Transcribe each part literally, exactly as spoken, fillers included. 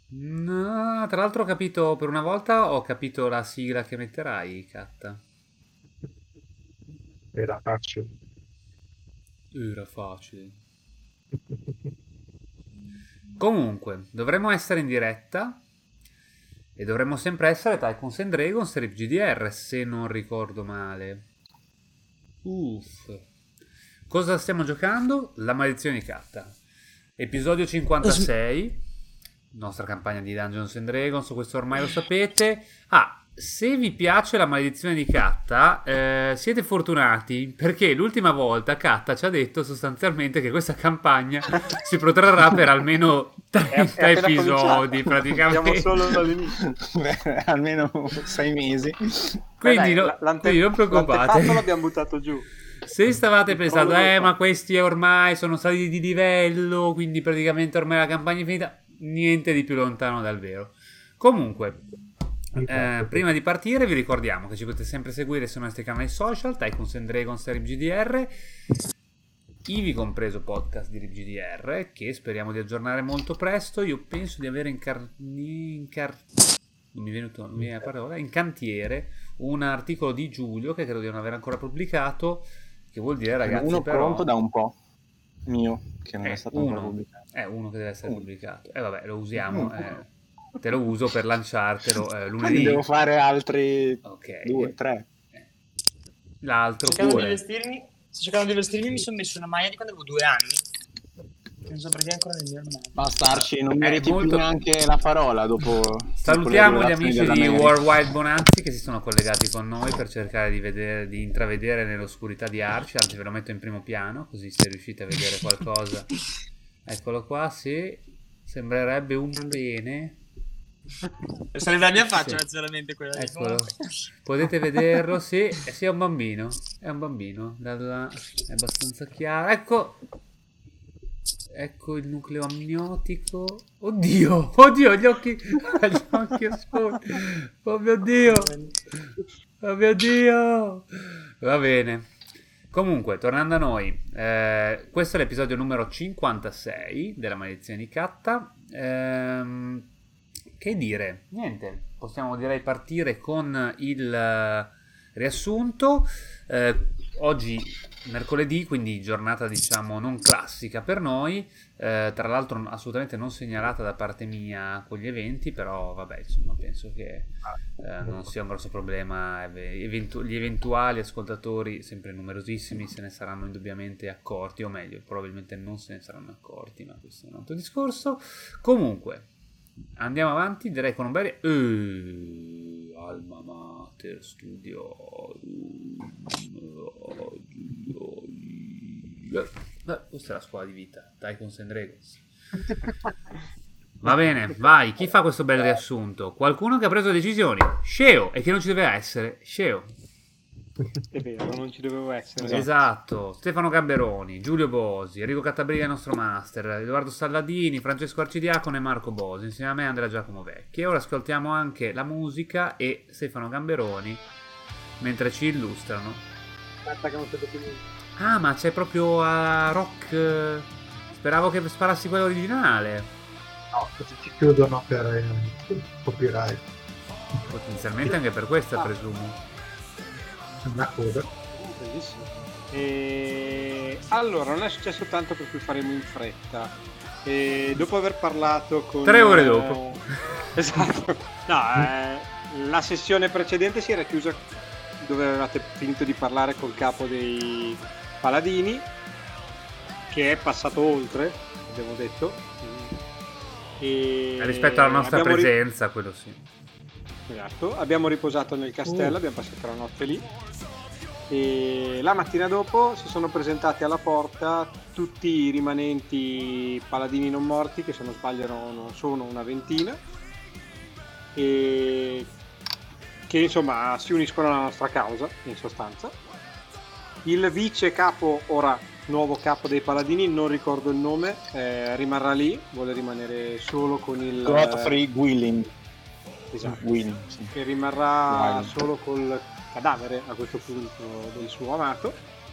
No, tra l'altro ho capito, per una volta ho capito la sigla che metterai, Catta. Era facile. Era facile. Comunque, dovremmo essere in diretta e dovremmo sempre essere Tycoons and Dragons Rip G D R, se non ricordo male. Uff. Cosa stiamo giocando? La maledizione di Catta. Episodio cinquantasei. Nostra campagna di Dungeons and Dragons, questo ormai lo sapete. Ah, se vi piace la maledizione di Catta, eh, siete fortunati perché l'ultima volta Catta ci ha detto sostanzialmente che questa campagna si protrarrà per almeno È, è trenta appena episodi, cominciata. Siamo praticamente. solo all'inizio. Beh, almeno sei mesi. Quindi, Beh, dai, no- l- l'ante- quindi non preoccupate. l'antefatto l'abbiamo buttato giù. Se stavate Il pensando, prologo eh, fa. ma questi ormai sono saliti di livello, quindi praticamente ormai la campagna è finita, niente di più lontano dal vero. Comunque, eh, prima di partire, vi ricordiamo che ci potete sempre seguire sui nostri canali social, Tycoons and Dragons R G D R, ivi compreso podcast di R G D R, che speriamo di aggiornare molto presto. Io penso di avere in, car- in car- non mi è venuto non mi viene la parola, in cantiere un articolo di Giulio che credo di non aver ancora pubblicato, che vuol dire, ragazzi, Uno però pronto da un po' mio, che non è è stato ancora uno, pubblicato. è uno che deve essere Uno. pubblicato. E vabbè, lo usiamo. Uno. eh, te lo uso per lanciartelo eh, Quindi lunedì. devo fare altri Ok. due, tre. Eh, L'altro Sto cercando di pure. vestirmi, sto cercando di vestirmi, mi sono messo una maglia di quando avevo due anni. Non so perché è ancora nel mio armadio. Basta Arci, non È meriti molto- più neanche la parola dopo. Salutiamo dopo gli le amici rivelazioni di dell'America. Worldwide Bonanzi che si sono collegati con noi per cercare di, vedere, di intravedere nell'oscurità di Arci. Anzi, ve lo metto in primo piano, così se riuscite a vedere qualcosa. Eccolo qua, sì. Sembrerebbe un bene. Sarebbe la mia faccia, Sì. naturalmente, quella lì. Eccolo. Potete vederlo, sì. Eh, sì, è un bambino. È un bambino. Dalla... È abbastanza chiaro. Ecco. Ecco il nucleo amniotico. Oddio, oddio, gli occhi, gli occhi oscuri. Oh mio Dio, oh mio Dio. Va bene. Comunque, tornando a noi, eh, questo è l'episodio numero cinquantasei della maledizione di Catta. Ehm, che dire? Niente, possiamo direi partire con il eh, riassunto. Eh, oggi mercoledì, quindi giornata diciamo non classica per noi, eh, tra l'altro assolutamente non segnalata da parte mia con gli eventi, però vabbè, insomma, penso che eh, non sia un grosso problema. Eventu- gli eventuali ascoltatori, sempre numerosissimi, se ne saranno indubbiamente accorti, o meglio, probabilmente non se ne saranno accorti, ma questo è un altro discorso. Comunque, andiamo avanti, direi con un bel... Uh, Alma Mater Studio. Questa è la scuola di vita, Tycoons and Dragons. Va bene, vai, chi fa questo bel riassunto? Qualcuno che ha preso decisioni. Sceo, e che non ci deve essere. Sceo. È vero, non ci dovevo essere. Esatto, Stefano Gamberoni, Giulio Bosi, Enrico Cattabriga il nostro master, Edoardo Stalladini, Francesco Arcidiacono e Marco Bosi, insieme a me Andrea Giacomo Vecchi. E ora ascoltiamo anche la musica e Stefano Gamberoni mentre ci illustrano. Aspetta che non vedo più niente. Ah, ma c'è proprio a rock. Speravo che sparassi quello originale. No, così ci chiudono per eh, copyright. Potenzialmente anche per questa, presumo. Una coda. Bellissimo. E... Allora, non è successo tanto per cui faremo in fretta. E dopo aver parlato con... Tre ore eh, dopo. Esatto. No, eh, la sessione precedente si era chiusa dove avevate finito di parlare col capo dei paladini, che è passato oltre, abbiamo detto. E Rispetto alla nostra abbiamo ri- presenza, quello sì. Esatto, abbiamo riposato nel castello, abbiamo passato la notte lì e la mattina dopo si sono presentati alla porta tutti i rimanenti paladini non morti, che se non sbaglio non sono una ventina, e che insomma si uniscono alla nostra causa, in sostanza. Il vice capo, ora nuovo capo dei paladini, non ricordo il nome, eh, rimarrà lì, vuole rimanere solo con il... Godfrey Willing. Esatto. Willing, sì. Che rimarrà Willing. solo col cadavere a questo punto del suo amato.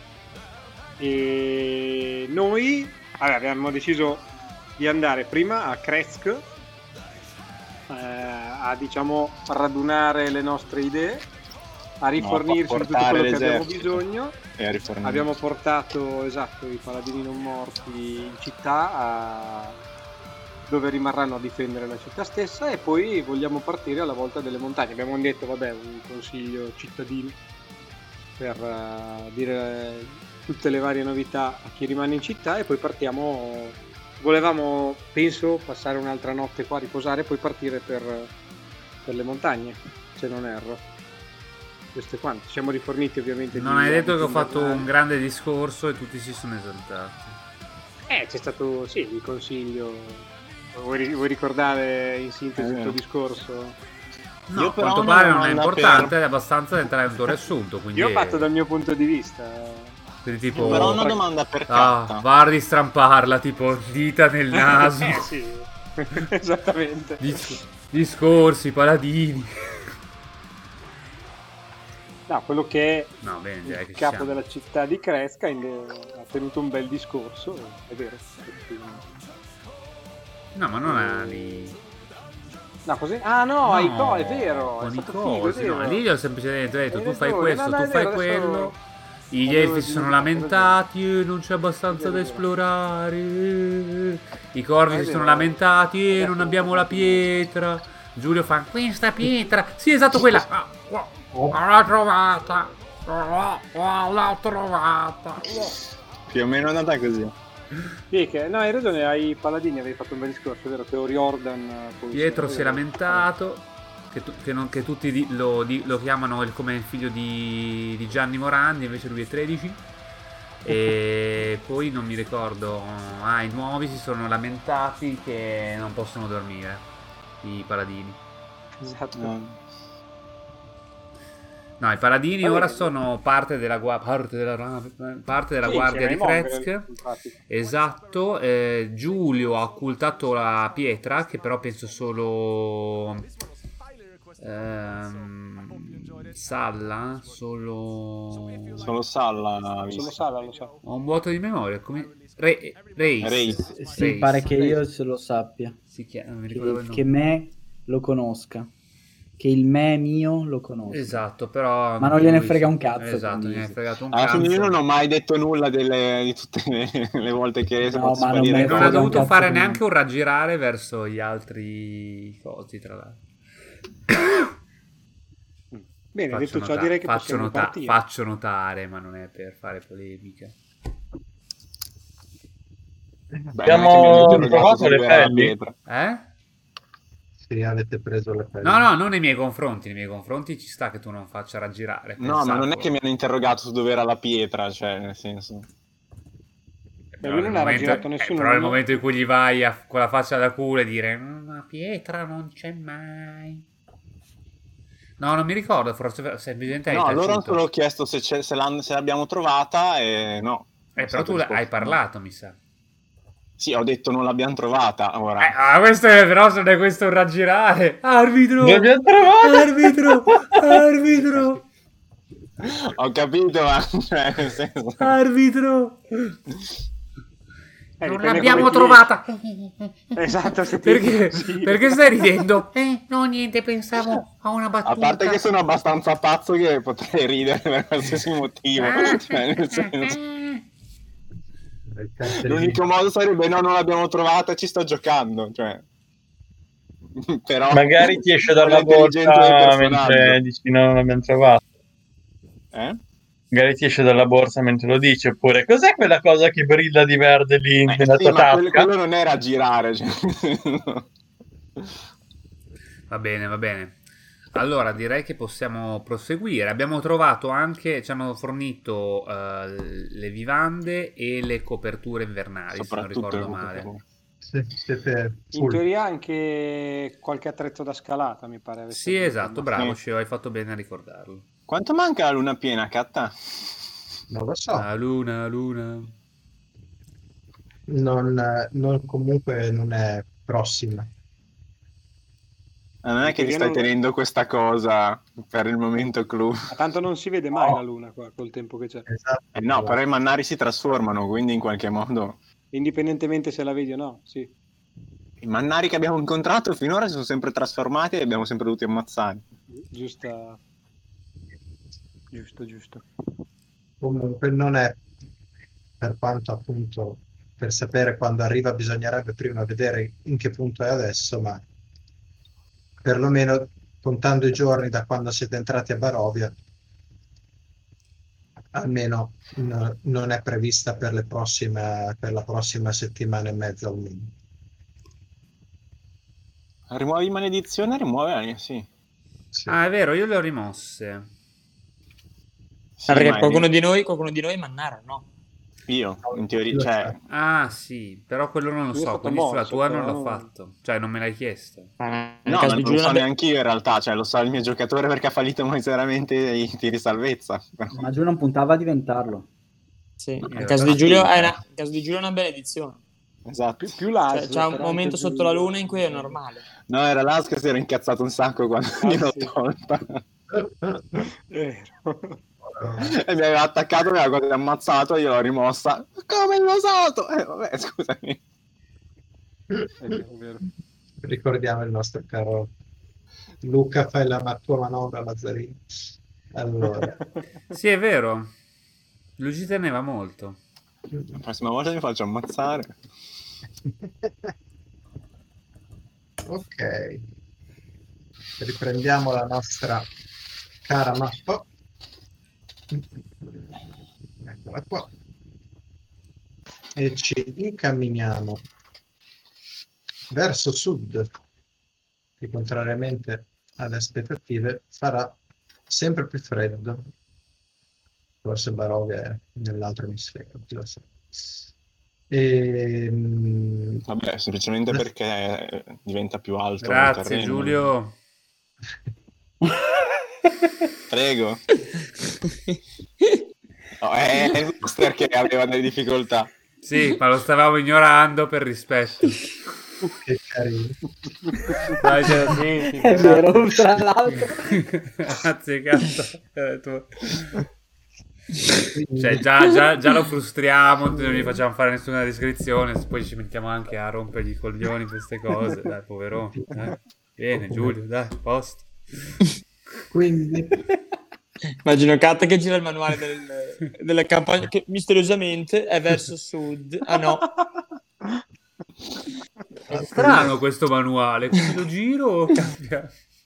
E noi vabbè, abbiamo deciso di andare prima a Krezk eh, a diciamo radunare le nostre idee, a rifornirci No, di tutto portare quello che abbiamo l'esercito. bisogno. E a rifornire. Abbiamo portato, esatto, i paladini non morti in città, a... dove rimarranno a difendere la città stessa, e poi vogliamo partire alla volta delle montagne. Abbiamo detto, vabbè, un consiglio cittadino per uh, dire tutte le varie novità a chi rimane in città, e poi partiamo. Volevamo, penso, passare un'altra notte qua a riposare e poi partire per, per le montagne, se non erro. Questo è quanto. Ci siamo riforniti ovviamente. Non di hai detto che ho abiti fatto invernali. un grande discorso e tutti si sono esaltati. Eh, c'è stato, sì, il consiglio. Vuoi, ri- vuoi ricordare in sintesi Eh, il tuo discorso? No, Io a però quanto ho una pare non è domanda importante, per- è abbastanza da entrare nel tuo riassunto. Quindi, Io ho fatto dal mio punto di vista. quindi tipo, Però ho una domanda per ah, Katta. Vardi stramparla, tipo dita nel naso. Eh, sì, esattamente. Dis- discorsi, paladini. No, quello che è No, bene, direi il che ci capo siamo. della città di Kresca in- ha tenuto un bel discorso, è vero. No, ma non è lì. No, così? Ah no, i co- è vero, è con i stato figo, è cosi, no, vero. lì gli ho semplicemente detto Hai tu fai ragione, questo, no, no, tu è fai vero, adesso- quello. Gli avevo elfi si sono dimenticato, hai lamentati, "Eh, non c'è abbastanza È da vero, è vero. esplorare. eh". I corvi È si vero. sono lamentati, "Eh, Adesso non ho abbiamo la fatto pietra. Giulio fa questa pietra. Sì, esatto, quella. Ah, wow, l'ho trovata. Oh, oh, l'ho trovata. Più o meno è andata così. Sì, che, no, hai ragione, ai paladini avevi fatto un bel discorso, è vero, che Oriordan poi Pietro sì, si è vero. lamentato che, tu- che non- che tutti di- lo, di- lo chiamano il- come il figlio di, di Gianni Morandi, invece lui è tredici. E poi non mi ricordo. Ah, i nuovi si sono lamentati che non possono dormire, i paladini. Esatto. No. No, i paladini Va ora bene. sono parte della, gua- parte della, parte della Sì, guardia di insieme ai Krezk. Mongrel, infatti. Esatto, eh, Giulio ha occultato la pietra, che però penso solo ehm, Salla, solo Solo Salla ha visto. Solo Sala lo so. ho un vuoto di memoria, come Re... Reis. Reis. Sì, Reis. pare che io se lo sappia. Si chiama, non mi ricordavo Che, il che nome. me lo conosca. Che il me mio lo conosca. Esatto, però Ma non gliene lui- frega un cazzo, Esatto, quindi non gliene sì. fregato un Alla cazzo. fine io non ho mai detto nulla delle, di tutte le, le volte che si è No, fatto ma non sparire me Non ne ha frega un dovuto cazzo fare di me. neanche un raggirare verso gli altri cosi, tra l'altro. Bene, Faccio detto ciò nota- direi che faccio, possiamo nota- partire. faccio notare, ma non è per fare polemica. Beh, Abbiamo non è che mi hanno interrogato trovato se le dove era la pelli? pietra. Eh? Sì, avete preso le pelle. No, no, non nei miei confronti. Nei miei confronti ci sta che tu non faccia raggirare. No, ma non è Pensavo. che mi hanno interrogato su dove era la pietra, cioè, nel senso... Però lui nel non ha momento- raggirato eh, nessuno, però nel non- momento in cui gli vai a- con la faccia da culo e dire "Mm, la pietra non c'è mai". No, non mi ricordo, forse semplicemente hai No, loro hanno tacito. solo chiesto se, c'è- se, l'hanno- se l'abbiamo trovata e no. Eh, però tu hai parlato, mi sa. Sì, ho detto non l'abbiamo trovata, ora. Eh, ah, questo è però non è questo un raggirare. Arbitro! L'abbiamo trovato! Arbitro! Arbitro! Ho capito, ma cioè, nel senso... Arbitro! Eh, Non dipende l'abbiamo come ti trovata. esci. Esatto, se ti- Perché? sì. Perché stai ridendo? Eh, no, niente, pensavo a una battuta. A parte che sono abbastanza pazzo che potrei ridere per qualsiasi motivo. Cioè, nel senso... Il cartellino. L'unico modo sarebbe no, non l'abbiamo trovata, ci sto giocando, cioè. Però Magari ti esce con dalla l'intelligenza del borsa personaggio. mentre dici no, non l'abbiamo trovato. Eh? Magari ti esce dalla borsa mentre lo dici, oppure cos'è quella cosa che brilla di verde lì Eh, nella sì, tua ma quello, tasca? quello non era girare, cioè. Va bene, va bene. Allora, direi che possiamo proseguire. Abbiamo trovato anche, ci hanno fornito eh, le vivande e le coperture invernali, se non Soprattutto ricordo il male. buco. Se- siete In full. teoria anche qualche attrezzo da scalata, mi pare. avesse Sì, detto, esatto, ma- bravo, Sì. Sceo, hai fatto bene a ricordarlo. Quanto manca la luna piena, Catta? Non lo so. La luna, luna. Non, non- comunque non è prossima. Ah, non è che ti Io stai non- tenendo questa cosa per il momento clou. Ma tanto non si vede mai No. la luna qua col tempo che c'è. Esatto. Eh no, però i mannari si trasformano, quindi in qualche modo... Indipendentemente se la vedi o no, sì. I mannari che abbiamo incontrato finora si sono sempre trasformati e abbiamo sempre dovuti ammazzare. Giusta. Giusto, giusto. Comunque non è, per quanto appunto per sapere quando arriva bisognerebbe prima vedere in che punto è adesso, ma perlomeno contando i giorni da quando siete entrati a Barovia, almeno no- non è prevista per le prossime, per la prossima settimana e mezza almeno. Rimuovi maledizione, rimuove, sì. Sì. Ah, è vero, io le ho rimosse. Sì, Perché ma è qualcuno di- di noi, qualcuno di noi Mannara, no? Io, in teoria, Io cioè, Ah, sì, però quello non lo Io ho so, fatto quindi sulla morso, tua non però l'ho non- fatto. Cioè, non me l'hai chiesto. Ma nel no, caso ma di non lo Giulio so Nabbe- neanche io in realtà, cioè lo sa il mio giocatore perché ha fallito miseramente i tiri salvezza. Però- Ma giù non puntava a diventarlo. Sì, In nel caso realtà di Giulio sì, è eh. una, nel caso di Giulio è una benedizione. Esatto. Più, più Cioè, l'A S. c'è un però momento anche sotto la Giulio- luna in cui è normale. No, era l'As che si era incazzato un sacco quando Ah, gliel'ho sì. tolta. Vero. E mi aveva attaccato, mi aveva quasi ammazzato, io l'ho rimossa. Come l'ho usato? Eh, vabbè, scusami. È vero, è vero. Ricordiamo il nostro caro Luca, fai la ma- tua manovra Lazzarini. Allora, Sì, è vero. Lui ci teneva molto. La prossima volta mi faccio ammazzare. ok, riprendiamo la nostra cara mappa. Eccola qua. E ci incamminiamo verso sud, che contrariamente alle aspettative farà sempre più freddo. Forse Barovia è nell'altro emisfero, chi lo sa. E, mm, Vabbè, semplicemente perché diventa più alto il Grazie, terreno. Giulio. Prego. No, è è il master che aveva delle difficoltà. Sì, ma lo stavamo ignorando per rispetto. che carino. Dai, ce la senti, È vero, tra l'altro. Grazie, cazzo. Eh, tu- Quindi- Cioè, già, già, già lo frustriamo, non gli facciamo fare nessuna descrizione, poi ci mettiamo anche a rompergli i coglioni queste cose. Dai, poverone. Dai. Bene, Giulio, dai, posto. Quindi Immagino Kat che gira il manuale del- delle campagne che misteriosamente è verso sud. Ah no, È strano questo manuale, quindi lo giro cambia.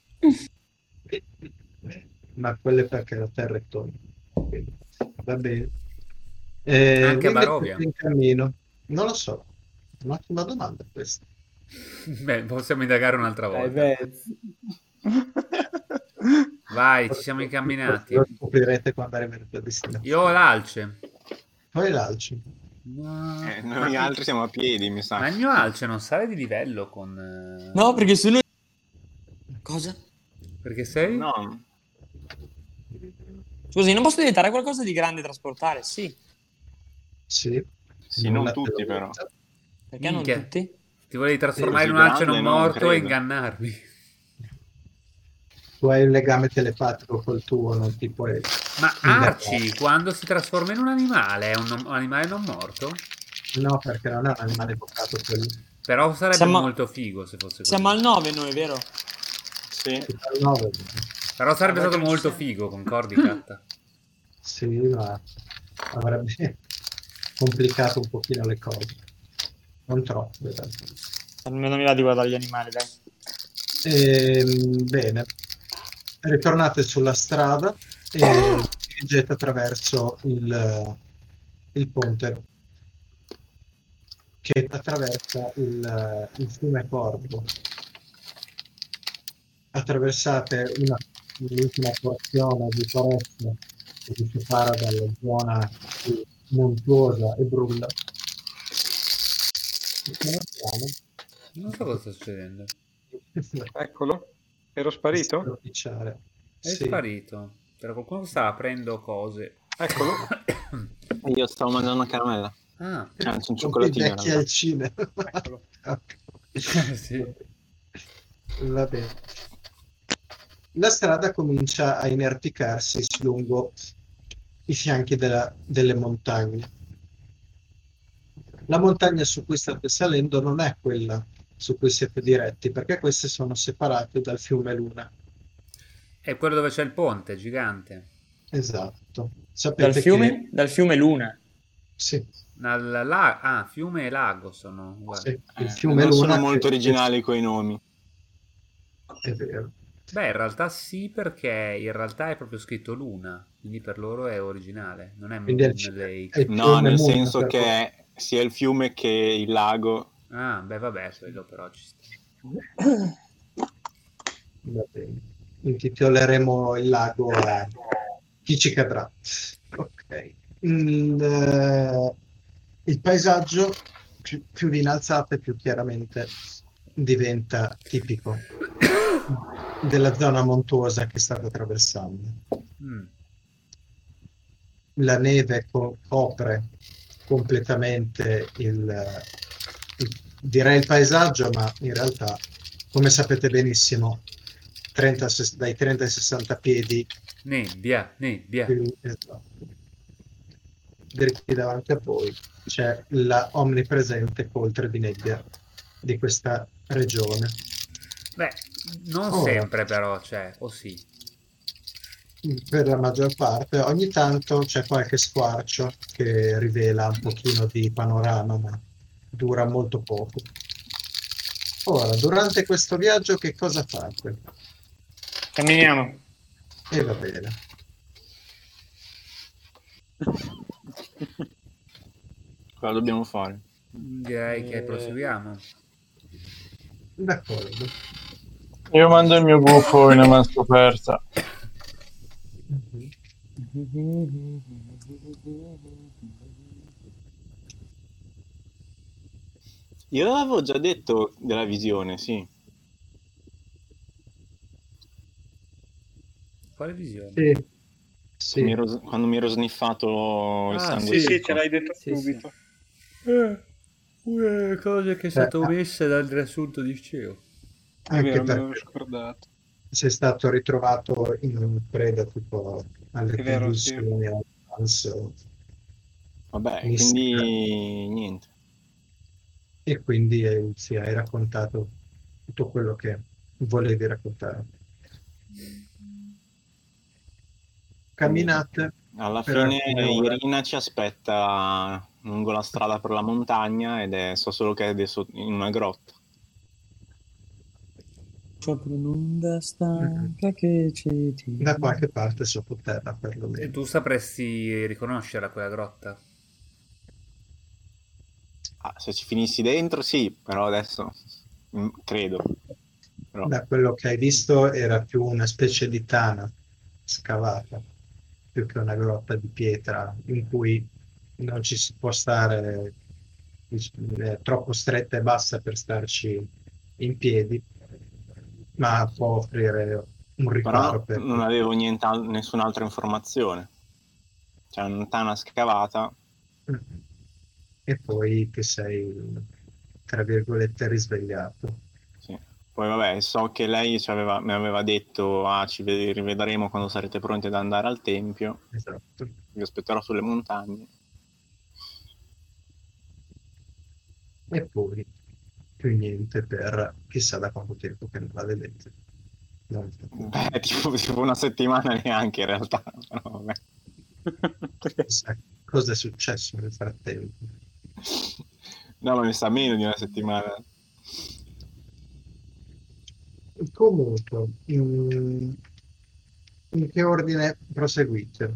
ma quello è perché la terra è tonda. Quindi, va bene. Eh, Anche a vi Barovia. mettete in cammino? Non lo so. Un'ottima domanda questa. Beh, possiamo indagare un'altra Dai, volta. Vez. Vai, ci siamo incamminati. Lo scoprirete quando arriverete a destinazione. Io ho l'alce. Poi l'alci. No, Eh, ma, noi altri siamo a piedi, mi sa. ma il mio alce non sale di livello con... eh, no, perché sono. Cosa? Perché sei? No, Scusi, non posso diventare qualcosa di grande e trasportare? Sì, Sì. sì, non Nulla te tutti lo però. dice. perché Minchia. non tutti? Ti volevi trasformare Sì, in un alce grande, non no, morto e credo. ingannarmi. Tu hai un legame telepatico col tuo, non ti puoi... Ma ingannare. Arci, quando si trasforma in un animale, è un, un animale non morto? No, perché non è un animale evocato quello. Però sarebbe Siamo- molto figo se fosse così. Siamo al nove noi, vero? Sì. Si fa il nove. Però sarebbe Vabbè, stato che non molto ci figo, concordi, Catta? Sì, ma avrebbe complicato un pochino le cose. Non troppo, in realtà. Almeno mi va di guardare gli animali, dai. Ehm, bene, ritornate sulla strada e dirigete attraverso il, il ponte che attraversa il, il fiume Corvo. Attraversate una, l'ultima porzione di foresta che vi separa dalla zona più montuosa e brulla. E piano Non so cosa sta succedendo. piano Eccolo. Ero sparito? Stropicciare. È Sì. sparito. Però qualcuno sta aprendo cose. Eccolo. Io stavo mangiando una caramella. Ah, Anzi, un Con quei cioccolatino. in vecchi realtà. al cinema. Eccolo. sì. Va bene. La strada comincia a inerpicarsi lungo i fianchi della- delle montagne. La montagna su cui state salendo non è quella su cui siete diretti, perché queste sono separate dal fiume Luna. È quello dove c'è il ponte gigante. Esatto. Dal Sapete fiume? che Dal fiume Luna. sì, Dal la- ah, fiume e lago sono uguali. sì, il Eh, fiume non Luna sono molto è- originali coi nomi. è vero. Beh, in realtà sì, perché in realtà è proprio scritto Luna, quindi per loro è originale, non è Quindi è il, Moon fi- è Lake. il No, fiume nel Moon senso per voi. che sia il fiume che il lago. Ah, beh, vabbè, quello però ci sta. Va bene. Intitoleremo il lago a chi ci cadrà. Ok. Il, eh, il paesaggio più, più vi innalzate, più chiaramente diventa tipico della zona montuosa che state attraversando. Mm. La neve co- copre completamente il, il- direi il paesaggio, ma in realtà, come sapete benissimo, trenta, ses- dai trenta ai sessanta piedi Nebbia, nebbia. più- esatto, dritti davanti a voi c'è la omnipresente coltre di nebbia di questa regione. Beh, non Ora, sempre però, cioè, o sì. per la maggior parte, ogni tanto c'è qualche squarcio che rivela un pochino di panorama, ma dura molto poco. Ora, durante questo viaggio che cosa fate? Camminiamo. E va bene. Cosa dobbiamo fare? Direi che proseguiamo. D'accordo. Io mando il mio gufo in una scoperta. Io avevo già detto della visione, sì. Quale visione? Sì, sì. Mi ero- quando mi ero sniffato il Ah, sangue Sì, sì, secco. ce l'hai detto Sì, subito. Eh, una cosa che è stata Eh, ah. omessa dal riassunto di Ceo. È Anche vero, me l'avevo perché scordato. sei stato ritrovato in preda tipo alle È vero, sì. convulsioni, al pranzo, Vabbè, mistica, quindi niente. e quindi eh, sì, hai raccontato tutto quello che volevi raccontare. Camminate Alla per fine alcune ore. Irina ci aspetta lungo la strada per la montagna ed è so solo che è adesso in una grotta. Sopra un'onda stanca che ci tira. Da qualche parte sottoterra E perlomeno. tu sapresti riconoscerla quella grotta? Ah, se ci finissi dentro, sì, però adesso mm, credo. Però, Da quello che hai visto era più una specie di tana scavata, più che una grotta di pietra in cui non ci si può stare, è troppo stretta e bassa per starci in piedi, ma può offrire un riparo però per non avevo niente, nessun'altra informazione. C'è una tana scavata. e poi ti sei, tra virgolette, risvegliato. Sì. Poi vabbè, so che lei ci aveva- mi aveva detto ah, ci ved- rivedremo quando sarete pronti ad andare al tempio. Esatto. Vi aspetterò sulle montagne. E poi più niente per chissà da quanto tempo che non la vedete. No, Beh, tipo, tipo una settimana neanche in realtà. Però vabbè. chissà cosa è successo nel frattempo. No, ma mi sa meno di una settimana. Comunque, in, in che ordine proseguite?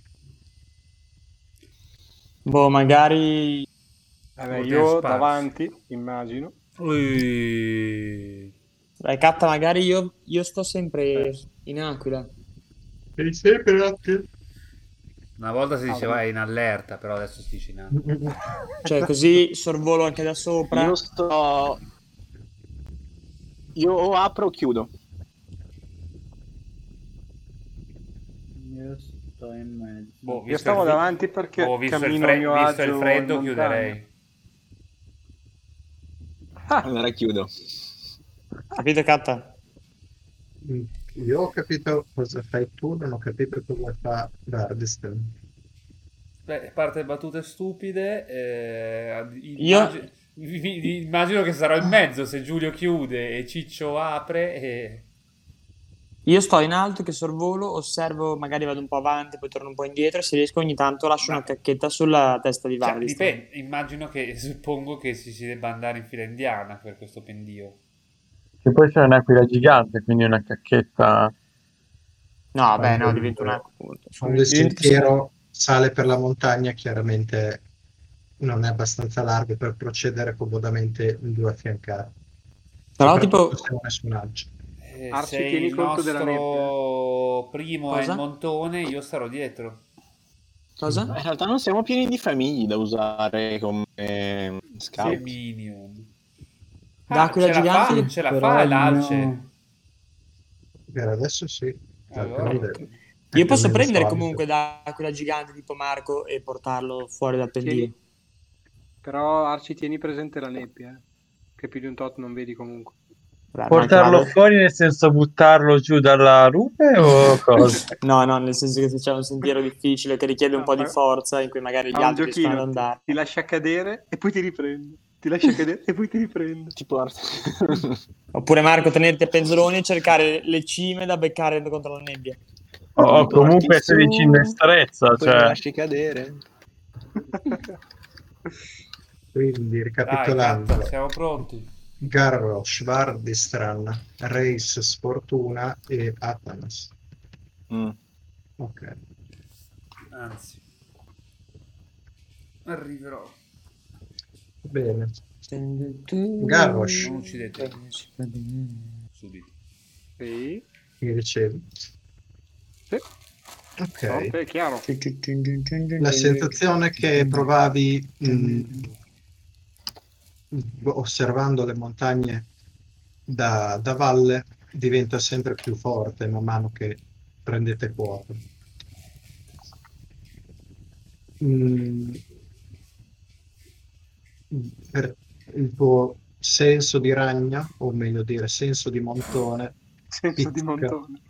Boh, magari... Vabbè, Ordine io sparso. davanti, immagino. Ui. Dai, Catta, magari io, io sto sempre in Aquila. Sei sempre anche? Una volta si Ah, diceva vabbè. in allerta, però adesso si dice in acqua. Cioè, così sorvolo anche da sopra. Io sto... Io o apro o chiudo. Io sto in mezzo. Boh, Io visto stavo il fi- davanti perché boh, visto il, cammino fre- a mio visto il agio freddo, in montagna. chiuderei. Ah, Allora chiudo. Capito, Catta? Io ho capito cosa fai tu, non ho capito cosa fa Vardistan. Beh, parte battute stupide. eh, Io- immagi- Vi- vi- Immagino che sarò in mezzo se Giulio chiude e Ciccio apre e... Io sto in alto che sorvolo, osservo, magari vado un po' avanti, poi torno un po' indietro e se riesco ogni tanto lascio Ma- una cacchetta sulla testa di Cioè, Vardis. dipende, immagino che, suppongo che si, si debba andare in fila indiana per questo pendio. Che poi c'è un'aquila gigante, quindi una cacchetta. No, vabbè, no, Quando- diventa una... Quando il diventa- sentiero sale per la montagna, chiaramente non è abbastanza largo per procedere comodamente in due affiancati. Però Soprattutto tipo... se non è su un alce. Eh, Arci, se tieni il conto della nostro primo è Cosa? il montone, io starò dietro. Cosa? In realtà non siamo pieni di famiglie da usare come eh, scout. Sì, Minion. D'aquila ce la gigante, fa, ce la però fa l'alce. no. Per adesso sì. Allora, Perché non ok. deve. È Io più o posso meno prendere solito. comunque da quella gigante tipo Marco e portarlo fuori dal pendio. Tieni- Però Arci, tieni presente la nebbia, eh, che più di un tot non vedi comunque. Vabbè, Portarlo manca- fuori nel senso buttarlo giù dalla rupe o cosa? No, no, nel senso che se c'è un sentiero difficile che richiede un No, po' di fa- forza, in cui magari gli Fa un altri riescono ad giochino, ti, andare. ti lascia cadere e poi ti riprende. Ti lascia cadere e poi ti riprende. Tipo Oppure Marco, tenerti a penzoloni e cercare le cime da beccare contro la nebbia. O o Ti comunque porti essere su, in destrezza, poi mi cioè. lasci cadere. Quindi, Dai, ricapitolando, Catta, siamo pronti. Garrosh, Vardistran, Reis, Sfortuna e Atanas. Mm. Ok. Anzi, arriverò. Bene. Garrosh, Non uccidete. Subito. Sì, mi ricevi? sì. Ok. Ok, è chiaro. La sensazione che provavi mh, osservando le montagne da, da valle diventa sempre più forte man mano che prendete quota. Mm, per il tuo senso di ragna, o meglio dire senso di montone, Senso di pizzica. montone.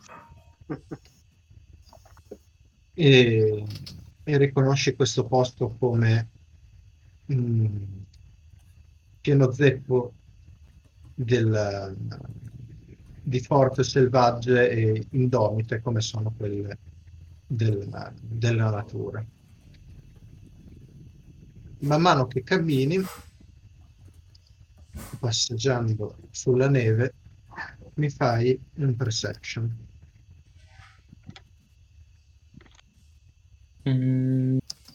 e, e riconosci questo posto come mm, pieno zeppo del, di forze selvagge e indomite come sono quelle del- della natura. Man mano che cammini, passeggiando sulla neve, mi fai un perception. Mm.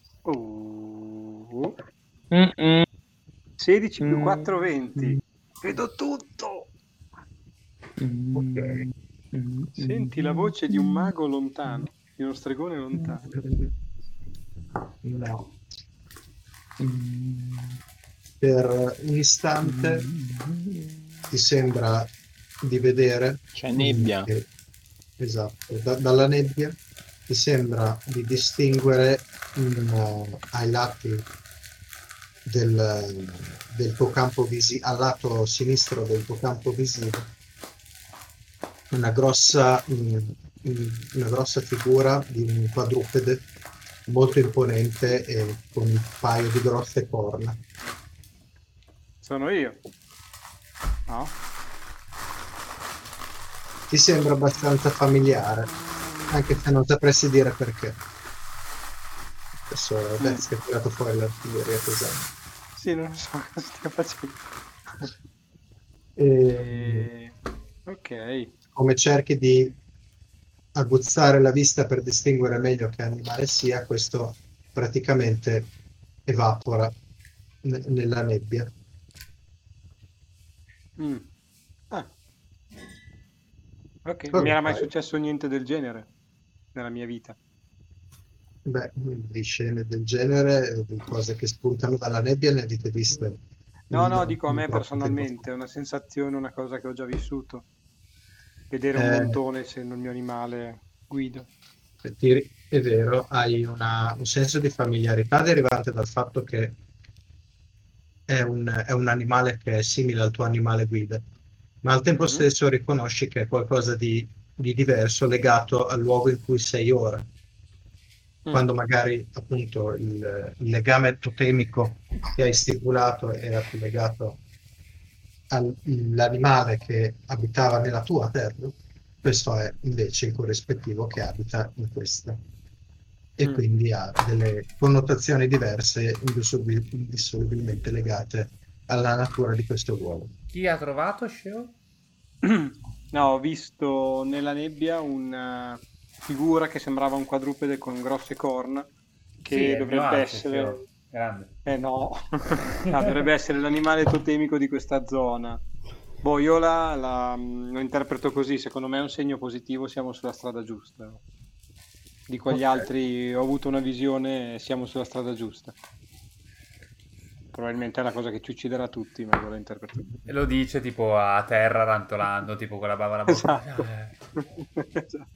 Oh. Mm-mm. sedici più Mm. quattro, venti. Vedo tutto. Ok. Senti la voce di un mago lontano, di uno stregone lontano. No. Per un istante ti sembra di vedere C'è nebbia. che- esatto, da- dalla nebbia ti sembra di distinguere in, ai lati del, del tuo campo visivo, al lato sinistro del tuo campo visivo, una grossa, mm, mm, una grossa figura di un quadrupede molto imponente e con un paio di grosse corna. Sono io. No? Ti sembra abbastanza familiare, anche se non sapresti dire perché. Adesso Dez che ha tirato fuori l'artiglieria pesante. Sì, non so cosa stia facendo. E E... Ok. come cerchi di aguzzare la vista per distinguere meglio che animale sia, questo praticamente evapora ne- nella nebbia. Mm. Ah. Ok, non Vabbè, mi era mai vai. successo niente del genere nella mia vita. Beh, di scene del genere, di cose che spuntano dalla nebbia, ne avete viste. No, un- no, dico a un me po' di personalmente, tempo è una sensazione, una cosa che ho già vissuto. Vedere Eh. un montone essendo il mio animale guida. fa. Ti- È vero, hai una- un senso di familiarità derivante dal fatto che è un, è un animale che è simile al tuo animale guida, ma al tempo Mhm. stesso riconosci che è qualcosa di, di diverso legato al luogo in cui sei ora. quando magari appunto il, il legame totemico che hai stipulato era più legato all'animale che abitava nella tua terra, questo è invece il corrispettivo che abita in questa, e Mm. quindi ha delle connotazioni diverse indissolubil- indissolubilmente legate alla natura di questo ruolo. Chi ha trovato Sceo? No, ho visto nella nebbia una figura che sembrava un quadrupede con grosse corna, che Sì, è il mio dovrebbe asse, essere... Sceo. Grande. Eh no, no, dovrebbe essere l'animale totemico di questa zona. Boh, io la, la- lo interpreto così, secondo me è un segno positivo, siamo sulla strada giusta. Dico agli Ok. altri, ho avuto una visione, siamo sulla strada giusta. Probabilmente è la cosa che ci ucciderà tutti, ma io la interpreto così. E lo dice tipo a terra rantolando, tipo con la bava alla bocca. Esatto. Eh. Esatto.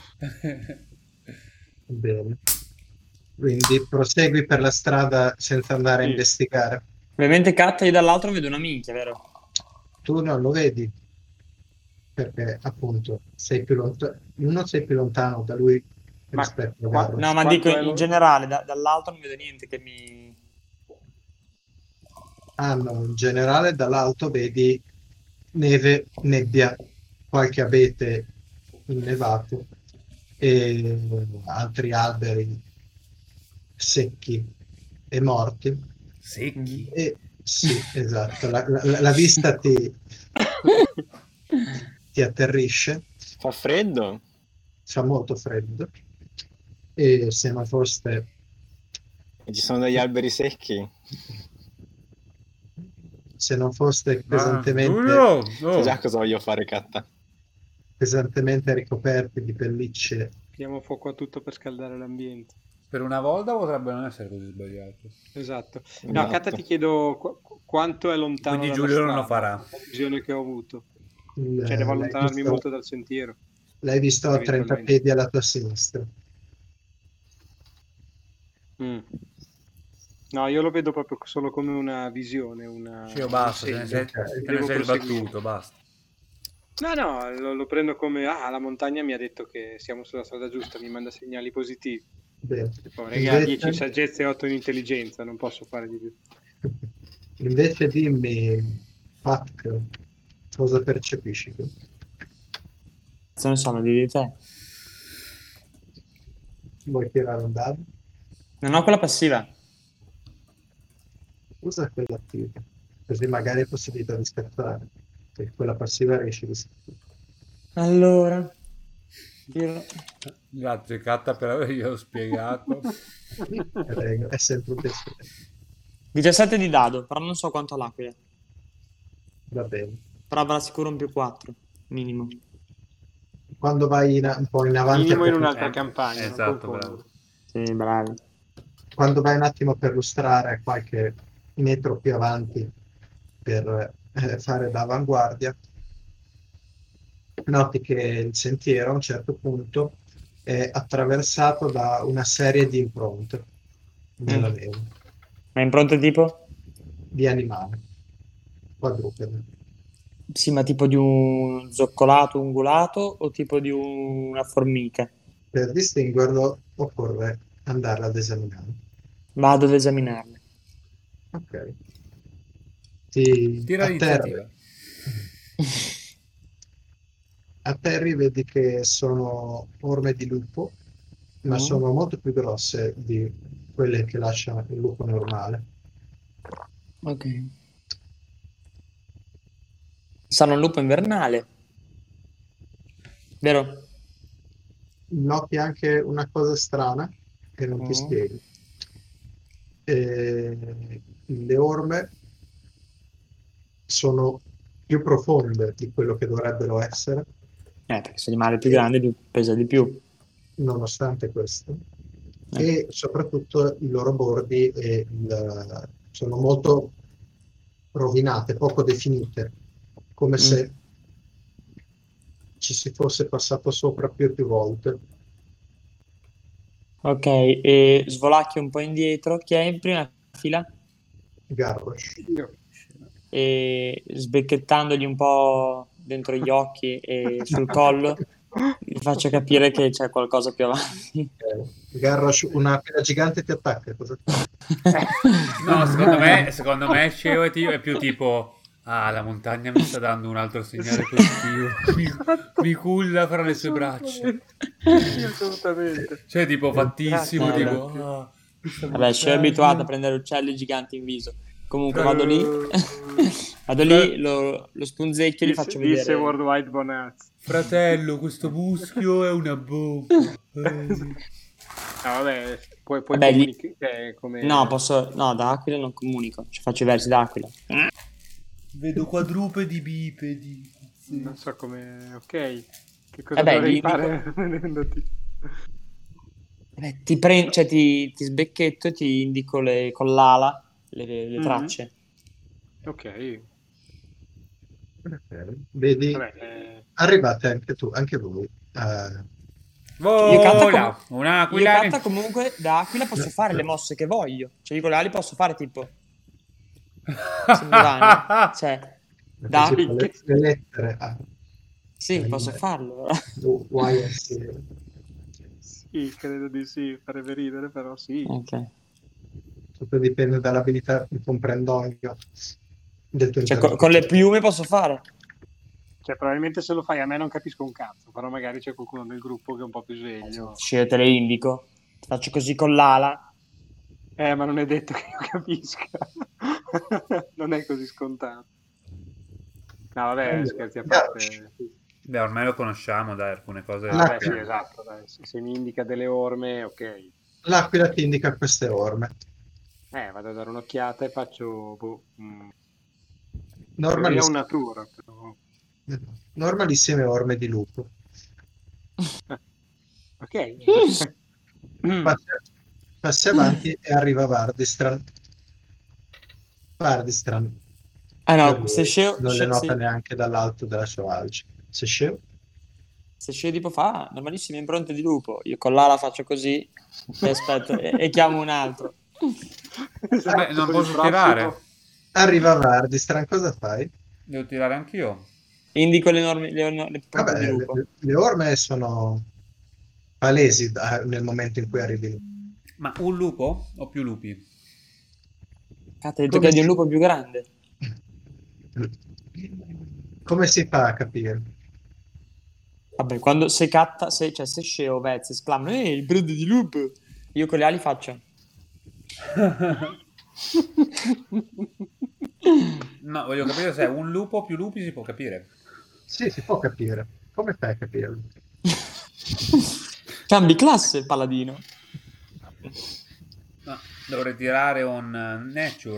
Bene. Quindi prosegui per la strada senza andare a Sì. investigare. Ovviamente Kat, io dall'altro vedo una minchia, vero? Tu non lo vedi perché appunto sei più lontano, uno sei più lontano da lui Ma rispetto a qua- Garrosh. No, ma Quanto dico è in lo- generale, da- dall'alto non vedo niente che mi... Hanno in generale dall'alto vedi neve, nebbia, qualche abete innevato e altri alberi secchi e morti. Secchi. E sì, esatto, la, la- la vista ti, ti atterrisce, Fa freddo? fa molto freddo e se non foste E ci sono degli alberi secchi? se non foste Ma pesantemente, Giulio! So Oh. già cosa voglio fare, Catta. pesantemente ricoperti di pellicce. Diamo fuoco a tutto per scaldare l'ambiente. Per una volta potrebbe non essere così sbagliato. Esatto. No, Esatto. Katta, ti chiedo qu- quanto è lontano Quindi dalla Giulio non lo strada, farà. la visione che ho avuto. Il- Cioè, devo l'hai allontanarmi visto- molto dal sentiero. L'hai visto a trenta Eventualmente. piedi alla tua sinistra. Mm. No, io lo vedo proprio solo come una visione, una... Sceo, basta, un te ne segno. sei, te ne Devo sei proseguire. sbattuto, basta. No, no, lo, lo prendo come, ah, la montagna mi ha detto che siamo sulla strada giusta, mi manda segnali positivi. Bene. Oh, raga, Invece- dieci in saggezza e otto in intelligenza, non posso fare di più. Invece dimmi, Pat, cosa percepisci? Se ne sono di te. Vuoi tirare un dado? Non ho quella passiva. Usa quella attiva, così magari hai possibilità di scattare. Se quella passiva riesci a scattare. Allora... Io... Grazie Catta per averglielo spiegato. Prego, è sempre un piacere. diciassette di dado, però non so quanto l'aquila. Va bene. Però avrà sicuro un più quattro, minimo. Quando vai in- un po' in avanti, Minimo in per- un'altra Eh, campagna. non esatto, confondere. bravo. Sì, bravi. quando vai un attimo per lustrare qualche metro più avanti per eh, fare da avanguardia, noti che il sentiero a un certo punto è attraversato da una serie di impronte nella Mm. neve, Ma impronte tipo? di animali quadrupedi. Sì, ma tipo di un zoccolato ungulato o tipo di una formica? Per distinguerlo occorre andare ad esaminare. Vado ad esaminarle. Ok. Ti Tira atterri, l'iniziativa. atterri, vedi che sono orme di lupo, ma Mm. sono molto più grosse di quelle che lascia il lupo normale. Ok. Sarà un lupo invernale. Vero? Noti anche una cosa strana che non ti Mm. spiego. Eh, le orme sono più profonde di quello che dovrebbero essere, Eh, perché se l'animale è più grande più- pesa di più. nonostante questo, Eh. e soprattutto i loro bordi e il- sono molto rovinate, poco definite, come Mm. se ci si fosse passato sopra più e più volte. Ok, e svolacchio un po' indietro. Chi è in prima fila? Garrosh. Io. E sbecchettandogli un po' dentro gli occhi e sul collo, gli faccio capire che c'è qualcosa più avanti. Eh, Garrosh, un'aquila gigante ti attacca. Cosa fai? No, secondo me, secondo me Sceo è, ti- è più tipo... Ah, la montagna mi sta dando un altro segnale positivo. Mi, mi culla fra le sue braccia. Sì, assolutamente. Cioè, tipo, fattissimo, Grazie. tipo... ah, questa Vabbè, Sceo è montagna. abituato a prendere uccelli giganti in viso. Comunque vado lì, vado lì, lo, lo spunzecchio e gli Disse, faccio disse vedere. Worldwide Bonazzi. Fratello, questo muschio è una bomba. Eh. No, vabbè, puoi, puoi Vabbè, gli- comunicare come... No, posso. No, da aquila non comunico. Ci faccio i versi d'aquila. Vedo quadrupedi bipedi. Sì. Non so come... Ok. Che cosa Vabbè, dovrei gli fare vedendoti? Vabbè, ti, pre- cioè, ti, ti sbecchetto e ti indico le, con l'ala le, le Mhm. tracce. Ok. Ok. Vedi, Vabbè, eh, arrivate anche tu, anche voi. Eh, Io catta, Vola, com- un'aquila. io catta comunque da aquila posso fare le mosse che voglio. Cioè, io con le ali posso fare tipo. Se mi vanno. Cioè, da così con le, le lettere A, sì, Eh, posso eh. farlo. U, Y, S. sì, credo di sì, farebbe ridere, però sì. Ok. Tutto dipende dall'abilità di comprendonio del tuo Cioè, co- con le piume posso fare. Cioè, probabilmente se lo fai a me non capisco un cazzo, però magari c'è qualcuno nel gruppo che è un po' più sveglio. Scegli, te le indico. Ti faccio così con l'ala. Eh, ma non è detto che io capisca. Non è così scontato. No, vabbè, Allora, scherzi a parte. Beh, ormai lo conosciamo, dai, alcune cose. La- Vabbè, sì, esatto, dai. Se, se mi indica delle orme, ok. L'aquila ti indica queste orme. Eh, vado a dare un'occhiata e faccio... Boh, mm, Normaliss- è una natura, però... normalissime orme di lupo. Ok. Passi, passi avanti e arriva Vardistran. Vardistran. Ah no, Per se lui Sceo, non le Sceo- nota sì. neanche dall'alto della sua alce. Se Sceo, Se Sceo tipo fa normalissime impronte di lupo, io con l'ala faccio così e aspetto e, e chiamo un altro. Esatto, Beh, non per il posso prossimo. tirare. arriva Vardistran, cosa fai? Devo tirare anch'io. Indico le, norme, le, le impronte Vabbè, di lupo. le, le orme sono palesi da- nel momento in cui arrivi lì. Ma un lupo o più lupi? Cazzo, hai detto Come che è di un si- lupo più grande. Come si fa a capire? Vabbè, quando se catta, se, cioè se Sceo, Vez, esclamano, ehi, il brand di lupo, io con le ali faccio. No, voglio capire se è un lupo o più lupi si può capire. Sì, si può capire. Come fai a capirlo? Cambi classe, paladino. No, dovrei tirare un eh, nature.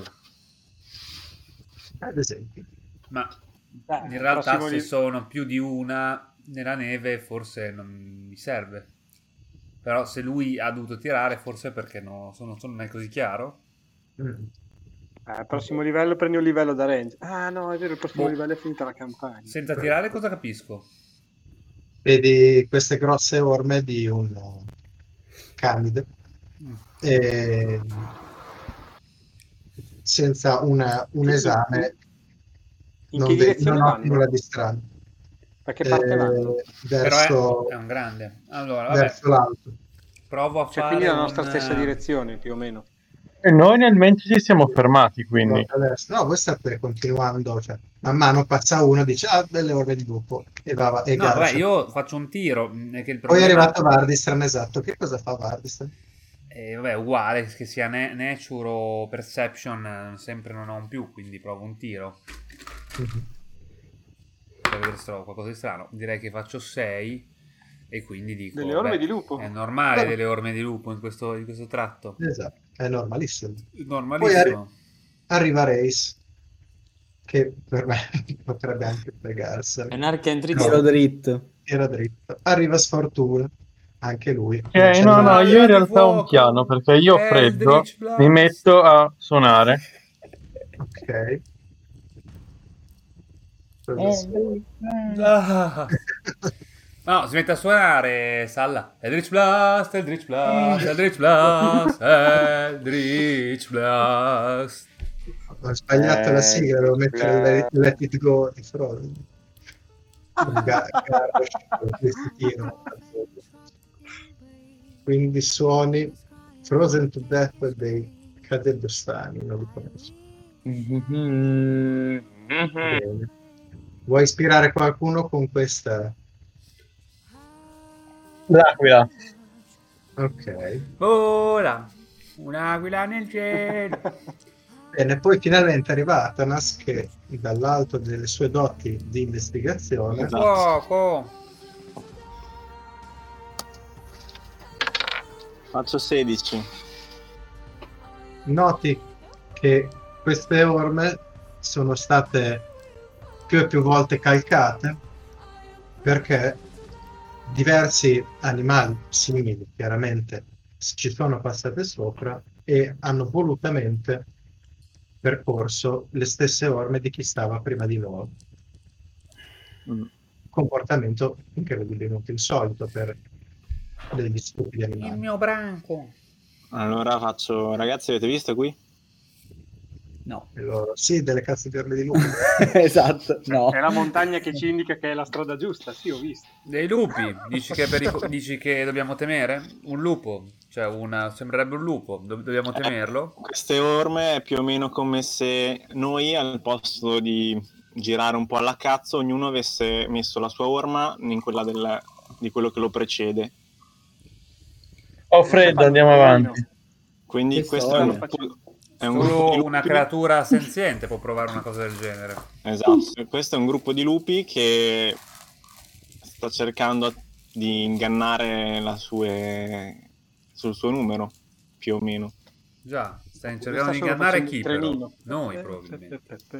Ad esempio. Ma Dai, in realtà prossimo se li- sono più di una nella neve forse non mi serve. Però se lui ha dovuto tirare forse perché no, sono, sono- non è così chiaro. Mm. Ah, il prossimo livello prendi un livello da range. Ah no, è vero, il prossimo Boh. livello è finita la campagna. Senza tirare cosa capisco? Vedi queste grosse orme di un canide Mm. e senza una- un esame In non, che ve- direzione non ho vanno? nulla di strano. Da che parte Eh, vanno? Però verso, è, è un grande. Allora, vabbè, verso l'alto. provo a Cioè, fare quindi la nostra un, stessa eh, direzione, più o meno. E noi nel mentre ci siamo fermati, quindi. Adesso- no, voi state continuando, cioè, man mano passa uno dice ah, delle orme di lupo e va e No, gara. vabbè, io faccio un tiro. mm, È che il Poi è problema arrivato Vardistran, esatto. Che cosa fa Vardistran? è, vabbè, uguale, che sia ne- nature o perception, eh, sempre non ho un più, quindi provo un tiro. Per vedere se trovo qualcosa di strano. Direi che faccio sei e quindi dico... Delle orme beh, di lupo? È normale Beh. delle orme di lupo in questo, in questo tratto. Esatto, è normalissimo. Poi Normalissimo. arri- arriva Race, che per me potrebbe anche fregarsene. È un arcentrizzo. Tiro dritto. Era dritto. Arriva Sfortuna, anche lui. Ok, Non c'è no, no, nulla. io in Di realtà ho un fuoco. piano, perché io ho freddo, Eldritch Blast. mi metto a suonare. Ok. Cosa Ah. No, si mette a suonare Salla. Eldritch Blast, Eldritch Blast, Eldritch Blast, Eldritch Blast. Ho sbagliato la sigla, devo mettere Eh, Let, Let It Go di Frozen. Ga- Garrosh, con il vestitino. quindi suoni Frozen to Death dei Cadellostani, non li conosco. Mhm. Bene. Vuoi ispirare qualcuno con questa? L'Aquila. Ok. Vola, un'aquila nel cielo. Bene, poi finalmente arriva Atanas che dall'alto delle sue doti di investigazione Esatto. Fuoco. Faccio sedici. noti che queste orme sono state più e più volte calcate perché diversi animali simili chiaramente ci sono passate sopra e hanno volutamente percorso le stesse orme di chi stava prima di loro. Mm. Comportamento incredibilmente insolito per degli stupidi Il animali. mio branco. Allora faccio... Ragazzi, avete visto qui? No. E loro, sì, delle cazzo di orme di lupo. Esatto, no. È la montagna che ci indica che è la strada giusta, sì, ho visto. Dei lupi. Dici che, è perico- dici che dobbiamo temere? Un lupo. Cioè, una... sembrerebbe un lupo. Do- dobbiamo temerlo? Queste orme è più o meno come se noi, al posto di girare un po' alla cazzo, ognuno avesse messo la sua orma in quella del... di quello che lo precede. Ho freddo, andiamo avanti. Quindi Che questo è un, storia. gruppo- è un gruppo di Solo una lupi. creatura senziente può provare una cosa del genere. Esatto, questo è un gruppo di lupi che sta cercando di ingannare la sue... sul suo numero, più o meno. Già, stai Sta cercando di solo ingannare facendo chi il però? trenino. Noi probabilmente.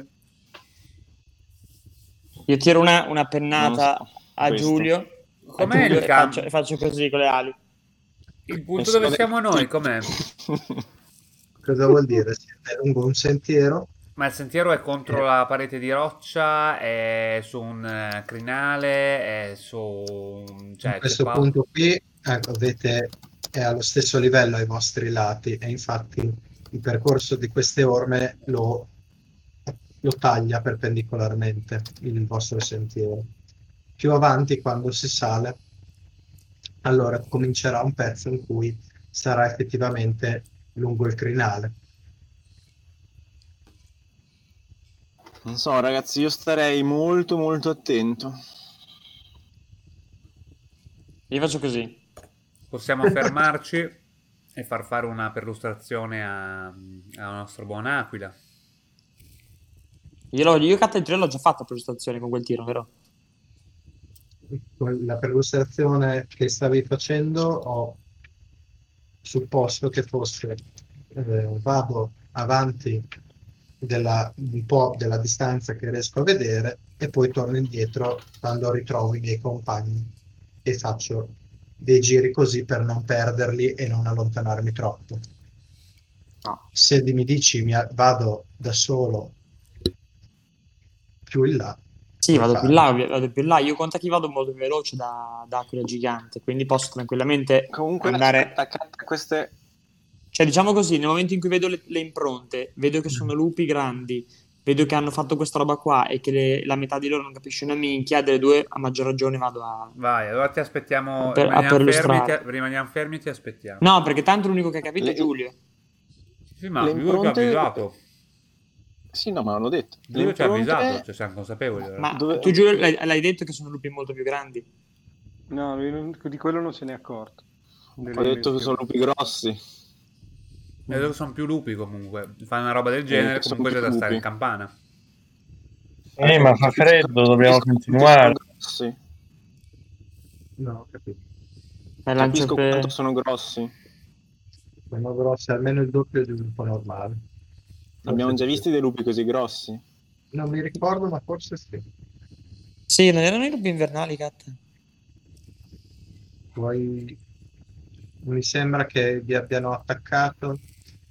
Io tiro una, una Non pennata so, a questo. Giulio, a Com'è Giulio il e, cam- faccio, e faccio così con le ali. Il punto E dove sono- siamo noi, com'è? Cosa vuol dire? Siete lungo un sentiero? Ma il sentiero è contro Eh. la parete di roccia, è su un eh, crinale, è su... un- A cioè, c'è questo pa- punto qui ecco, avete, è allo stesso livello ai vostri lati e infatti il percorso di queste orme lo, lo taglia perpendicolarmente il vostro sentiero. Più avanti, quando si sale, allora comincerà un pezzo in cui sarà effettivamente lungo il crinale. Non so, ragazzi, io starei molto molto attento. Io faccio così. Possiamo fermarci e far fare una perlustrazione a- alla nostra buona Aquila. Io, l'ho, io Cat tre l'ho già fatta per prestazione con quel tiro, vero? Con la perlustrazione che stavi facendo ho supposto che fosse eh, vado avanti della, un po' della distanza che riesco a vedere e poi torno indietro quando ritrovo i miei compagni e faccio dei giri così per non perderli e non allontanarmi troppo. No. Se mi dici mi a- vado da solo più in là, Sì, puoi vado più in farlo. là, vado più in là. Io conta che vado molto più veloce da, da Aquila gigante, quindi posso tranquillamente Comunque andare... attaccate a queste... Cioè, diciamo così, nel momento in cui vedo le, le impronte, vedo che sono lupi grandi, vedo che hanno fatto questa roba qua e che le- la metà di loro non capisce una minchia, delle due a maggior ragione vado a... Vai, allora ti aspettiamo, A per- a rimaniamo, fermi, perlustrare. ti, rimaniamo fermi e ti aspettiamo. No, perché tanto l'unico che ha capito Le- è Giulio. Sì, ma le lui ci ha impronte- avvisato. Sì, no, ma l'ho detto. Le Lui ci ha impronte- avvisato, cioè siamo consapevoli. allora. Ma Dove- tu Giulio l'hai, l'hai detto che sono lupi molto più grandi. No, lui non- di quello non se n'è accorto. Delle Ho detto che sono dimensioni. lupi grossi. Vedo che sono più lupi comunque. Fai una roba del genere, sono comunque c'è più da stare in lupi. campana. Eh, ma fa freddo, dobbiamo continuare. Sì. No, ho capito. Fai lancio Capisco per... quanto sono grossi. Sono grossi almeno il doppio di un lupo normale. Abbiamo Forse già di visti dei lupi così grossi. più. Non mi ricordo, ma forse sì. Sì, non erano i lupi invernali, Cat? Poi mi sembra che vi abbiano attaccato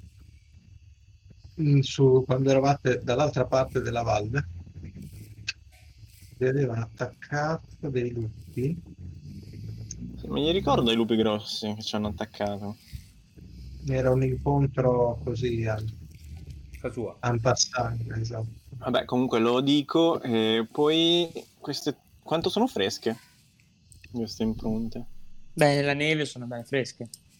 in su, quando eravate dall'altra parte della valle. Vi avevano attaccato dei lupi. Me li ricordo i lupi grossi che ci hanno attaccato. Era un incontro così al, Fa sua. al passaggio, esatto. Vabbè, comunque lo dico. E poi queste quanto sono fresche queste impronte? Beh, nella neve sono ben fresche.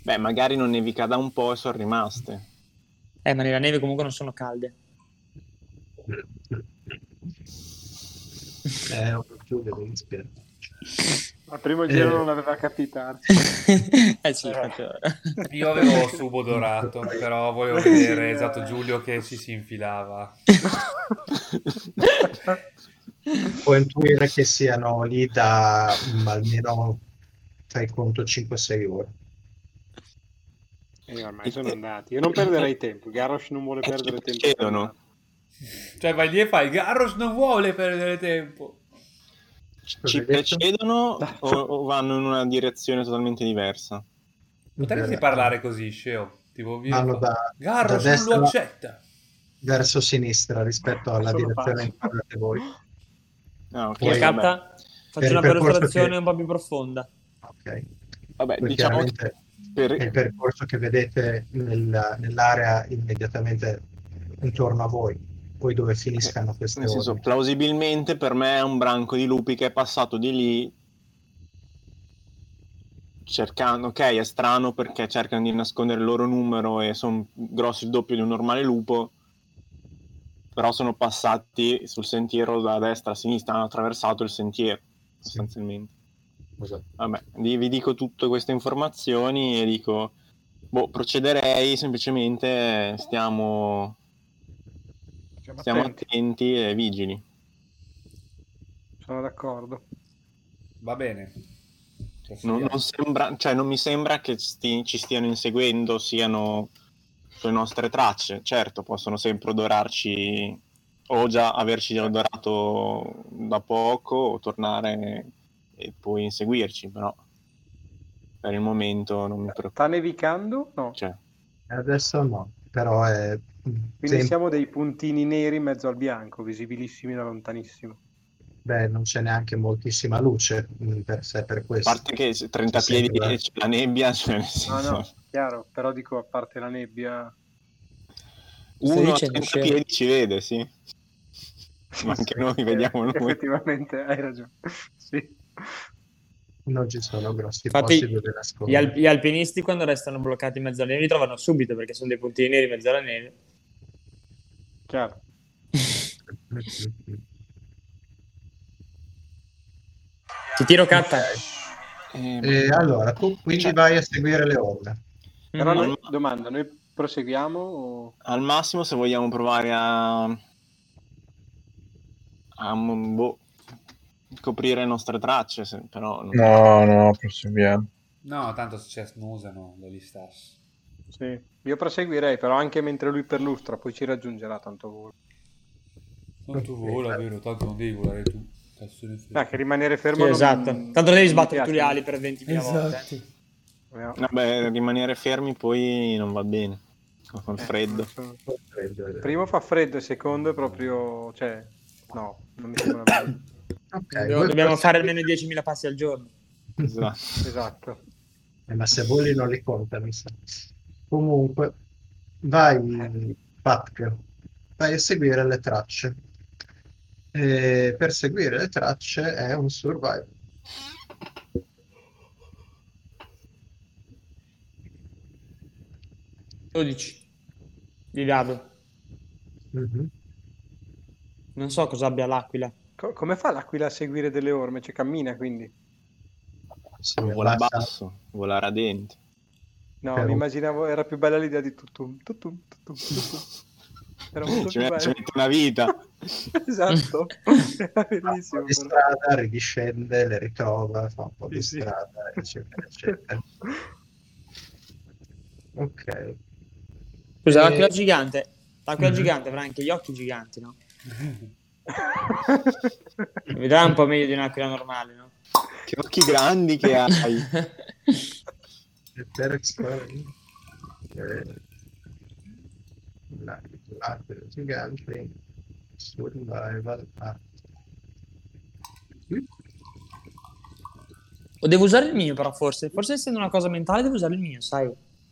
Beh, magari non nevica da un po' e sono rimaste. Eh, ma nella neve comunque non sono calde. Eh, ho Giulio, mi dispiace. Al primo giro Eh. non aveva capitato. eh sì, infatti. Io avevo subo dorato, però volevo Sì, vedere eh. esatto Giulio che ci si infilava. Può intuire che siano lì da mm, almeno, fai conto, cinque sei ore. E ormai sono andati. Io non perderei tempo. Garrosh non vuole E ci perdere tempo. precedono. per nada. Cioè vai lì e fai Garrosh non vuole perdere tempo. Ci Cosa hai detto? precedono o, o vanno in una direzione totalmente diversa? Potresti Eh, parlare così, Sceo. Tipo via. Vanno da, da Garrosh non destra lo accetta. verso sinistra rispetto alla Sono direzione in facile. cui andate voi. Ah, ok, Poi- Che vabbè. Catta? Faccio Per una il percorso perlustrazione che- un po' più profonda. Ok. Vabbè, Poi diciamo chiaramente che per- è il percorso che vedete nel- nell'area immediatamente intorno a voi, poi dove finiscano queste nel senso, ore. plausibilmente per me è un branco di lupi che è passato di lì cercando, ok, è strano perché cercano di nascondere il loro numero e sono grossi il doppio di un normale lupo, però sono passati sul sentiero da destra a sinistra, hanno attraversato il sentiero sostanzialmente. Esatto. Vabbè, vi vi dico tutte queste informazioni e dico, boh, procederei semplicemente, stiamo, Siamo stiamo attenti. attenti e vigili. Sono d'accordo. Va bene. Non, Proseguiamo. non sembra, cioè non mi sembra che sti- ci stiano inseguendo, siano sulle nostre tracce. Certo, possono sempre odorarci o già averci odorato da poco o tornare e poi inseguirci, però per il momento non mi preoccupo. Sta nevicando? No. Cioè, Adesso no, però è Quindi sempre- siamo dei puntini neri in mezzo al bianco, visibilissimi da lontanissimo. beh, non c'è neanche moltissima luce mm, per sé, per a questo. parte che se trenta C'è piedi sempre- e c'è la nebbia, cioè nel No, senso, no, chiaro, però dico, a parte la nebbia... Stai uno a dicendo, trenta Scemo? piedi ci vede, sì. Ma anche Sì, noi eh, vediamo noi. Effettivamente, hai ragione. Sì. Non ci sono grossi Infatti, posti dove Gli, nascondere. al- gli alpinisti quando restano bloccati in mezzo alla neve li trovano subito perché sono dei puntini neri in mezzo alla neve. Chiaro. Ti tiro Catta? Eh, E allora, tu quindi Cioè- vai a seguire le orme. Però Mhm. noi, domanda, noi proseguiamo o... Al massimo se vogliamo provare a, a boh, coprire le nostre tracce, se- però non- No, no, proseguiamo. No, tanto se ci snusano degli stars. Sì. Io proseguirei, però anche mentre lui perlustra, poi ci raggiungerà tanto volo. Non tu vola, vero? Tanto non devi volare tu. Cazzo ne frega. No, che rimanere fermo Sì, non- esatto. Tanto devi non mi sbattere tu piace. le ali per ventimila volte. Esatto. No. Vabbè, rimanere fermi poi non va bene, con il Eh, freddo. non so. Primo fa freddo e secondo è proprio... cioè... No, non mi sembra bene. Ok, Dobbiamo, voi dobbiamo fare proseguite. almeno diecimila passi al giorno. Esatto. Esatto. Eh, ma se voli non li conta, mi sa. Comunque, vai, Patrio, vai a seguire le tracce. E per seguire le tracce è un survival. dodici di dado. Mhm. Non so cosa abbia l'aquila. Co- come fa l'aquila a seguire delle orme? Cioè cammina, quindi? Sì, Vola basta. basso, vola radente. No, Però- mi immaginavo, era più bella l'idea di tutum, tutum, tutum, tutum. Era molto Ci più met- ci bello. mette una vita. Esatto, era Fa un bellissimo. po' di però. strada, ridiscende, le ritrova, fa un po' di Sì, sì. strada, eccetera, eccetera. Ok. Scusa, Eh, l'aquila gigante. L'aquila Mhm. gigante avrà anche gli occhi giganti, no? Vedrà un po' meglio di un'aquila normale, no? Che occhi grandi che hai. per explorare eh, la- l'aquila gigante survival ah. O devo usare il mio, però, forse. Forse essendo una cosa mentale devo usare il mio, sai?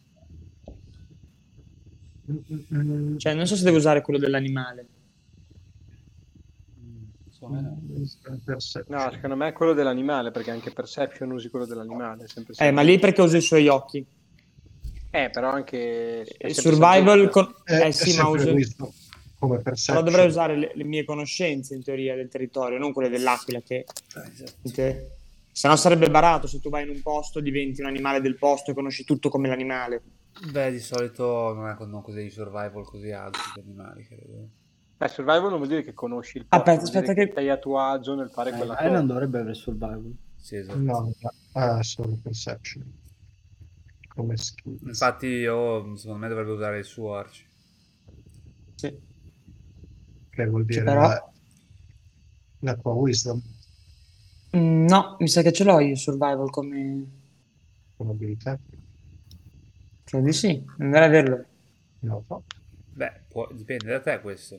Mm, Cioè, non so se devo usare quello dell'animale. Secondo me no. Perception. No, secondo me è quello dell'animale, perché anche Perception usi quello dell'animale. è Sempre Eh, ma lì perché uso i suoi occhi. Eh, però anche... è Eh, sempre Survival saggezza. con... È, Eh è sì, sempre ma uso... wisdom, come Però perception. dovrei usare le, le mie conoscenze in teoria del territorio, non quelle dell'aquila che... Esatto. Se no sarebbe barato, se tu vai in un posto diventi un animale del posto e conosci tutto come l'animale. Beh, di solito non è non così di survival così alti gli animali, credo. Eh, survival non vuol dire che conosci il posto, Aspetta, vuol dire aspetta che che... sei a tuo agio nel fare Eh, quella eh, non cosa. dovrebbe avere survival. Sì, esatto. No, no, ha solo perception. Come skills. Infatti io, secondo me, dovrebbe usare il suo arci. Sì. Che vuol dire però- la, la tua wisdom Mm, no, mi sa che ce l'ho io survival come... come abilità. Credo di sì, andrei a averlo. Non lo so. Beh, può- dipende da te questo.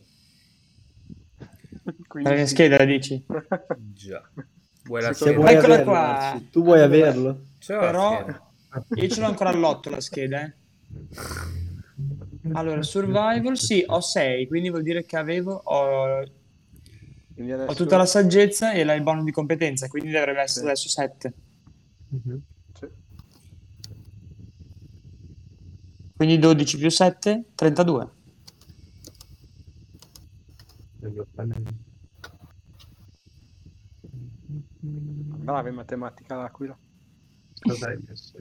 Quindi La mia sì. scheda, dici? Già. Vuoi la Secondo Se scheda? vuoi Eccola averlo, qua. Arci, tu vuoi Allora, averlo? Ce l'ho la Però scheda. io ce l'ho ancora all'otto la scheda, eh. Allora, survival, sì, ho sei, quindi vuol dire che avevo... Ho, Quindi ho adesso... tutta la saggezza e la- il bonus di competenza, quindi dovrebbe essere Sì. adesso sette. Mhm. Sì. Quindi dodici più sette, trentadue. Brava in matematica l'aquila. Cosa hai messo?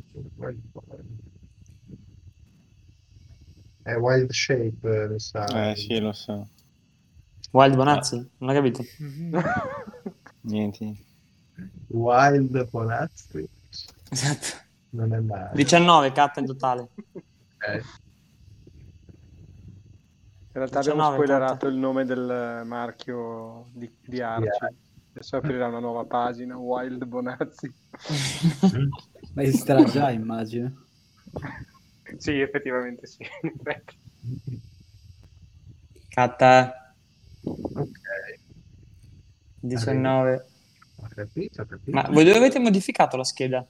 È wild shape, lo sai. Eh sì, lo so. Wild Bonazzi, non hai capito? Niente. Wild Bonazzi. Esatto. Non è male. diciannove catta in totale. Eh, In realtà abbiamo diciannove, spoilerato tanto. il nome del marchio di, di Arci. Adesso aprirà una nuova pagina, Wild Bonazzi. Ma esisterà già, immagino. Sì, effettivamente sì. in effetti. Catta ok. diciannove. Ho capito, ho capito. Ma voi dove avete modificato la scheda?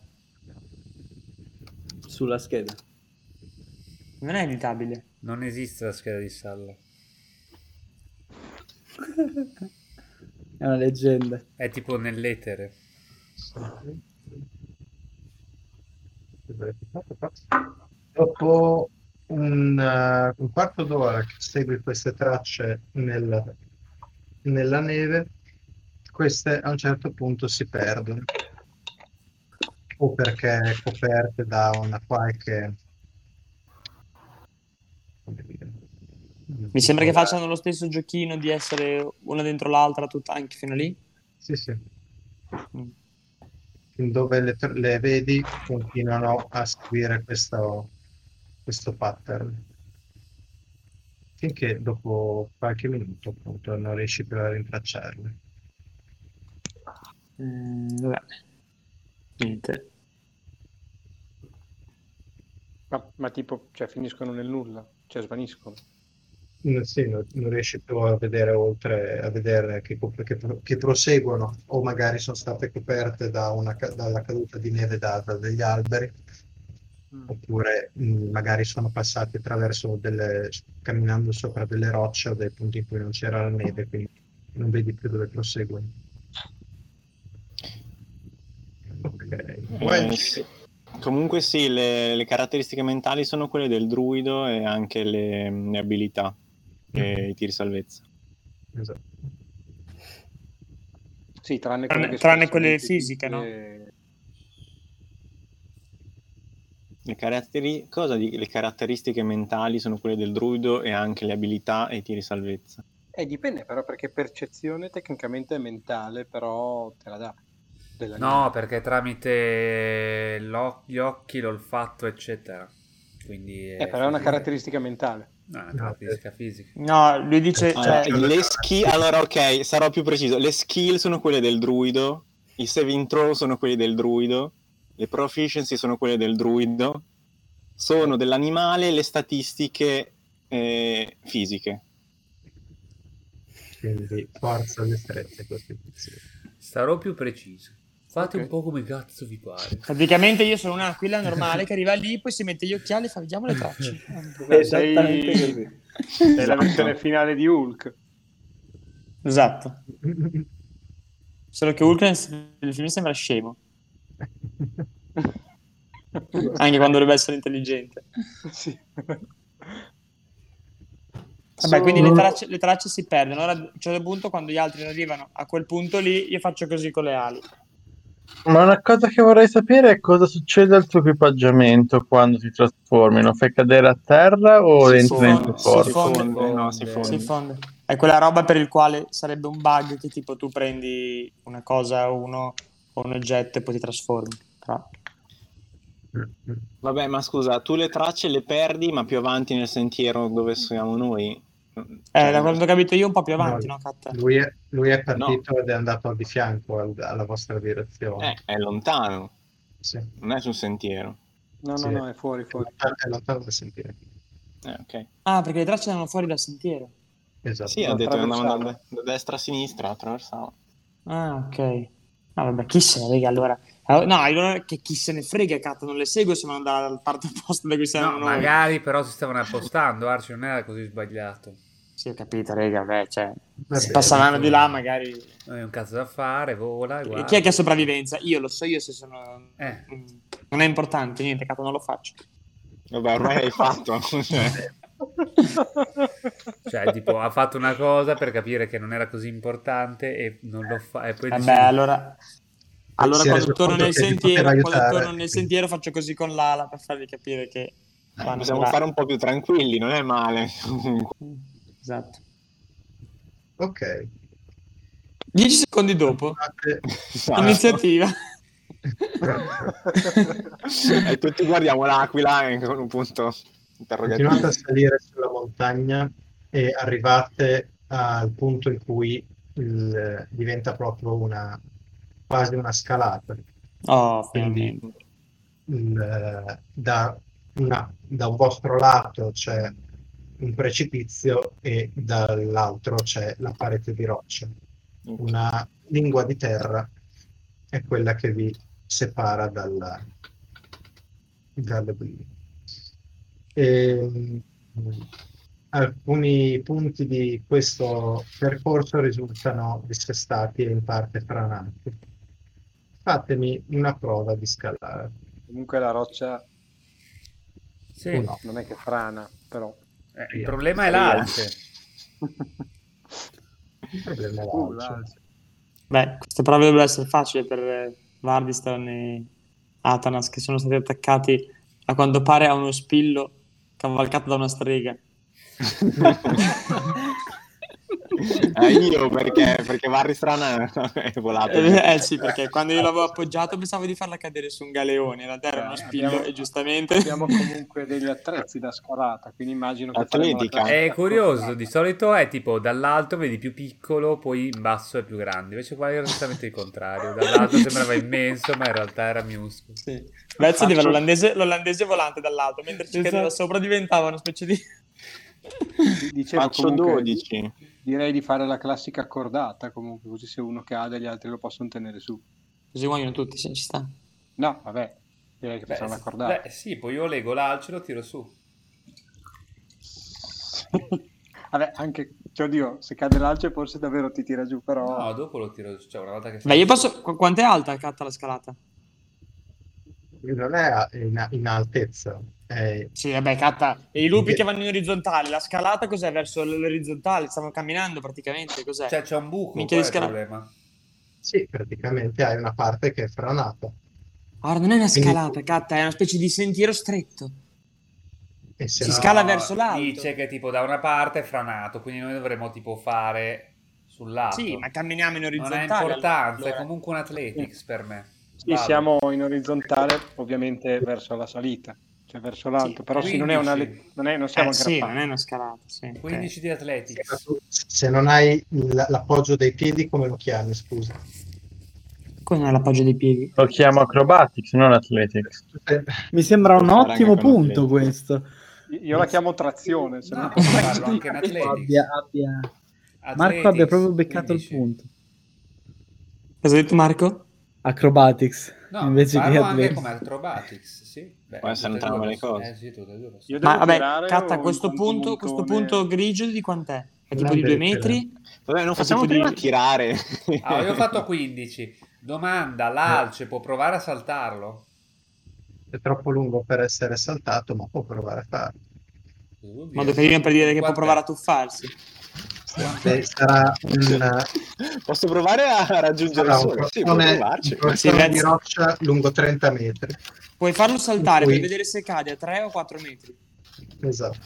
Sulla scheda. Non è editabile. Non esiste la scheda di Salla. È una leggenda. È tipo nell'etere. Dopo un, uh, un quarto d'ora che segui queste tracce nel- nella neve, queste a un certo punto si perdono, o perché coperte da una qualche... come dire, Mi sembra che facciano lo stesso giochino di essere una dentro l'altra tutta anche fino lì. Sì, sì. Mm. Dove le, le vedi continuano a seguire questo, questo pattern, finché dopo qualche minuto appunto non riesci più a rintracciarle. Mm, vabbè. Niente. Ma, ma tipo, cioè, finiscono nel nulla, cioè svaniscono. Mm, sì, non, non riesci più a vedere oltre, a vedere che, che, che proseguono, o magari sono state coperte da una, ca- dalla caduta di neve da, da degli alberi, Mm. oppure mh, magari sono passati attraverso delle, camminando sopra delle rocce o dei punti in cui non c'era la neve, quindi non vedi più dove proseguono. Ok. Eh, sì. Comunque sì, le, le caratteristiche mentali sono quelle del druido e anche le, le abilità e i tiri salvezza. Esatto. Sì, tranne, Tranne- quelle, che tranne sono quelle tutte- fisiche, no? Le, caratteri- cosa di- le caratteristiche mentali sono quelle del druido e anche le abilità e i tiri salvezza. Eh, dipende però, perché percezione tecnicamente è mentale, però te la dà. Della No, perché tramite l'o- gli occhi, l'olfatto, eccetera. Quindi Eh, però è una caratteristica mentale. No, è una caratteristica fisica. No, lui dice... Allora, cioè, le skill, allora ok, sarò più preciso. Le skill sono quelle del druido, i saving throw sono quelli del druido, le proficiency sono quelle del druido, sono dell'animale le statistiche eh, fisiche. Quindi forza, destrezza e costituzione. Sarò più preciso. Fate Ok. un po' come cazzo vi pare. praticamente io sono un'aquila normale che arriva lì, poi si mette gli occhiali e fa vediamo le tracce. Esattamente Sei- così. È la Esatto. versione finale di Hulk. Esatto. Solo che Hulk nel nel film sembra scemo. Anche quando dovrebbe essere intelligente. Sì. Vabbè, quindi le So- tracce, le tracce si perdono. Allora, a un certo punto, quando gli altri arrivano a quel punto lì, io faccio così con le ali. Ma una cosa che vorrei sapere è cosa succede al tuo equipaggiamento quando ti trasformi. Lo fai cadere a terra o Si entra nel tuo fonde, si corpo? Si fonde. fonde, no, si Si Si fonde. fonde. È quella roba per il quale sarebbe un bug che tipo tu prendi una cosa o uno o un oggetto e poi ti trasformi. Però... Vabbè, ma scusa, tu le tracce le perdi, ma più avanti nel sentiero dove siamo noi? Eh, Cioè, da quanto ho capito io un po' più avanti, No, no, Kat? lui è, lui è no, partito ed è andato di fianco al- alla vostra direzione. eh, è lontano, Sì, non è sul sentiero. No, sì. no, no, è fuori, È fuori. lontano, è lontano da sentire. Eh, ok. Ah, perché le tracce erano fuori dal sentiero. Esatto. Sì, ha No, detto che andavano attraversava. da, da destra a sinistra, attraversava. Ah, ok. Ah, vabbè, chi se ne frega allora? Allora- no, allora che chi se ne frega, cazzo, non le seguo se non andare dal parte opposta da cui siamo No, noi. magari però si stavano appostando, Arci non era così sbagliato. Sì, ho capito, raga, beh, cioè, Va se bene, passavano tu- di là magari... Non è un cazzo da fare, vola e guarda. Chi è che ha sopravvivenza? Io lo so io se sono... Eh. Mm, non è importante, niente, cazzo, non lo faccio. Vabbè, ormai l'hai fatto. Cioè, Cioè, tipo, ha fatto una cosa per capire che non era così importante e non lo fa. E poi Vabbè, dice, allora... Allora si è quando reso torno conto nel che vi sentiero, poteva quando aiutare, torno nel quindi- sentiero faccio così con l'ala per farvi capire che... vanno possiamo là. fare un po' più tranquilli, non è male. Comunque. Esatto. Ok. Dieci secondi dopo, Continuate- Esatto. iniziativa. E tutti guardiamo l'aquila e con un punto interrogativo. Continuate a salire sulla montagna e arrivate al punto in cui il- diventa proprio una quasi una scalata. Oh, Quindi finalmente. il- da, una- da un vostro lato c'è un precipizio e dall'altro c'è la parete di roccia. Una lingua di terra è quella che vi separa dalla, dalle briglie. E, mh, alcuni punti di questo percorso risultano dissestati e in parte franati. Fatemi una prova di scalare. Comunque la roccia sì, Uno. non è che frana, però. eh, il problema è Via. l'alce. Il problema è Uh, l'alce. l'alce. Beh, queste prove dovrebbero essere facili per eh, Vardistan e Atanas, che sono stati attaccati a quanto pare a uno spillo cavalcato da una strega. Eh, io perché, perché Varristrana è volato. Eh, eh, sì, perché quando io l'avevo appoggiato pensavo di farla cadere su un galeone, in realtà era uno Eh, spillo abbiamo- e giustamente... Abbiamo comunque degli attrezzi da scalata, quindi immagino che faremo la Atletica. classica È curioso, accordata. di solito è tipo dall'alto vedi più piccolo, poi in basso è più grande. Invece qua era esattamente il contrario. Dall'alto sembrava immenso, ma in realtà era minuscolo. Sì. Vezzo Faccio- aveva l'olandese, l'olandese volante dall'alto, mentre ci cadeva Esatto. sopra diventava una specie di... Di- Dicevo Faccio comunque, dodici. direi di fare la classica accordata, comunque, così se uno cade gli altri lo possono tenere su. Così muoiono tutti, sì, ci sta. No, vabbè, direi che Beh, facciamo s- l'accordata. beh, sì, poi io lego l'alce e lo tiro su. Vabbè, anche, cioè, oddio, se cade l'alce forse davvero ti tira giù, però... No, dopo lo tiro su. Cioè, una volta che Beh, io sei- posso... qu- Quanto è alta, Catta, la scalata? Non è a- in, in altezza, è Sì, vabbè, Catta, e i lupi Che- che vanno in orizzontale, la scalata cos'è? Verso l'orizzontale, stanno camminando praticamente, cos'è? Cioè, c'è un buco, Minchia qual è di il scala- problema? sì, praticamente hai una parte che è franata. Ora, non è una Quindi- scalata, Catta, è una specie di sentiero stretto. E se Si no- scala verso l'alto. Dice che tipo da una parte è franato, quindi noi dovremmo tipo fare sul lato. Sì, ma camminiamo in non ha orizzontale. importanza, allora. è comunque un athletics per me. Sì, Vado. siamo in orizzontale, ovviamente verso la salita, cioè verso l'alto, Sì, però sì, non è una le- quindici. non, è, non siamo Eh, sì, aggrappati. non è una scalata, sì. ok. quindici di athletics. se non hai il- l'appoggio dei piedi, come lo chiami, scusa? Come non è l'appoggio dei piedi? Lo chiamo acrobatics, non athletics. Eh, Mi sembra un Fare ottimo anche con punto Atletico. questo. Io la chiamo trazione, se No, non posso farlo anche in athletics. Abbia, abbia... Marco Athletics, abbia proprio beccato quindici. il punto. Cosa hai detto, Marco? Acrobatics No, invece che farlo anche athletics. come acrobatics, sì. Beh, Può essere tutte e entrambe due le possono- cose. Eh sì, tutte e due possono. Io devo Ma vabbè, tirare Catta, o in questo quanto punto, questo montone- punto grigio di quant'è? È tipo Non di due deve metri? Vabbè, non È facciamo tipo prima di- tirare. Ah, io ho fatto quindici. Domanda, l'alce può provare a saltarlo? È troppo lungo per essere saltato, ma può provare a farlo. Modo carino per dire che può Quant'è? provare a tuffarsi. Beh, sarà un, Posso provare a raggiungere sarà il un sole? Sì, puoi portone, provarci. un portone Sì, di grazie. roccia lungo trenta metri. Puoi farlo saltare Poi- per vedere se cade a tre o quattro metri. Esatto.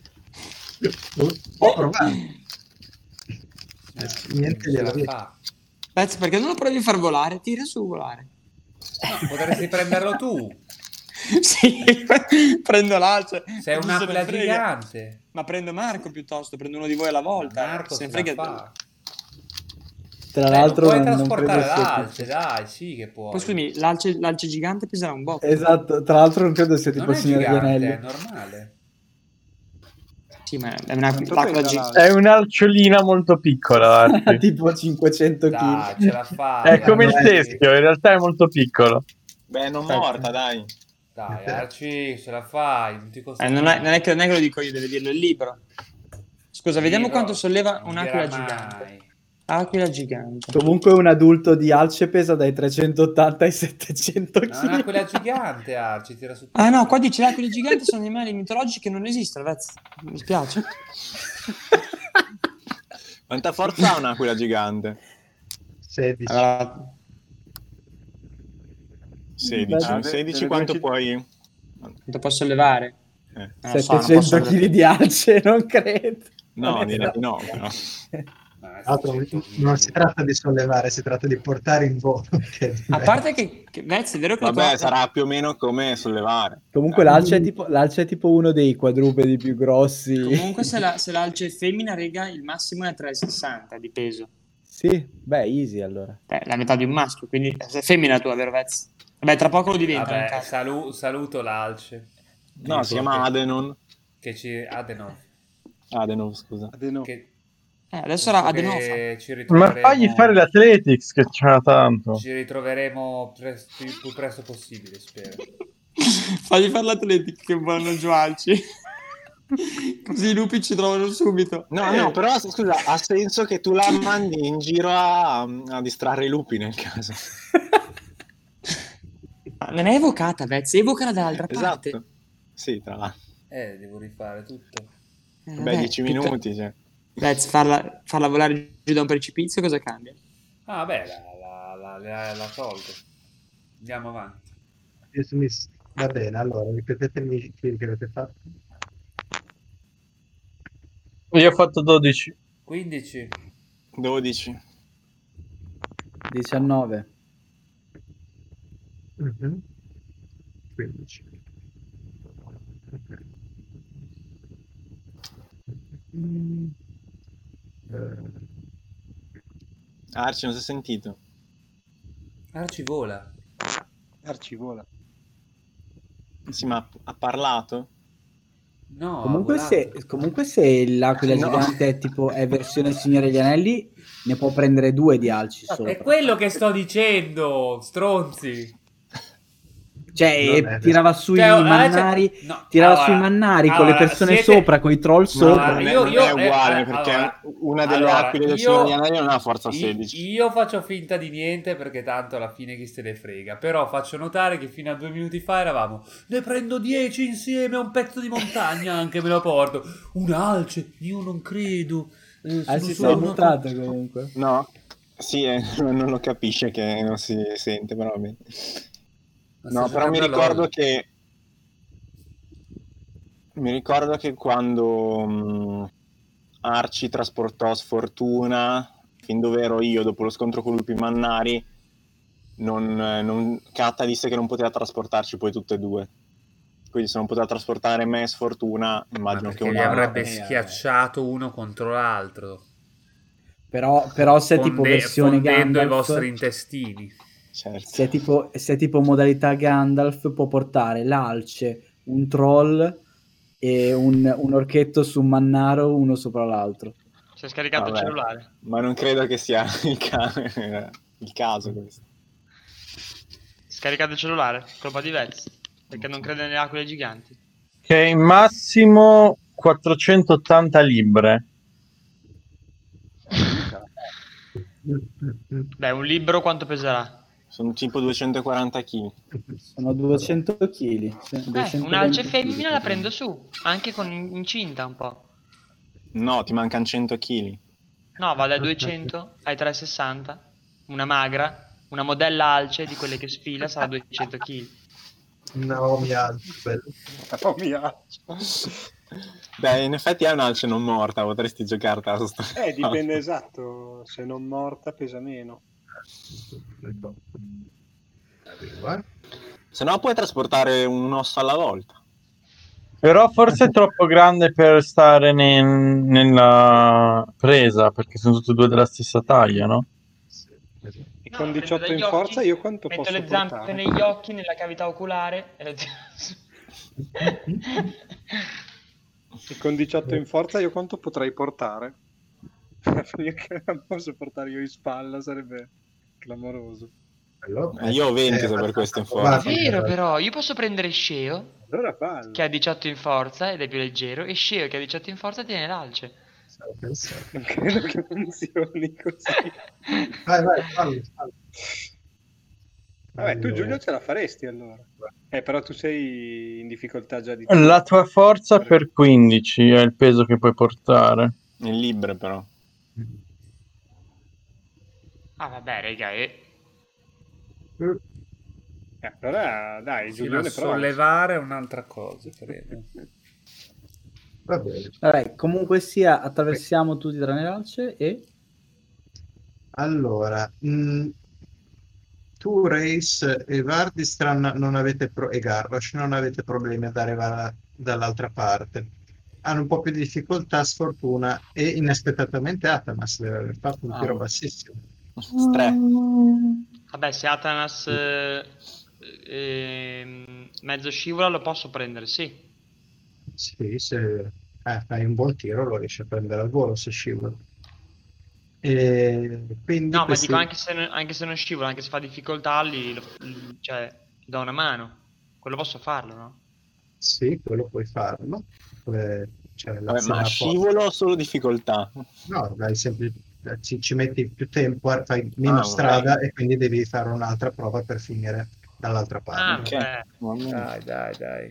Può provare. Niente Ce glielo la viene. fa. Pezzo, perché non lo provi a far volare? Tira su volare. No, potresti prenderlo tu. Sì, prendo l'alce. Sei Chi se ne un'aquila frega? gigante. Ma prendo Marco piuttosto, prendo uno di voi alla volta. Marco se se ne la frega. fa. Tra Eh, l'altro non puoi non, non trasportare credo sia l'alce, tipo... dai, sì che puoi. Poi scusami, l'alce, l'alce gigante peserà un botto. Esatto, tra l'altro non credo sia tipo Non il è Signore degli gigante, è Anelli. normale. Sì, ma è una Quanto l'aquila pesa gi- l'alce? È un'arciolina molto piccola, Arci. Tipo cinquecento Dai, ce la chili. fai. È come il Arci. teschio, in realtà è molto piccolo. Beh, non Aspetta. morta, dai. Dai, Arci, ce la fai. Non ti costa Eh, non, è, niente. non, è che, non è che lo dico io, deve dirlo il libro. Scusa, vediamo Libro quanto solleva non un'aquila dirà gigante. mai. Aquila gigante. Comunque un adulto di alce pesa dai trecentottanta ai settecento No, è un'aquila chili. gigante, Arci, tira su. Ah no, qua dice le aquile giganti sono animali mitologici che non esistono, ragazzi. Mi spiace. Quanta forza ha un'aquila gigante? sedici. Allora, sedici. Ah, de- sedici delle quanto due ci- puoi... quanto posso sollevare? Eh. Non lo so, non settecento posso- chili di alce, non credo. No, Non è direi vero. di no, però. Ah, Tra l'altro, seicento non si tratta di sollevare, si tratta di portare in volo. che è A diverso. parte che, che Vez, è vero che la Vabbè, tua- sarà più o meno come sollevare. Comunque Eh. l'alce è, tipo, l'alce è tipo uno dei quadrupedi più grossi. Comunque se, la, se l'alce è femmina, rega, il massimo è tre virgola sessanta di peso. Sì, beh, easy allora. Beh, la metà di un maschio, quindi se è femmina tua, vero Vez? Vabbè, tra poco lo diventa. nel Vabbè, caso. salu- saluto l'alce. No, si chiama che, Adenon. che ci Adenov. Adenon, scusa. Adeno. Che, Eh, adesso era Adenova. che ci Ma ritroveremo. fagli fare l'Athletics che c'ha tanto. Ci ritroveremo pres- più, più presto possibile, spero. Fagli fare l'atletic che vanno giù alci. Così i lupi ci trovano subito. No, no, però scusa, ha senso che tu la mandi in giro a, a distrarre i lupi nel caso. Ma non è evocata, Vez, evocala dall'altra parte. Esatto. Sì, tra l'altro. Eh, devo rifare tutto. Eh, Beh, vabbè, dieci tutta- minuti, cioè. Vez, farla, farla volare giù da un precipizio, cosa cambia? Ah, beh, la, la, la, la, la tolgo. Andiamo avanti. Smith. Va bene, allora ripetetemi i kill che avete fatto. Io ho fatto dodici. quindici. dodici. diciannove. Mhm. quindici. Ok. Mm. Eh, Arci, non si è sentito. Arci vola. Arcivola. Sì, ma ha parlato? No, Comunque ha se, volato. comunque se l'aquila No. gigante è tipo è versione Signore degli Anelli, ne può prendere due di alci sopra. È quello che sto dicendo, stronzi. Cioè, Non è tirava sui Cioè, eh, mannari, cioè, no, tirava allora, sui mannari con allora, le persone siete- sopra, con i troll No, sopra. non è, io- non io- è uguale, eh, perché allora, una delle allora, aquile del io- Signore degli Anelli non ha forza Io- sedici. Io faccio finta di niente perché tanto alla fine chi se ne frega. Però faccio notare che fino a due minuti fa eravamo ne prendo dieci insieme a un pezzo di montagna, anche me lo porto. Un alce, io non credo. Eh, sono Alci solo sei una- mutato comunque. No? Sì, eh, non lo capisce che non si sente, però vabbè. Ma No, sto però mi giocando ricordo LOL. che mi ricordo che quando mh, Arci trasportò Sfortuna fin dove ero io dopo lo scontro con Lupi Mannari, non, eh, non, Katta disse che non poteva trasportarci poi tutte e due. Quindi se non poteva trasportare me e Sfortuna, Ma immagino che perché li una avrebbe eh, schiacciato uno contro l'altro. Però, però se è tipo Fonde- versione fondendo i Gandalf, vostri intestini. certo. se è tipo, se è tipo modalità Gandalf, può portare l'alce, un troll e un, un orchetto su un mannaro, uno sopra l'altro. Si è scaricato Vabbè, il cellulare. ma non credo che sia il, ca- il caso questo. Scaricato il cellulare, colpa di Vez, perché non crede nelle aquile giganti. Che è in massimo quattrocentottanta libbre. Beh, un libro quanto peserà? Sono tipo duecentoquaranta chili. Sono duecento chili. Eh, un'alce femmina la prendo su, anche con incinta un po'. No, ti mancano cento chili. No, va da duecento ai trecentosessanta. Una magra, una modella alce di quelle che sfila sarà duecento chili. Naomi Alpel. Naomi Alce. Beh, in effetti è un'alce non morta, potresti giocartela su sta- Eh, dipende esatto, se non morta pesa meno. Arriva. Se no puoi trasportare un osso alla volta. Però forse è troppo grande per stare ne- nella presa, perché sono tutte e due della stessa taglia, no? E No, con la prendo diciotto dagli in occhi, forza io quanto metto posso le zampe portare? negli occhi, nella cavità oculare e le tiro su. E con diciotto in forza io quanto potrei portare? Io che non posso portare io in spalla, sarebbe clamoroso. Quello- Eh, io ho venti eh, se per abbastanza questo in È forza. probabile, vero però. però, io posso prendere Sceo, Allora fallo. che ha diciotto in forza ed è più leggero, e Sceo che ha diciotto in forza tiene l'alce. Stavo pensando. Non credo che funzioni così. Vai, vai, fallo, fallo. Vabbè, tu Allora. Giulio ce la faresti allora. Eh, però tu sei in difficoltà già di La tua forza per quindici è il peso che puoi portare. In libre però. Ah vabbè, raga, e... Eh, allora dai, Sì, ma Giulione prova. sollevare è un'altra cosa, credo. Va bene. Vabbè, comunque sia, attraversiamo tutti tranne l'alce e... Allora, mh, tu, Race e Vardistran non avete pro- e Garrosh non avete problemi ad arrivare dall'altra parte. Hanno un po' più di difficoltà, sfortuna, e inaspettatamente Atamas deve aver fatto un Ah. tiro bassissimo. Tre. Vabbè, se Atanas eh, ehm, mezzo scivola lo posso prendere, sì. Sì, se eh, fai un buon tiro lo riesci a prendere al volo se scivola. E quindi No, questi... ma dico anche se, non- anche se non scivola, anche se fa difficoltà lì, lo- l- cioè, gli do una mano. Quello posso farlo, no? Sì, quello puoi farlo. Eh, cioè, Vabbè, l'azione ma a scivolo o solo difficoltà? No, dai, sempre, ci, ci metti più tempo, eh, fai meno Ah, strada e quindi devi fare un'altra prova per finire dall'altra Ah, parte. Ok. vabbè. Va bene. Dai, dai, dai.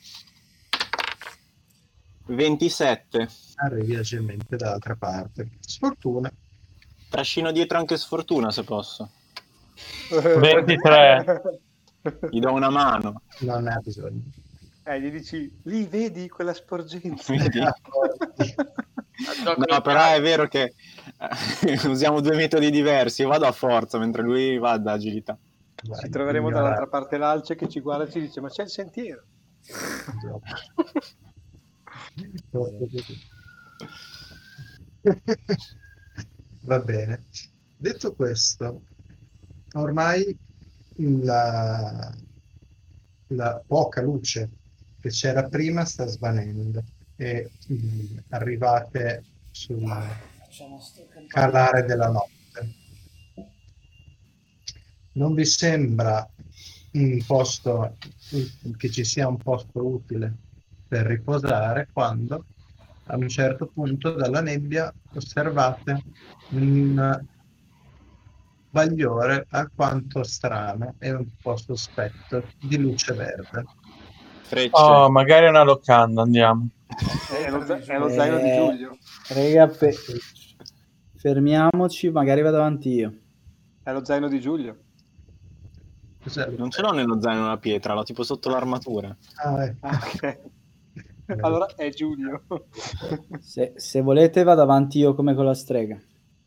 ventisette. Arrivi agilmente dall'altra parte. Sfortuna. Trascino dietro anche sfortuna se posso. ventitré. Gli do una mano. Non ne ha bisogno. Eh, gli dici, lì vedi quella sporgenza. Vedi? Gioco No, del però cazzo. è vero che eh, usiamo due metodi diversi. Io vado a forza mentre lui va ad agilità. Vai, Ci troveremo ignora- dall'altra parte l'alce che ci guarda e ci dice, ma c'è il sentiero. Va bene. Detto questo, ormai la, la poca luce che c'era prima sta svanendo e mm, arrivate sul calare della notte. Non vi sembra un posto che ci sia un posto utile per riposare quando a un certo punto dalla nebbia osservate un bagliore alquanto strano e un po' sospetto di luce verde. Frecce. Oh, magari è una locanda, andiamo. È lo, za- è lo zaino di Eh, Giulio. Raga, fe- fermiamoci, magari vado avanti io. È lo zaino di Giulio. Cos'è? Non ce l'ho nello zaino la pietra, l'ho tipo sotto l'armatura. Ah, ecco. Ah, ok. Allora è Giulio. Se, se volete vado avanti io come con la strega.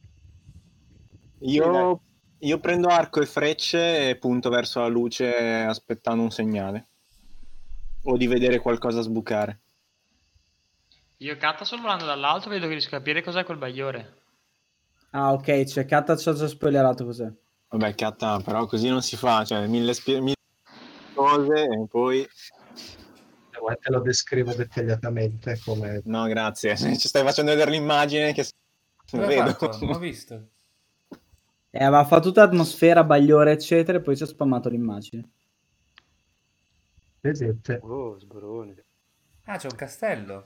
Io, io prendo arco e frecce e punto verso la luce aspettando un segnale. O di vedere qualcosa sbucare. Io Katta sto volando dall'alto, vedo che riesco a capire cos'è quel bagliore. Ah, ok, c'è Katta ci ha già spoilerato cos'è. Vabbè, catta, però così non si fa, cioè mille, spie- mille cose e poi... Se vuoi te lo descrivo dettagliatamente come... No, grazie, ci stai facendo vedere l'immagine che non Cosa ha vedo. fatto? Non ho visto. Eh, aveva fatto tutta atmosfera, bagliore, eccetera, e poi ci ha spammato l'immagine. Vedete? Oh, sborone. Ah, c'è un castello.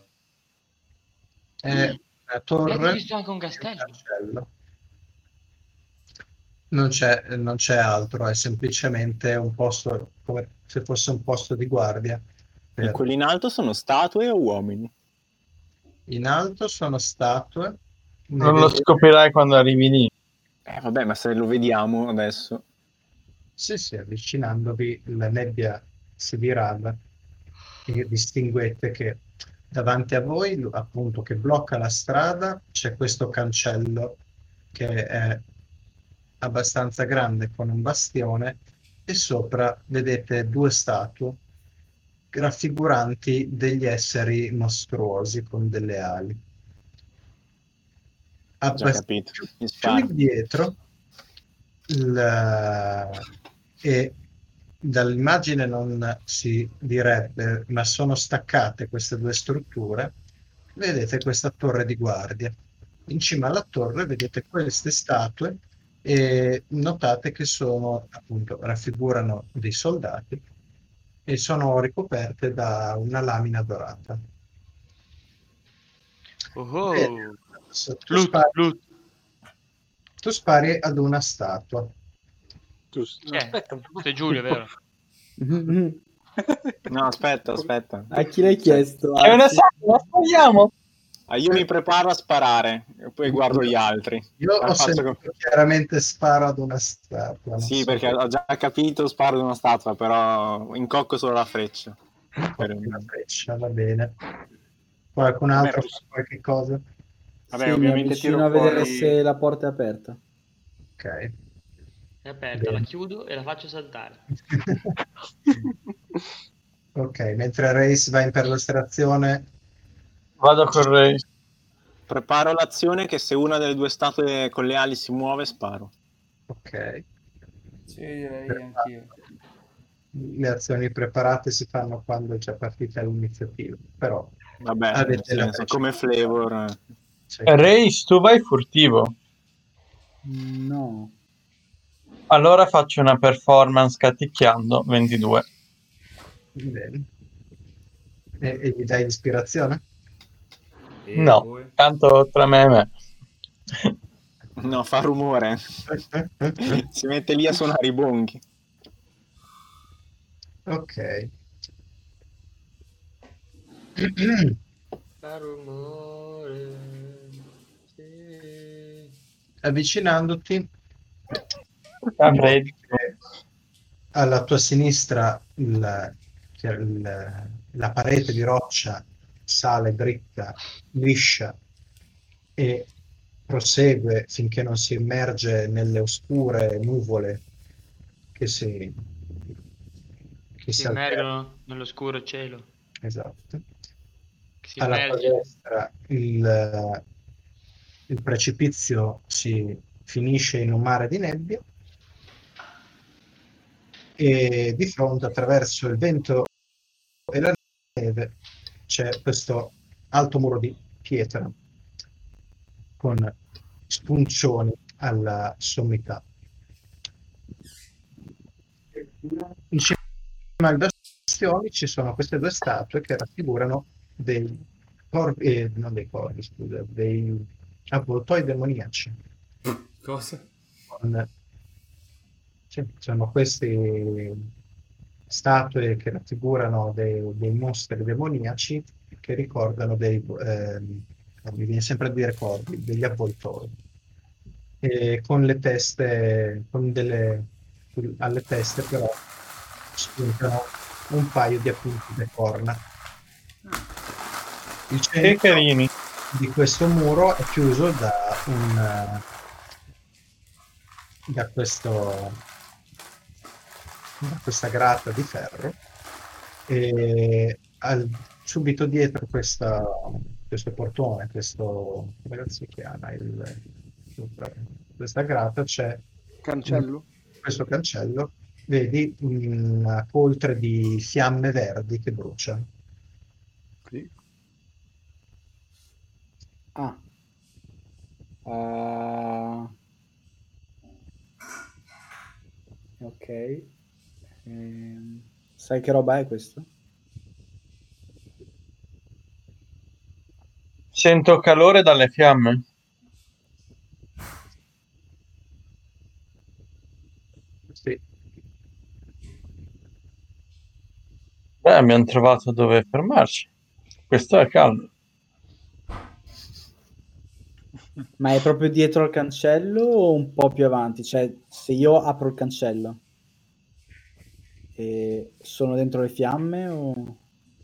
È una Avete torre visto anche un e un castello? cancello. Non c'è, non c'è altro, è semplicemente un posto, come se fosse un posto di guardia. E per- quelli in alto sono statue o uomini? In alto sono statue, ne Non lo vedete- scoprirai quando arrivi lì. Eh vabbè, ma se lo vediamo adesso. sì, sì, avvicinandovi la nebbia si dirada e distinguete che davanti a voi, appunto, che blocca la strada, c'è questo cancello che è abbastanza grande con un bastione e sopra vedete due statue raffiguranti degli esseri mostruosi con delle ali. Già Abbast- capito. più, Mi più sparo. indietro il- e dall'immagine non si direbbe, ma sono staccate queste due strutture, vedete questa torre di guardia. In cima alla torre vedete queste statue e notate che sono, appunto, raffigurano dei soldati e sono ricoperte da una lamina dorata. Oh Bene, oh. adesso tu Loot, spari, loot. tu spari ad una statua. Tu, Chi è? aspetta un po'. Questo è Giulio, vero? No, aspetta, aspetta. A chi l'hai chiesto? È una Arsi? saga, la spariamo? Ah, io mi preparo a sparare e poi guardo gli altri. Io Ah, ho faccio sentito co- chiaramente sparo ad una statua. non Sì, so. perché ho già capito, sparo ad una statua, però incocco solo la freccia. Per- Una freccia, va bene. Qualcun Vabbè, altro poi- fa qualche cosa? Vabbè, Sì, mi ovviamente avvicino tiro a vedere fuori... se la porta è aperta. Ok. È aperta, Bene. la chiudo e la faccio saltare. Ok, mentre Race va in perlustrazione, Vado con Ray. Preparo l'azione che se una delle due statue con le ali si muove, sparo. ok. Sì, direi anch'io. Le azioni preparate si fanno quando è già partita l'iniziativa, però Vabbè, nel avete la senso, come precisione. flavor. eh. Sì. Race, tu vai furtivo. No. Allora faccio una performance caticchiando ventidue. Bene. E, e gli dai l'ispirazione? E No, poi? tanto tra me e me. No, fa rumore. Si mette lì a suonare i bonghi. Ok. Fa rumore. Sì. Avvicinandoti, Avrei- noti che alla tua sinistra il- che il- la parete di roccia sale dritta, liscia e prosegue finché non si immerge nelle oscure nuvole che si, che Si si alternano. immergono nell'oscuro cielo. Esatto. Che si Alla tua immerge. destra il, il precipizio si finisce in un mare di nebbia e di fronte, attraverso il vento e la neve, c'è questo alto muro di pietra con spuncioni alla sommità. In cima ai bastioni ci sono queste due statue che raffigurano dei corvi, eh, non dei corvi, scusa, dei avvoltoi demoniaci. Cosa? Con, sì, sono queste statue che raffigurano dei, dei mostri demoniaci che ricordano dei, ehm, mi viene sempre a dire corvi, degli avvoltoi, e con le teste, con delle, alle teste però spuntano un paio di appuntite corna. Il Che centro carini. di questo muro è chiuso da un da questo da questa grata di ferro e al- subito dietro questa, questo portone, questo come cazzo si chiama il, questa grata c'è Cancello? questo cancello, vedi una coltre di fiamme verdi che brucia. Sì. Ah. Ah. Ok. Ehm, sai che roba è questo? Sento calore dalle fiamme. Beh, abbiamo trovato dove fermarci. Questo è calmo. Ma è proprio dietro al cancello o un po' più avanti? Cioè, se io apro il cancello e sono dentro le fiamme o...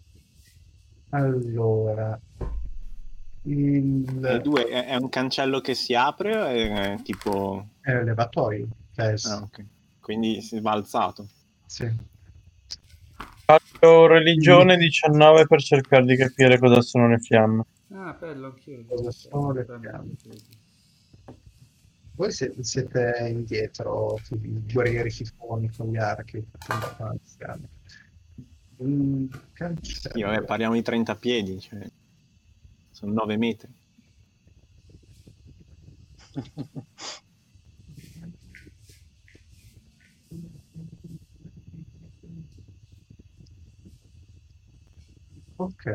Allora, E il due, è, è un cancello che si apre o è, è tipo... è levatoio. Cioè, s- Ah, ok. Quindi si va alzato. sì. Faccio religione diciannove per cercare di capire cosa sono le fiamme. Ah, bello, anch'io. Cosa sono le fiamme? Voi se- siete indietro, i guerrieri fifoni con gli archi. anziani. Un cancello. Sì, vabbè, parliamo di trenta piedi, cioè sono nove metri. Ok.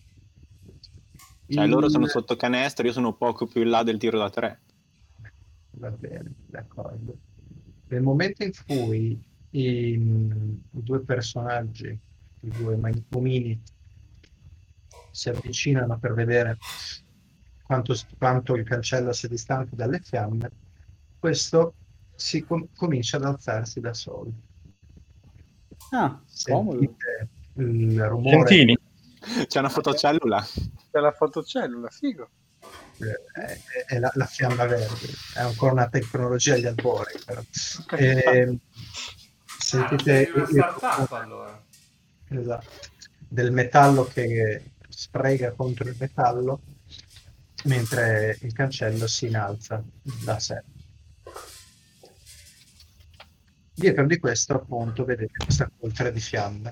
Cioè Il- loro sono sotto canestro, io sono poco più in là del tiro da tre. Va bene, d'accordo. Nel momento in cui i, i due personaggi, i due omini, si avvicinano per vedere quanto, quanto il cancello sia distante dalle fiamme, questo si com- comincia ad alzarsi da solo. Ah, comodo. Sentite il rumore, Gentili. C'è una fotocellula. C'è la fotocellula, figo. eh, è, è la, la fiamma verde, è ancora una tecnologia agli albori, però. E, sentite Ah, sei una il- startup allora. esatto, del metallo che sfrega contro il metallo mentre il cancello si inalza da sé. Dietro di questo, appunto, vedete questa coltre di fiamme.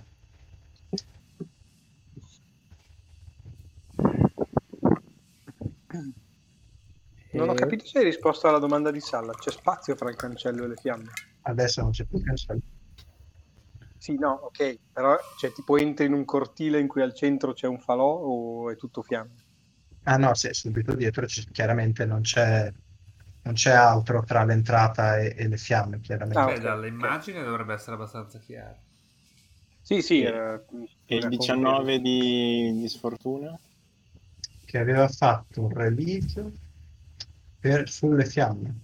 Non ho Eh, capito se hai risposto alla domanda di Salla. C'è spazio fra il cancello e le fiamme? Adesso non c'è più cancello. Sì, no, ok. Però, cioè, tipo entri in un cortile in cui al centro c'è un falò o è tutto fiamme? Ah no, sì, subito dietro ci- chiaramente non c'è, non c'è altro tra l'entrata e, e le fiamme, chiaramente. Ah, Beh, ok, dall'immagine dovrebbe essere abbastanza chiaro. Sì, sì, E- era E il una diciannove di, di sfortuna? Che aveva fatto un release per, sulle fiamme.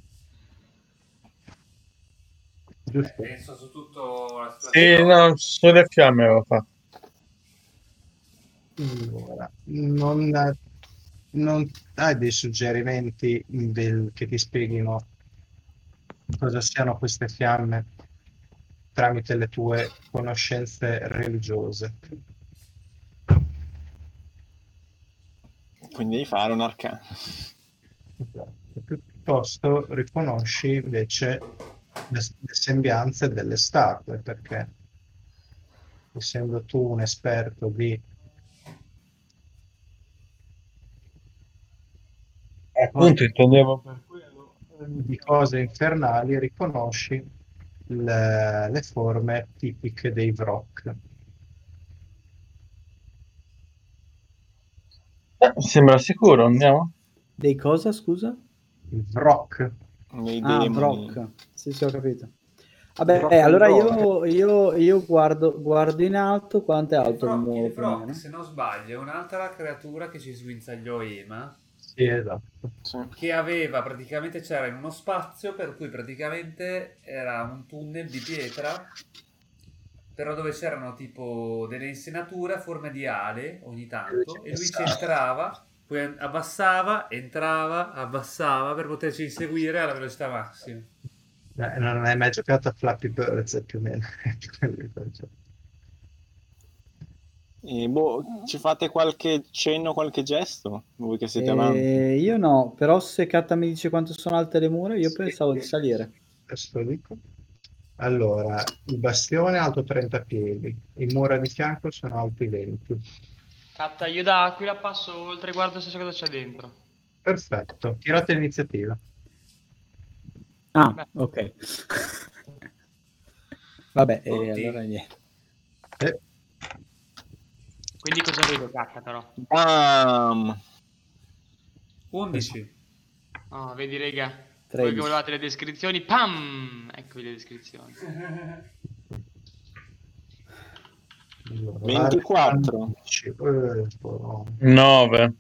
Giusto? Penso su tutto la Sì, situazione. no, sulle fiamme avevo fatto. Allora, non, non hai dei suggerimenti del- che ti spieghino cosa siano queste fiamme tramite le tue conoscenze religiose? Quindi devi fare un arcano. Esatto. Piuttosto riconosci invece le, le sembianze delle statue, perché essendo tu un esperto di, Appunto, intendevo per quello. di cose infernali, riconosci le, le forme tipiche dei Vrock. Eh, sembra sicuro, andiamo? dei cosa, scusa? Il Vrock. Nei Ah, demoni. Brock. Sì, sì, ho capito. Vabbè, Rock eh, and allora roll. io, io, io guardo, guardo in alto. Quanto è Il alto il Vrock, muro il più o Vrock, meno? se non sbaglio, è un'altra creatura che ci sguinzagliò Ema, Sì, esatto. Sì. che aveva praticamente, c'era in uno spazio per cui praticamente era un tunnel di pietra, però dove c'erano tipo delle insenature a forma di ale ogni tanto, e lui ci entrava, poi abbassava, entrava, abbassava per poterci inseguire alla velocità massima. Eh, non hai mai giocato a Flappy Birds più o meno? E boh, ci fate qualche cenno, qualche gesto? Voi che siete avanti. Eh, io no, però se Katta mi dice quanto sono alte le mura, io pensavo di salire. Adesso lo dico. Allora, il bastione è alto trenta piedi, i mura di fianco sono alti venti. Catta, io da Aquila passo oltre, guardo se so cosa c'è dentro. Perfetto, tirate l'iniziativa. Ah, Beh. ok. Vabbè, eh, Oddio. allora niente. Eh, Quindi cosa vedo, Catta, però? Bam! undici. Oh, vedi, rega. Voi che tredici. volevate le descrizioni, pam! Eccovi le descrizioni. Allora, ventiquattro. undici, eh, oh. nove.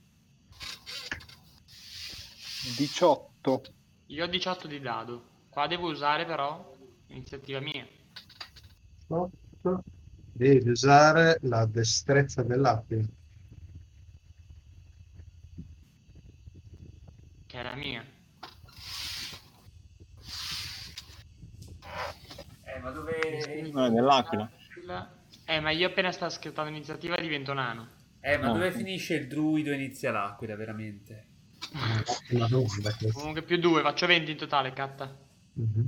diciotto. Io ho diciotto di dado. Qua devo usare però iniziativa mia. diciotto. Devi usare la destrezza dell'aquila. Che è la mia. Eh, ma dove... No, è dell'aquila. Eh, ma io appena sta scrittando iniziativa divento nano. Eh, ma Ah. dove finisce il druido e inizia l'aquila, veramente? Una domanda questa. Comunque più due, faccio venti in totale, catta. Mhm.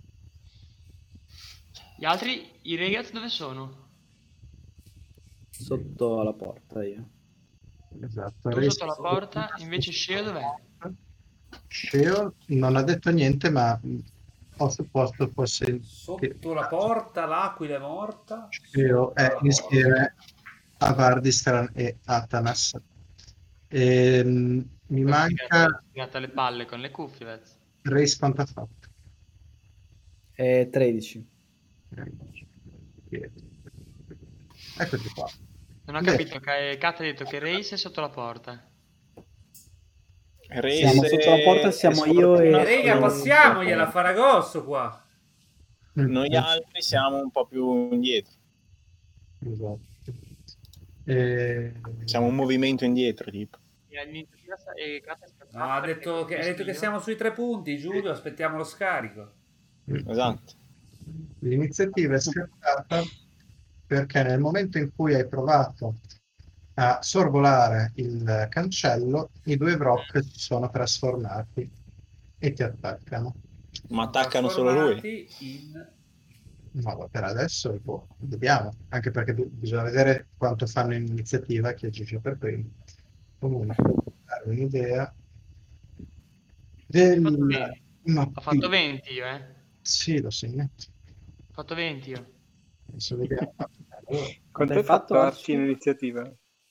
Gli altri, i ragazzi dove sono? Sotto la porta io. Esatto. Tu Res- sotto la porta, invece Sheo dov'è? Sheo non ha detto niente, ma ho supposto fosse che Sotto la porta l'aquila è morta. Sheo è insieme a Vardistran e Atanas. Ehm, mi manca Gratta le palle con le cuffie, Vez. Race quanto ha fatto. E tredici. Eccoti qua. Non ho Beh. capito, che Kat ha detto che Race è sotto la porta. Race Siamo sotto la porta, siamo io e- Ma rega, passiamogliela a Faragosso qua. Noi altri siamo un po' più indietro. Esatto. Eh, Siamo un movimento indietro, tipo. E all'iniziativa sa- e Kat è scappata No, ha perché detto che, ha detto che Crispino- siamo sui tre punti, Giulio, aspettiamo lo scarico. Esatto. L'iniziativa è scattata perché nel momento in cui hai provato a sorvolare il cancello, i due Brock si sono trasformati e ti attaccano. Ma attaccano solo lui. Trasformati in... No, per adesso boh, vediamo, anche perché bi- bisogna vedere quanto fanno in iniziativa chi agisce per primo. Comunque, per dare un'idea del Ho fatto venti. mappino. Ho fatto venti io, eh. Sì, lo segno. Ho fatto venti io. Adesso vediamo. Allora, Quanto hai hai fatto fatto, Arci in Arci? iniziativa?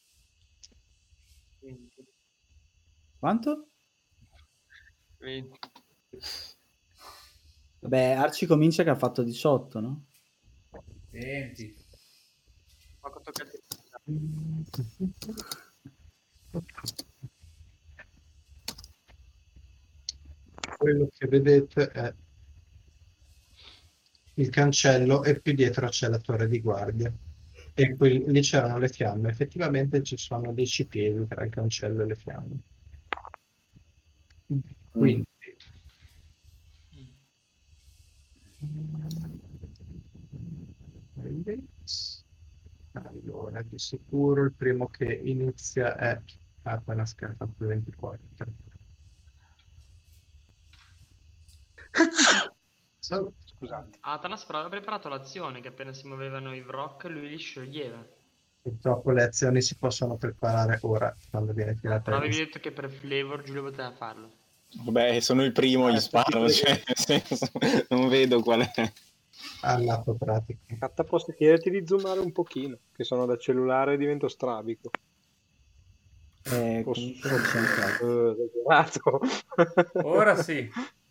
Quanto? venti. Vabbè, Arci comincia che ha fatto diciotto, no? venti. Ho toccato quello che vedete è il cancello e più dietro c'è la torre di guardia e qui, lì c'erano le fiamme. Effettivamente ci sono dieci piedi tra il cancello e le fiamme. Quindi allora, di sicuro il primo che inizia è appena scartato ventiquattro. So, Scusate. Atanas però aveva preparato l'azione che appena si muovevano i Vrock lui li scioglieva. purtroppo le azioni si possono preparare ora quando viene tirata Però in avevi detto che per flavor Giulio poteva farlo. Vabbè, sono il primo, gli sparo, cioè, nel senso, non vedo qual è. al lato pratico. Catta, posso chiederti di zoomare un pochino, che sono da cellulare e divento strabico. Eh, Posso- comunque non c'è un cazzo. Eh, esagerato. Ora sì.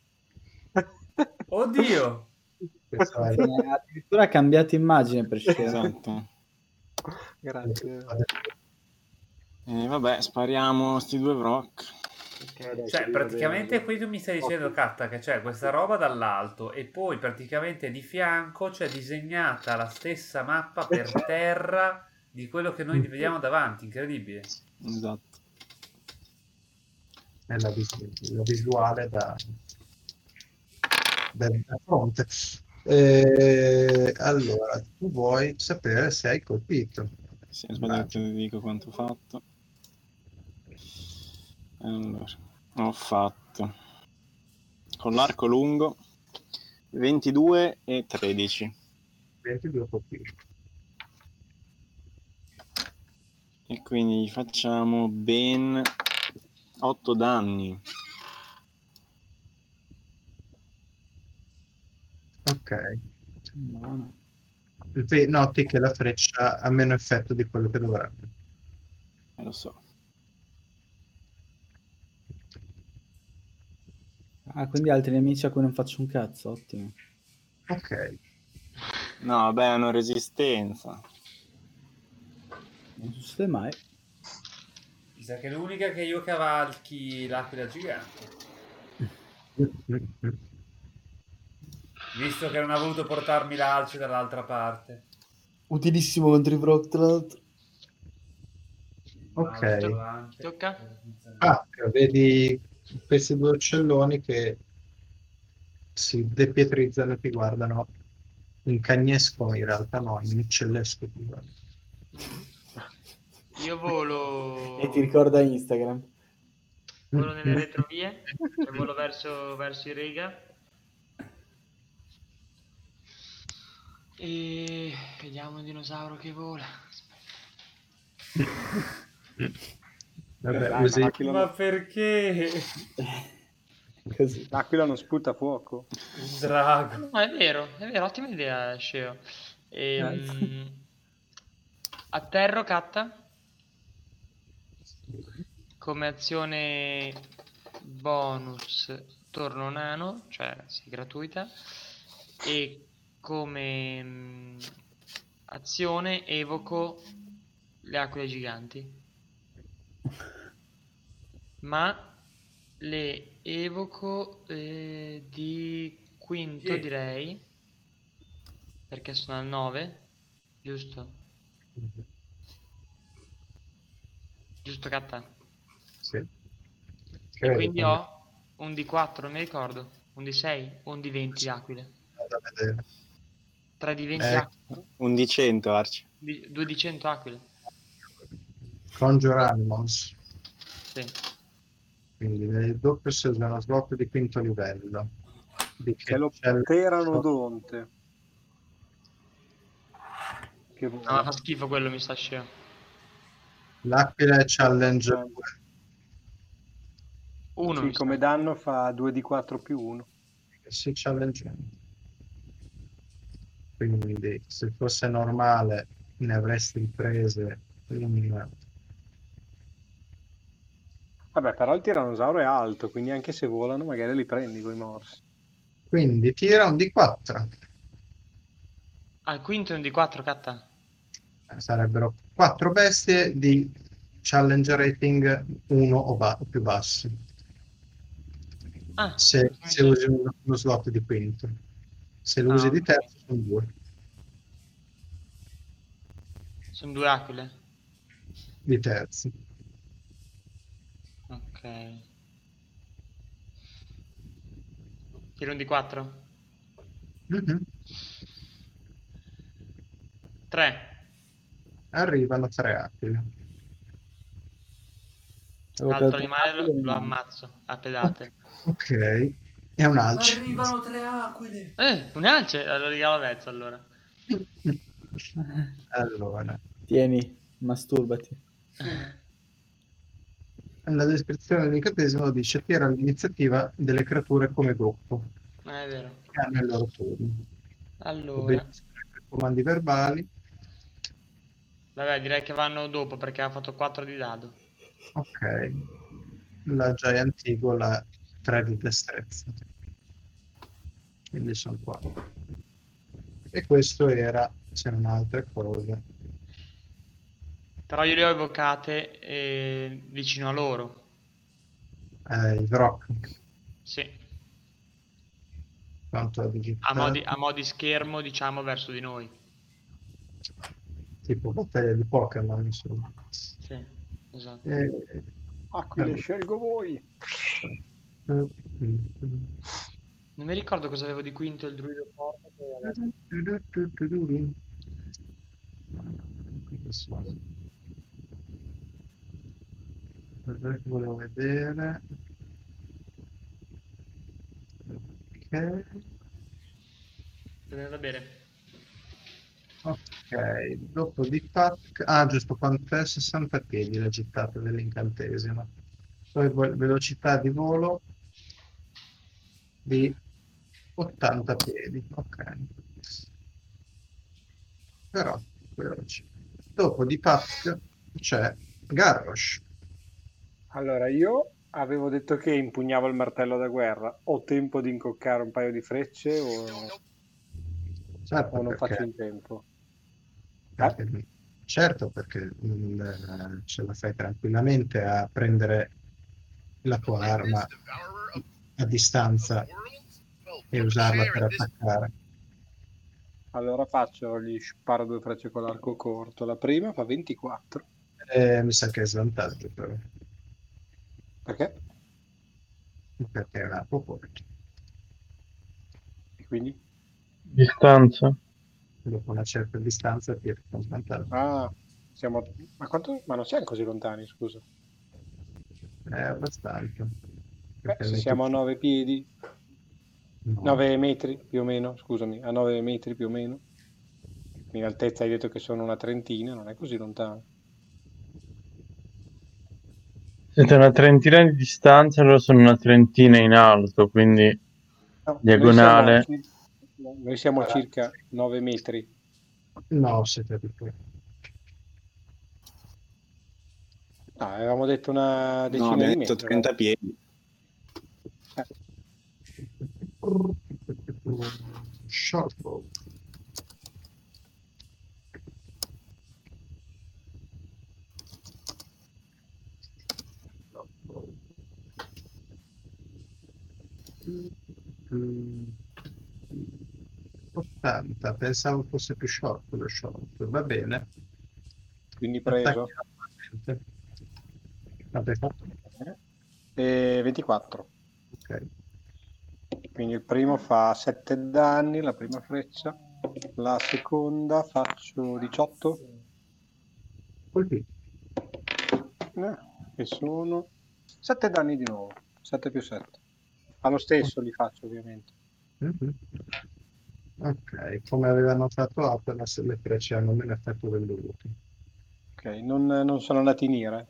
Oddio. Questo è Eh, addirittura ha cambiato immagine per scena. Esatto. Grazie. E vabbè, spariamo sti due Vrock. Dai, Cioè, sì, praticamente va bene. qui tu mi stai dicendo, Catta, che c'è questa roba dall'alto e poi praticamente di fianco c'è disegnata la stessa mappa per terra di quello che noi vediamo davanti. Incredibile. Esatto. è la, vis- la visuale da, da, da fronte. Eh, allora, tu vuoi sapere se hai colpito. Se ho sbagliato ti dico quanto ho fatto. Allora, ho fatto con l'arco lungo ventidue e tredici. ventidue colpiti. E quindi gli facciamo ben otto danni. Ok. Buono. Ve- Noti che la freccia ha meno effetto di quello che dovrebbe. Eh, lo so. Ah, quindi altri nemici a cui non faccio un cazzo, ottimo. Ok. No, vabbè, hanno resistenza. Non succede mai. Mi sa che è l'unica che io cavalchi l'aquila gigante. Visto che non ha voluto portarmi l'alce dall'altra parte. Utilissimo contro i proc, tra l'altro. Ok. L'alce volante. Tocca? Ah, vedi questi due uccelloni che si depietrizzano e ti guardano, incagnescono in realtà no, in uccellesco ti guardano. Io volo... E ti ricorda Instagram. Volo nelle retrovie, cioè volo verso, verso i rega. E vediamo un dinosauro che vola. Vabbè, Dai, usi- ma l'aquila, Ma non- perché? Così. l'aquila non sputa fuoco. Un drago. No, è vero, è vero, ottima idea, Sceo. Ehm, atterro, catta. Come azione bonus torno nano, cioè sì, gratuita. E come mm, azione evoco le aquile giganti. Ma le evoco eh, di quinto, Sì. direi, perché sono al nove, giusto? Giusto, Catta? sì. E Credo, quindi quindi ho un D quattro, non mi ricordo, un D sei o un D venti aquile. vado a vedere. tre D venti Eh. aquile, Un di cento, Arci. di- due D cento aquile. Conjure Animals, Sì. quindi nel doppio si usa uno slot di quinto livello. Di C'è lo c'è il- pteranodonte. Che No, ma fa schifo quello, mi sta Sceo. L'aquila è challenge due. Uno, sì, mi sa. come danno fa due di quattro più uno. Si challenge. Quindi se fosse normale ne avresti prese una. Vabbè, però il tirannosauro è alto, quindi anche se volano magari li prendi coi morsi. Quindi tira un D quattro. Al quinto è un D quattro, Catta. Sarebbero quattro bestie di challenge rating uno o, ba- o più bassi. Ah, Se, cosa mi se dice? usi uno, uno slot di quinto. Se lo Ah, usi di ok. terzo sono due. Sono due aquile. Di terzi. Ok. Tiro un D quattro? Mhm. tre. Arrivano tre aquile. L'altro animale lo, lo ammazzo a pedate. Ok. E un alce. Arrivano tre aquile. Eh, un alce? Lo regalo a Vezzo allora. Allora, Tieni, masturbati. la descrizione dell'incantesimo dice tira l'iniziativa delle creature come gruppo Ah, è vero. che hanno il loro turno. Allora, Obbediscono ai comandi verbali. vabbè, direi che vanno dopo perché ha fatto quattro di dado. Ok. La Giant Eagle ha tre di destrezza. Quindi sono quattro. E questo era, c'erano altre cose. Però io le ho evocate eh, vicino a loro. Eh, il Vrock, Sì, quanto ha a digitato, modi, a modi schermo, diciamo, verso di noi. tipo battaglia di Pokémon, insomma. Sì, esatto. E- Aquile, scelgo voi. Non mi ricordo cosa avevo di quinto il druido forte. che vabbè. Cos'è che volevo vedere? Ok. Va bene. Ok, dopo di pack, ah giusto, quanto è sessanta piedi la gittata dell'incantesimo. Poi vo- velocità di volo di ottanta piedi, ok. Però, veloce. Dopo di pack c'è Garrosh. Allora, io avevo detto che impugnavo il martello da guerra. Ho tempo di incoccare un paio di frecce o, Certo, o non perché, faccio in tempo? perché Certo, perché mm, ce la fai tranquillamente a prendere la tua arma a distanza e usarla per attaccare. Allora faccio, gli sparo due frecce con l'arco corto. La prima fa ventiquattro. Eh, mi sa che è svantaggio però, Perché? perché è un arco corto. E quindi? Distanza? Dopo una certa distanza ti è un svantaggio. Ah, siamo... Ma, quanto... Ma non siamo così lontani, scusa. È abbastanza. Beh, Perché se metti- siamo a nove piedi, no. nove metri più o meno, scusami, a nove metri più o meno. In altezza hai detto che sono una trentina, non è così lontano. Siete una trentina di distanza, loro sono una trentina in alto, quindi No, diagonale. Noi siamo, noi siamo a circa nove metri. No, siete di più. No, avevamo detto una No, decina abbiamo di detto metri. trenta piedi. Eh, Shortbow. Mm, ottanta, pensavo fosse più short lo short, va bene. quindi preso. Attacchi rapidamente. Vabbè, fatto. E ventiquattro. Ok. Quindi il primo fa sette danni, la prima freccia. La seconda faccio diciotto. Colpito. Eh, che sono sette danni di nuovo. sette più sette. Allo stesso li faccio ovviamente. Mhm. Ok, come avevano fatto Atlas, le frecce hanno meno effetto del dovuto. Ok, non, non sono andati in ira.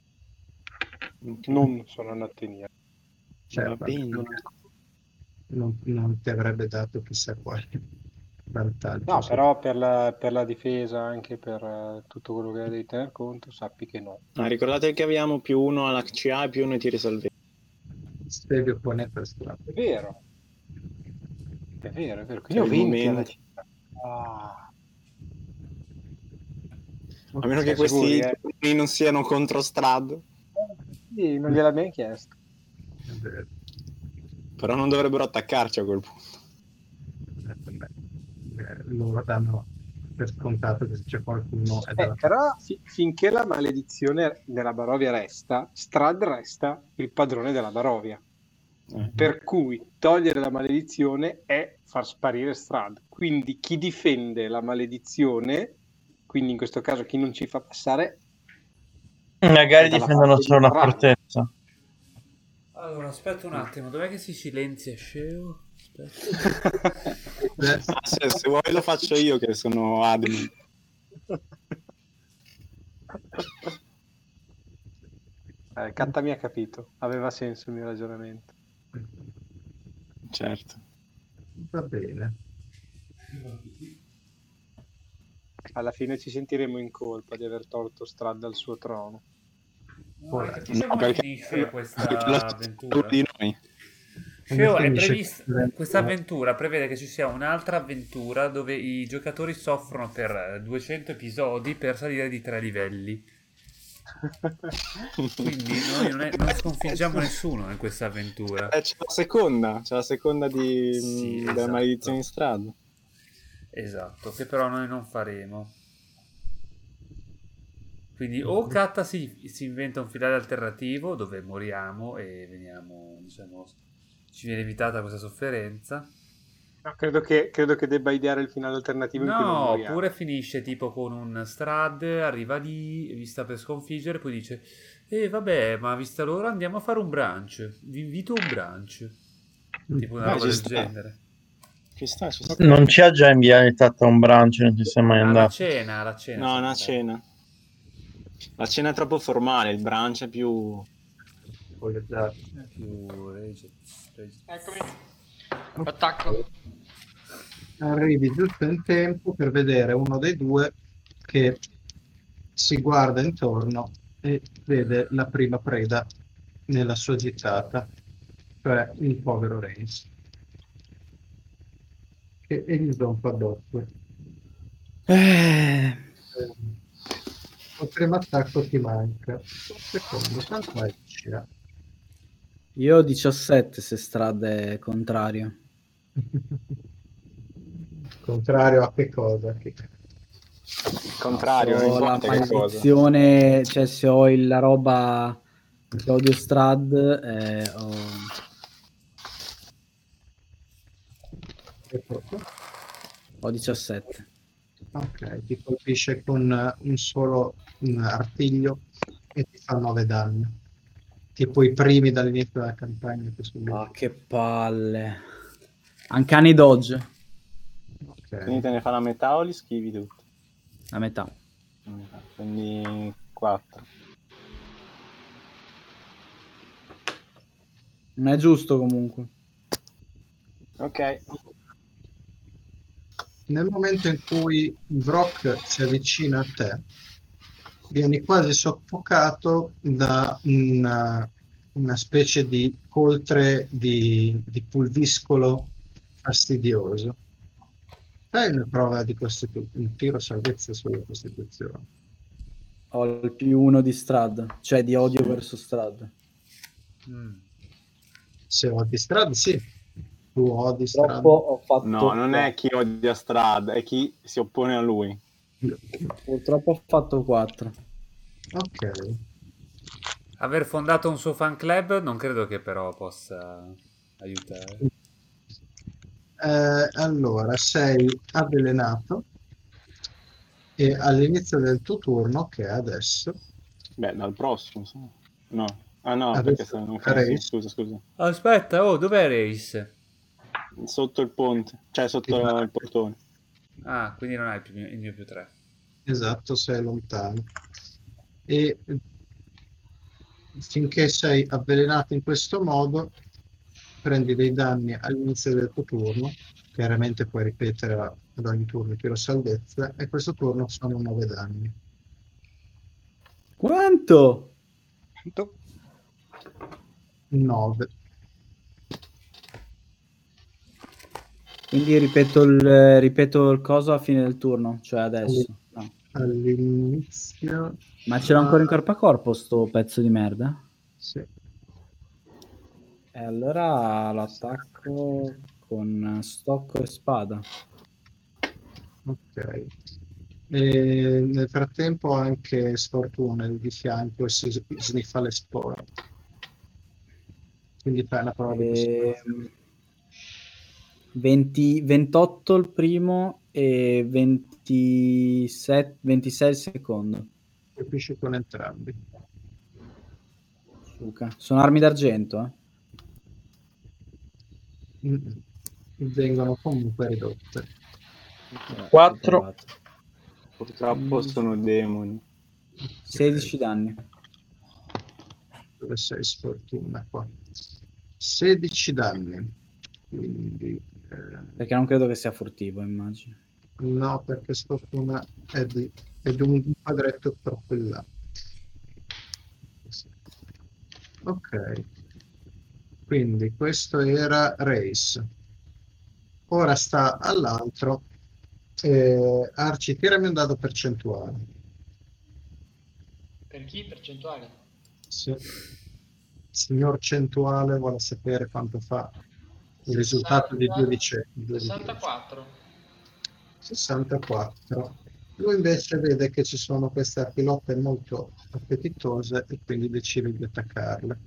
Non sono andati in ira. Cioè, Va vabbè, bene. Non- non, non ti avrebbe dato chissà quale vantaggio. No, su- però per la, per la difesa, anche per eh, tutto quello che devi tener conto, sappi che no. Ah, ricordate che abbiamo più uno alla C A e più uno ai tiri salvezza. Devi opponere per strada. È vero. È vero, è vero. Per Quindi ho il venti alla momento. cifra. Ah, A meno sei che sicuri, questi eh? turni non siano contro Strad. Sì, non gliel'ha neanche chiesto. È vero. Però non dovrebbero attaccarci a quel punto. Eh, loro danno per scontato che se c'è qualcuno è Eh, dalla però fi- finché la maledizione della Barovia resta, Strad resta il padrone della Barovia. Eh. Per cui togliere la maledizione è far sparire Strad. Quindi chi difende la maledizione, quindi in questo caso chi non ci fa passare, Magari è dalla difendono parte solo di la Strad. fortezza. Allora, aspetta un attimo, dov'è che si silenzia Sceo? Aspetta. Ah, se, se vuoi lo faccio io che sono admin. Eh, Catta mi ha capito, aveva senso il mio ragionamento. Certo. Va bene. Alla fine ci sentiremo in colpa di aver tolto Strad dal suo trono. No, chissà No, come perché finisce questa perché lo avventura. di noi. Sceo, Come è finisce prevista questa questa avventura prevede che ci sia un'altra avventura dove i giocatori soffrono per duecento episodi per salire di tre livelli. Quindi noi non, è- non sconfiggiamo nessuno in questa avventura. Eh, c'è la seconda, c'è la seconda di, Sì, della esatto. maledizione in strada. Esatto, che però noi non faremo. Quindi o Katta si, si inventa un finale alternativo dove moriamo e veniamo, diciamo, ci viene evitata questa sofferenza. No, credo che, credo che debba ideare il finale alternativo in cui non No, moriamo. oppure finisce tipo con un Strad, arriva lì, vi sta per sconfiggere, poi dice eh vabbè, ma vista l'ora andiamo a fare un brunch, vi invito a un brunch, tipo una Beh, roba ci del sta. genere. Ci sta, ci sta. Non ci ha già invitato a un brunch, non ci sei mai Alla andato. cena, alla cena. No, siamo una andati. cena. La cena è troppo formale, il brunch è più... spoilerizzato. Più rage- rage- Eccomi. Attacco. Arrivi giusto in tempo per vedere uno dei due che si guarda intorno e vede la prima preda nella sua gittata, cioè il povero Reigns, che e gli do un po' addosso. Eh, primo attacco ti manca. Secondo, quanto hai C A? Io ho diciassette se Strad è contrario. Contrario a che cosa? Che... Contrario, Se non ho la importa che cosa. maledizione, cioè se ho il- la roba che odio Strad, eh, ho... che cosa? ho diciassette. Ok, ti colpisce con eh, un solo un artiglio e ti fa nove danni. Tipo i primi dall'inizio della campagna che subito. Ah, che palle. Uncanny dodge, Ok. Quindi te ne fa la metà o li schivi tutti? a metà. Quindi quattro. Non è giusto comunque. Ok. Nel momento in cui Brock si avvicina a te, vieni quasi soffocato da una, una specie di coltre di, di pulviscolo fastidioso. Fai una prova di costituzione, un tiro salvezza sulla costituzione. Ho il più uno di Strad, cioè di odio verso Strad. Mm. Se ho di strada, sì. Tu odi strada. Purtroppo ho fatto No, non è chi odia Strad, è chi si oppone a lui. Purtroppo ho fatto quattro. Ok. Aver fondato un suo fan club non credo che però possa aiutare. Eh, allora, sei avvelenato e all'inizio del tuo turno, che è adesso, Beh, dal prossimo, sì. No. Ah no, Adesso perché stanno ok, sì, Race. scusa, scusa. Aspetta, oh, dov'è Race? Sotto il ponte, cioè sotto Esatto. il portone. Ah, quindi non hai il, più- il mio più tre. esatto, sei lontano. E finché sei avvelenato in questo modo, prendi dei danni all'inizio del tuo turno, chiaramente puoi ripetere ad ogni turno il tiro salvezza, e questo turno sono nove danni. Quanto? Quanto? nove. Quindi ripeto il, ripeto il coso a fine del turno, cioè adesso. No. All'inizio... Ma ce l'ho ancora in Ah, corpo a corpo sto pezzo di merda? sì. E allora l'attacco con stocco e spada. Ok. E nel frattempo anche sfortuna di fianco e si sniffa le spore. Quindi fai una prova di E... costituzione. venti, ventotto il primo e ventisette, ventisei il secondo. Colpisci con entrambi. Suca. Sono armi d'argento, eh? Mm. Vengono comunque ridotte. Eh, Quattro. provato. Purtroppo sono demoni. sedici danni. Dove sei sfortuna qua? sedici danni. Quindi eh, Perché non credo che sia furtivo, immagino. no, perché sfortuna è di, è di un quadretto troppo in là. Ok. Quindi questo era Race. Ora sta all'altro. Eh, Arci, tirami un dado percentuale. Per chi? Percentuale? Sì. Signor Centuale vuole sapere quanto fa il risultato di due di ce- due di dieci. sessantaquattro. sessantaquattro. Lui invece vede che ci sono queste aquilotte molto appetitose e quindi decide di attaccarle.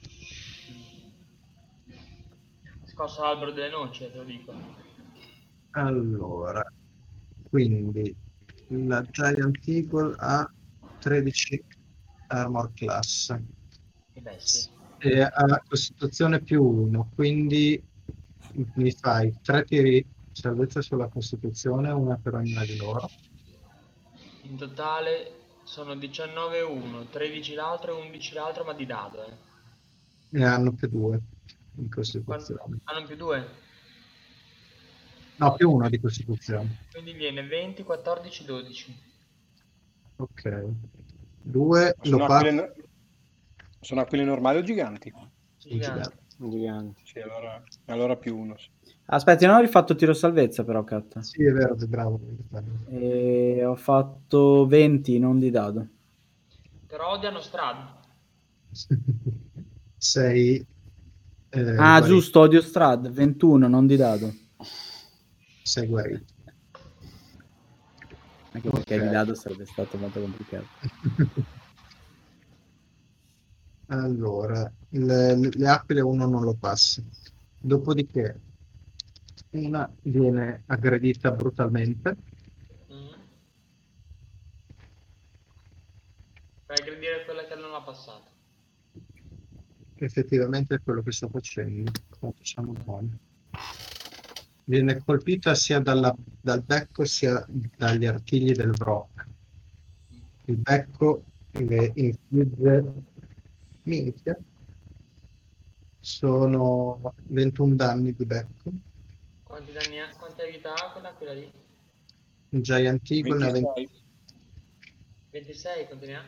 Scosso l'albero delle noci, te lo dico. Allora, quindi la Giant Eagle ha tredici armor class Che bestie. e ha costituzione più uno, quindi mi fai tre tiri salvezza sulla costituzione, una per ognuna di loro. In totale sono diciannove uno, tredici l'altro e undici l'altro, ma di dado, eh. Ne hanno più due in Quanto- costituzione. hanno più due. No, più uno di costituzione. Quindi viene venti, quattordici, dodici. Ok. Due Sono lo aquile, fa no- sono aquile normali o giganti? Gigante. Gigante. Sì, allora, allora più uno. Sì. Aspetta, io non ho rifatto tiro salvezza però, Cat. Sì, è vero, sei bravo. E ho fatto venti, non di dado. Però odiano Strad. Sei eh, Ah, guarito. giusto, odio Strad, ventuno, non di dado. Sei guarito. Anche perché Ok. di dado sarebbe stato molto complicato. Allora, le, le aquile uno non lo passa. Dopodiché una viene aggredita brutalmente. Mm. Fai aggredire quella che non l'ha passato. Effettivamente è quello che sto facendo. Quanto siamo buoni. Viene colpita sia dalla- dal becco sia dagli artigli del Brock. Il becco le infligge minchia. Sono ventuno danni di becco. Quanti danni ha? Quante vita ha quella, quella lì? Il Giant Eagle ne ha venti. ventisei. ventisei, quanti ne ha?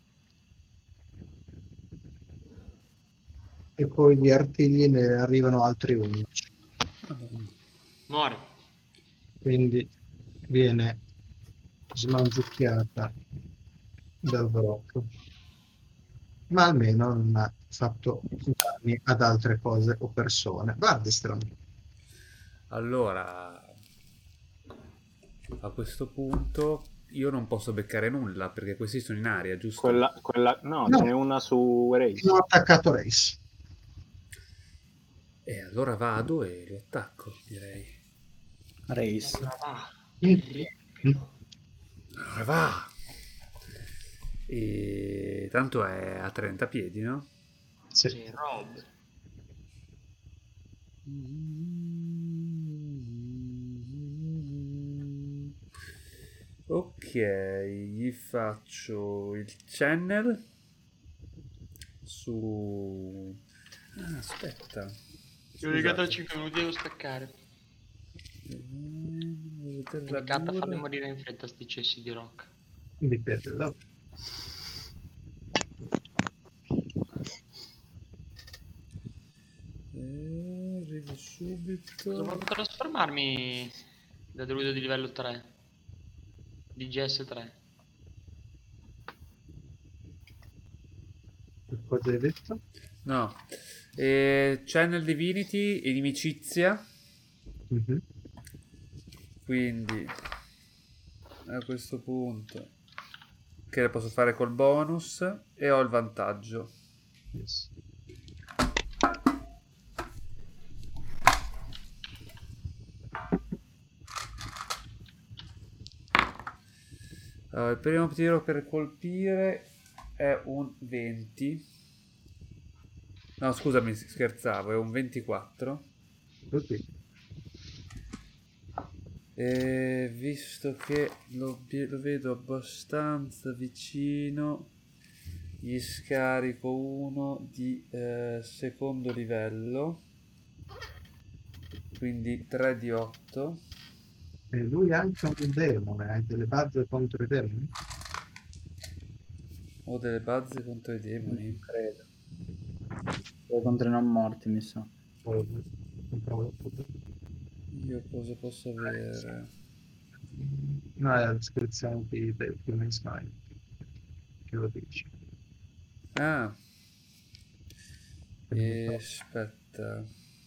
E poi gli artigli ne arrivano altri undici. Muore. Quindi viene smangiucchiata dal Brock. Ma almeno non ha fatto danni ad altre cose o persone. Vardistram. Allora, a questo punto io non posso beccare nulla perché questi sono in aria, giusto? Quella, quella, no, No. ce n'è una su Race. Ho attaccato Race. E allora vado e lo attacco, direi. Race. Ah, Allora va! E tanto è a trenta piedi, no? Sì. sì, Rob. Ok, gli faccio il channel su... Ah, aspetta. Ti ho legato a cinque minuti, devo staccare. Scusate. Indicata a farli morire in fretta sti cessi di rock. Dipende da... Eh, arrivo subito. Devo trasformarmi da druido di livello tre. Di G S tre. Cosa hai detto? No. Eh, Channel Divinity, inimicizia. Mhm. Quindi a questo punto che posso fare col bonus e ho il vantaggio. Yes. Allora, il primo tiro per colpire è un venti. No, scusami, scherzavo, è un ventiquattro. Così. E visto che lo, lo vedo abbastanza vicino, gli scarico uno di eh, secondo livello, quindi tre di otto. E lui ha anche un demone, hai delle bazze contro i demoni? Ho delle bazze contro i demoni. Non credo. Solo contro i non morti, mi sa. O- o- Io cosa posso avere? No, è la descrizione di del Human Smile che lo dici. Ah, e aspetta.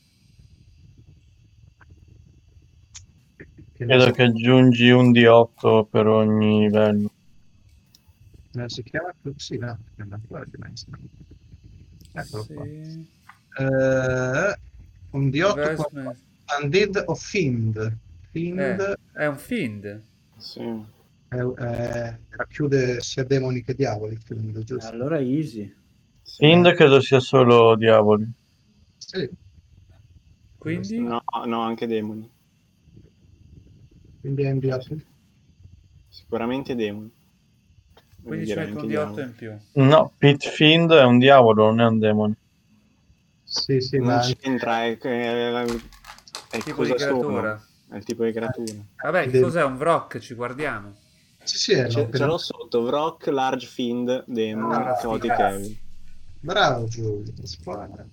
Che Credo non che aggiungi un D otto per ogni livello. non si chiama sì, no, è una cosa di Human Smile. Eccolo qua. Sì. Eh, un D otto con Investment. Undead o Fiend. Fiend Eh, è un fiend. Sì. è- è- racchiude sia demoni che diavoli, Fiend, giusto? Allora easy. Fiend credo sia solo diavoli. Sì. Quindi No, no, anche demoni. Quindi è inviato. Sicuramente demoni. Quindi ci Direi metto un anche di otto diavoli. in più. No, Pit Fiend è un diavolo, non è un demone. Sì, sì, Non ma c'entra, è, è, è, è Tipo cosa di creatura. sono. È il tipo di creatura. Vabbè, che cos'è un Vrock? Ci guardiamo. sì, sì, è Ce, un'opera- ce l'ho sotto, Vrock, Large Fiend, Demon, Ah, Chaotic cazzo. Evil. Bravo Giulio, squadra.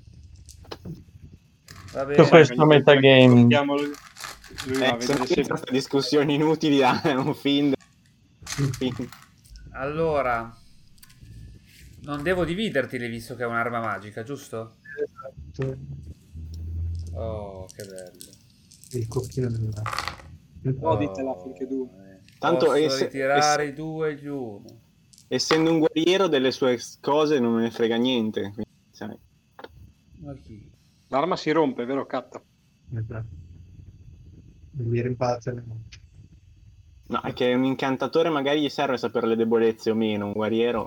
Va Tutto bene. questo metagaming. Portiamolo- Lui va a Eh, vedere sono se... queste discussioni inutili, ah, è un Fiend. Fiend. Allora, Non devo dividertile visto che è un'arma magica, giusto? Esatto. Oh, che bello. Il cocchino della... Oh, ditela finché due. eh. Tanto Posso esse- ritirare esse- i due e gli uno. Essendo un guerriero delle sue cose non me ne frega niente. Quindi, sai. Ma chi? L'arma si rompe, vero Catta? Esatto. Mi rimbalza le mani. No, è che un incantatore magari gli serve sapere le debolezze o meno, un guerriero...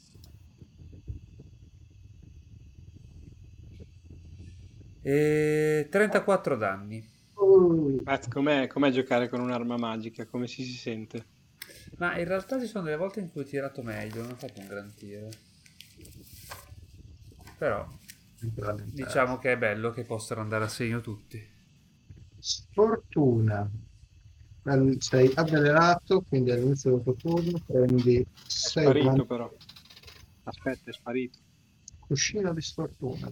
E trentaquattro danni. Uh, Matt, com'è, com'è giocare con un'arma magica? Come si, si sente? Ma in realtà ci sono delle volte in cui ho tirato meglio, non ho fatto un gran tiro. Però diciamo che è bello che possano andare a segno tutti. Sfortuna. Al- Sei avvelenato, quindi all'inizio del tuo turno prendi È sei sparito guanti- però. Aspetta, è sparito. cuscino di sfortuna.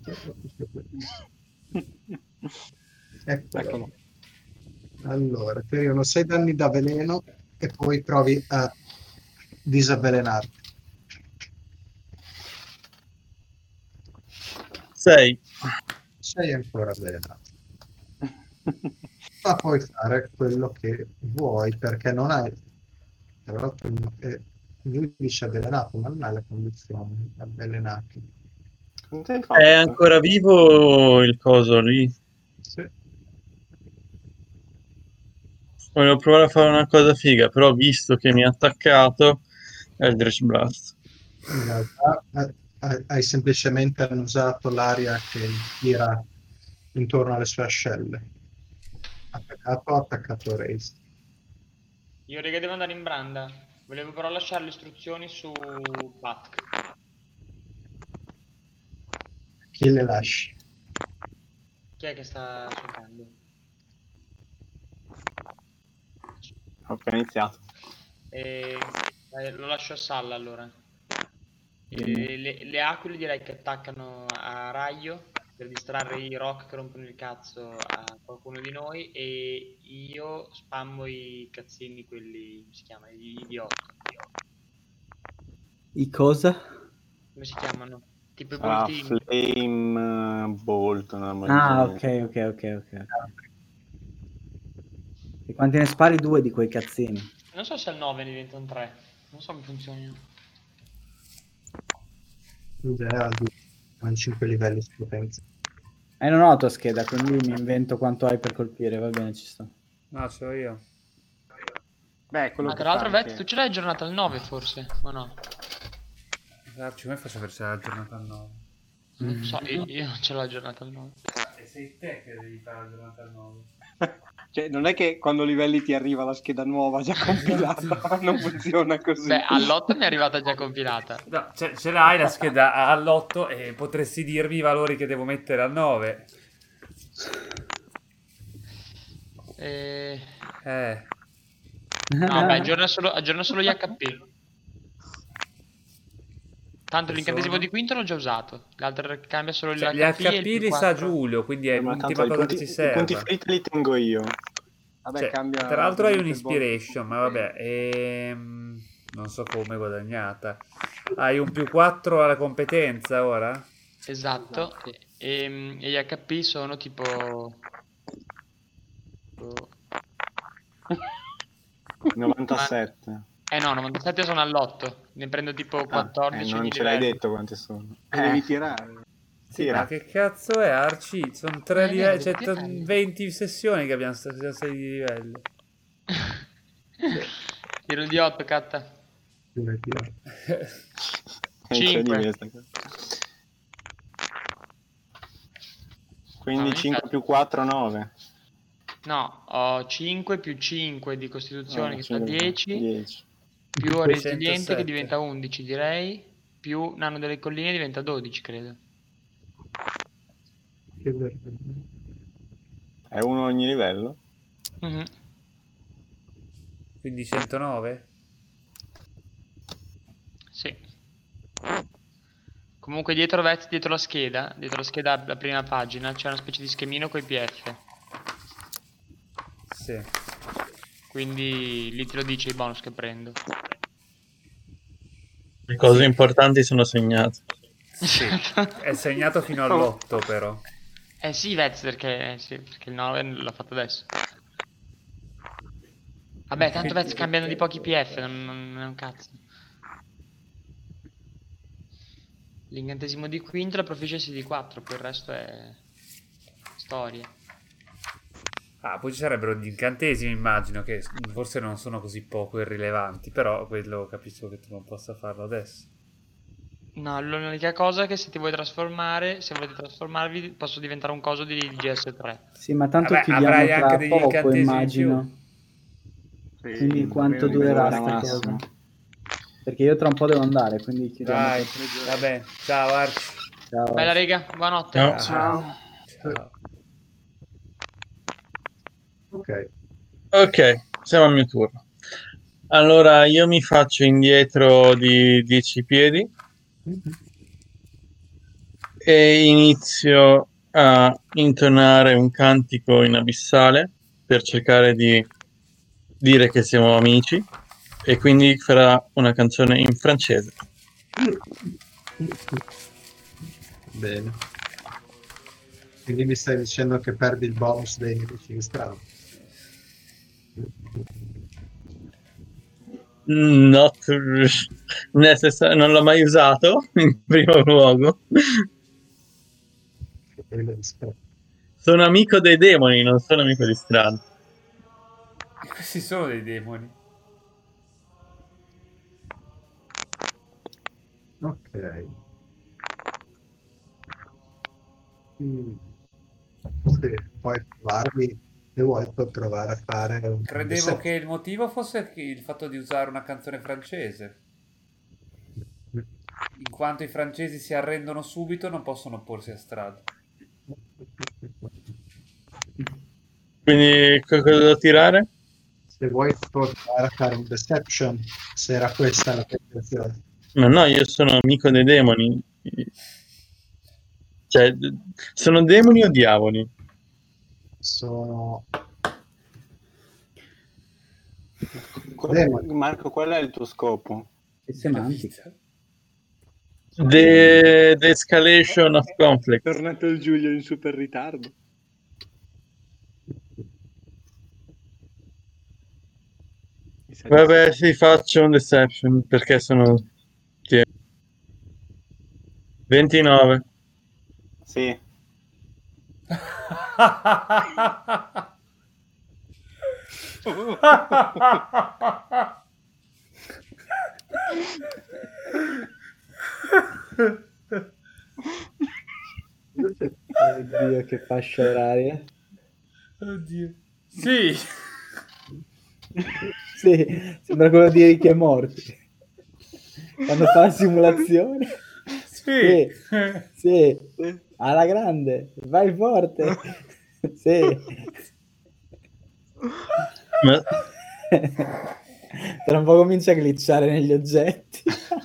Eccolo. Eccolo. Allora, ti arrivano sei danni da veleno e poi provi a disavvelenarti. sei. Sei ancora avvelenato. Ma puoi fare quello che vuoi perché non hai, però quello che lui dice avvelenato, ma non hai le condizioni avvelenati. Quanto hai fatto? È ancora vivo il coso lì? Sì. Voglio provare a fare una cosa figa, però visto che mi ha attaccato, Eldritch Blast. In realtà eh, hai- hai semplicemente annusato l'aria che gira intorno alle sue ascelle. Attaccato, attaccato Race. Io raga devo andare in branda. Volevo però lasciare le istruzioni su Patk. Chi le lasci? Chi è che sta giocando? Ho appena iniziato. E... eh, lo lascio a Salla allora. E le, le aquile direi che attaccano a raggio per distrarre i rock che rompono il cazzo a qualcuno di noi, e io spammo i cazzini, quelli, come si chiamano? Gli idioti. I cosa? Come si chiamano? Tipo i Sarà boltini. Flame uh, Bolt. una roba del Ah, genere. ok, ok, ok, ok. E quanti ne spari? Due di quei cazzini. Non so se al nove ne diventa un tre. Non so come funzionano. In generale hanno cinque livelli di potenza. Eh, non ho la tua scheda, quindi mi invento quanto hai per colpire, va bene, ci sta. No, ce l'ho io. Beh, quello Ma che tra l'altro fa Vet, anche- tu ce l'hai aggiornata al nove forse? O no? Arci, come faccio a averci la giornata al nove? Non so, io, io non ce l'ho aggiornata al nove. E sei te che devi fare la giornata al nove. Cioè, non è che quando livelli ti arriva la scheda nuova già compilata, non funziona così. Beh, all'otto mi è arrivata già compilata. No, ce, ce l'hai la scheda all'otto e potresti dirmi i valori che devo mettere al nove. E... Eh, No, beh, aggiorna solo, aggiorna solo gli H P. Tanto Che l'incantesimo sono? di quinto l'ho già usato. L'altro cambia solo cioè, gli gli H P. e H il P più li sa quattro. Giulio, quindi è Eh, ma tanto l'ultima i cosa punti, che ci i punti serve. ferita li tengo io. Vabbè, Cioè, cambia tra l'altro hai un ovviamente il bonus. inspiration, ma vabbè, ehm, non so come guadagnata. Hai un più quattro alla competenza ora? Esatto. E, e- e gli H P sono tipo... Oh. novantasette. Eh no, novantasette sono all'otto. Ne prendo tipo Ah, eh, quattordici non ogni ce l'hai livello. detto quanti sono. Lo devi tirare. Sì, Tira. ma che cazzo è Arci? Sono tre Eh, livelli, devo cioè tirare. t- venti sessioni che abbiamo stasera sei di livello. Tiro di otto, catta. Dove tirare? È Cinque. incredibile sta cosa. Quindi No, non cinque mi più quattro, nove. No, ho cinque più cinque di costituzione Ah, che fa cinque, dieci, dieci. più resiliente centosette. che diventa undici direi, più nano delle colline diventa dodici credo. Che vergogna. È uno ogni livello? Mhm. Quindi centonove? Sì. Comunque dietro Vez, dietro la scheda, dietro la scheda la prima pagina, c'è una specie di schemino con i P F. Sì. Quindi lì te lo dice i bonus che prendo. Le cose Sì. importanti sono segnate. Sì, è segnato fino all'otto però. Eh sì, Vez, perché, sì, perché il nove l'ha fatto adesso. Vabbè, tanto Vez cambiano di pochi P F, non, non è un cazzo. L'incantesimo di quinto e la proficiency di quattro, poi il resto è storia. Ah, poi ci sarebbero gli incantesimi, immagino, che forse non sono così poco irrilevanti, però quello capisco che tu non possa farlo adesso. No, l'unica cosa è che se ti vuoi trasformare, se volete trasformarvi, posso diventare un coso di G S tre. Sì, ma tanto Vabbè, chiudiamo avrai tra anche degli poco, incantesimi in immagino. Sì, Quindi quanto almeno durerà mezz'ora sta massimo. cosa? Perché io tra un po' devo andare, quindi chiudiamo. Dai, tra- vabbè, ciao Arci. Ciao. Bella rega, buonanotte. No. Ciao. Ciao. Ok. Ok, siamo al mio turno. Allora io mi faccio indietro di dieci piedi e inizio a intonare un cantico in abissale per cercare di dire che siamo amici e quindi farà una canzone in francese. Bene. Quindi mi stai dicendo che perdi il bonus dei nemici in strada. Not necessar- non l'ho mai usato in primo luogo. Sono amico dei demoni, non sono amico di strada. Questi sono dei demoni. Ok. Mm. Sì, puoi provarmi, se vuoi puoi provare a fare un Credevo set. che il motivo fosse che- il fatto di usare una canzone francese. In quanto i francesi si arrendono subito, non possono opporsi a strada. Quindi co- cosa devo tirare? Se vuoi puoi provare a fare un deception, se era questa la tentazione. Ma no, io sono amico dei demoni. Cioè, d- sono demoni o diavoli? Sono Que- demoni. Marco, qual è il tuo scopo? È semantica. The, the escalation of conflict. Tornato il Giulio in super ritardo. Mi sa di Vabbè, sì. sì, faccio un deception perché sono sì. ventinove. Sì. Oddio, che fascia oraria. Oddio. Sì. Sì, sembra quello di Ricchi e Morti. Quando fa la simulazione. Sì. Sì, sì. Alla grande, vai forte. Sì. Ma Tra un po' comincia a glitchare negli oggetti.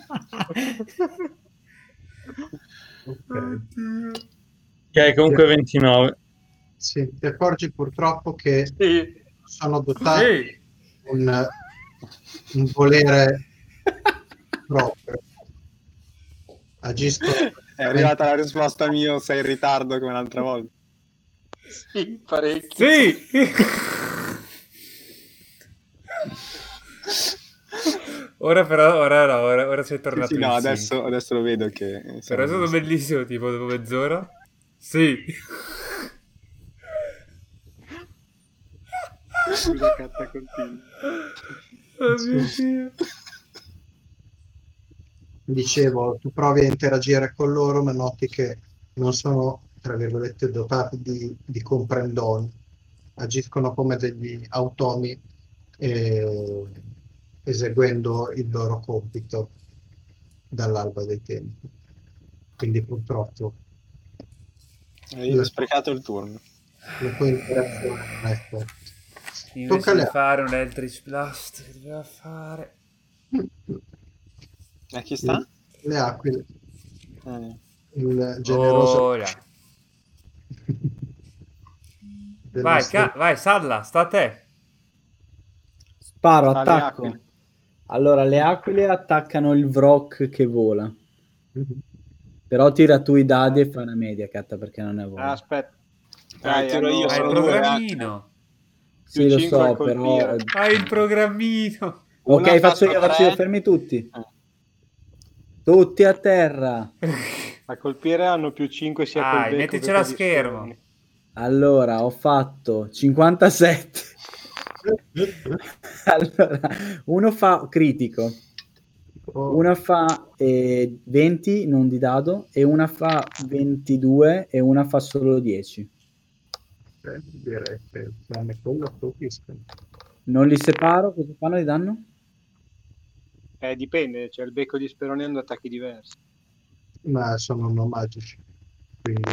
Ok. ok, comunque ventinove. Sì, ti accorgi purtroppo che Sì. sono dotati Sì. un, un volere proprio. Agiscono. È arrivata la risposta mia, sei in ritardo come l'altra volta. Sì, parecchio. Sì. Ora però, ora no, ora, ora sei Sì, tornato sì, in no, sync. adesso, adesso lo vedo che... Però siamo è stato giusti. bellissimo, tipo dopo mezz'ora. Sì. Scusa, catta, continua. Oh mio Dio. Dicevo, tu provi a interagire con loro, ma noti che non sono, tra virgolette, dotati di, di comprendoni. Agiscono come degli automi eh, eseguendo il loro compito dall'alba dei tempi. Quindi purtroppo Hai la, sprecato il turno. la tua interazione non è forte. Invece Tocca di alle fare un Eldritch Blast, che doveva fare? A chi sta? le aquile. Eh. Il generoso Ora. del Vai, nostro- ca- vai, Sadla, sta a te. Sparo, Alle attacco. aquile. Allora, le aquile attaccano il Vrock che vola. Mhm. Però tira tu i dadi e fai una media, Catta, perché non è Ah, vola. aspetta. Dai, tiro hanno- io, Hai il sono due programmino. Sì, lo cinque al so, però... colpire. Hai il programmino. Una Ok, faccio fatto io, faccio tre. io, fermi tutti. Eh. Tutti a terra. A colpire hanno più cinque sia col Dai, becco che metticela a con gli schermo. speroni. Allora, ho fatto cinquantasette. Allora, uno fa critico, Oh, una fa eh, venti, non di dado, e una fa ventidue e una fa solo dieci. ok, direi che tranne quello colpisco. Non li separo, cosa fanno di danno? Eh, dipende, cioè il becco di speroni hanno attacchi diversi. Ma sono non magici. Quindi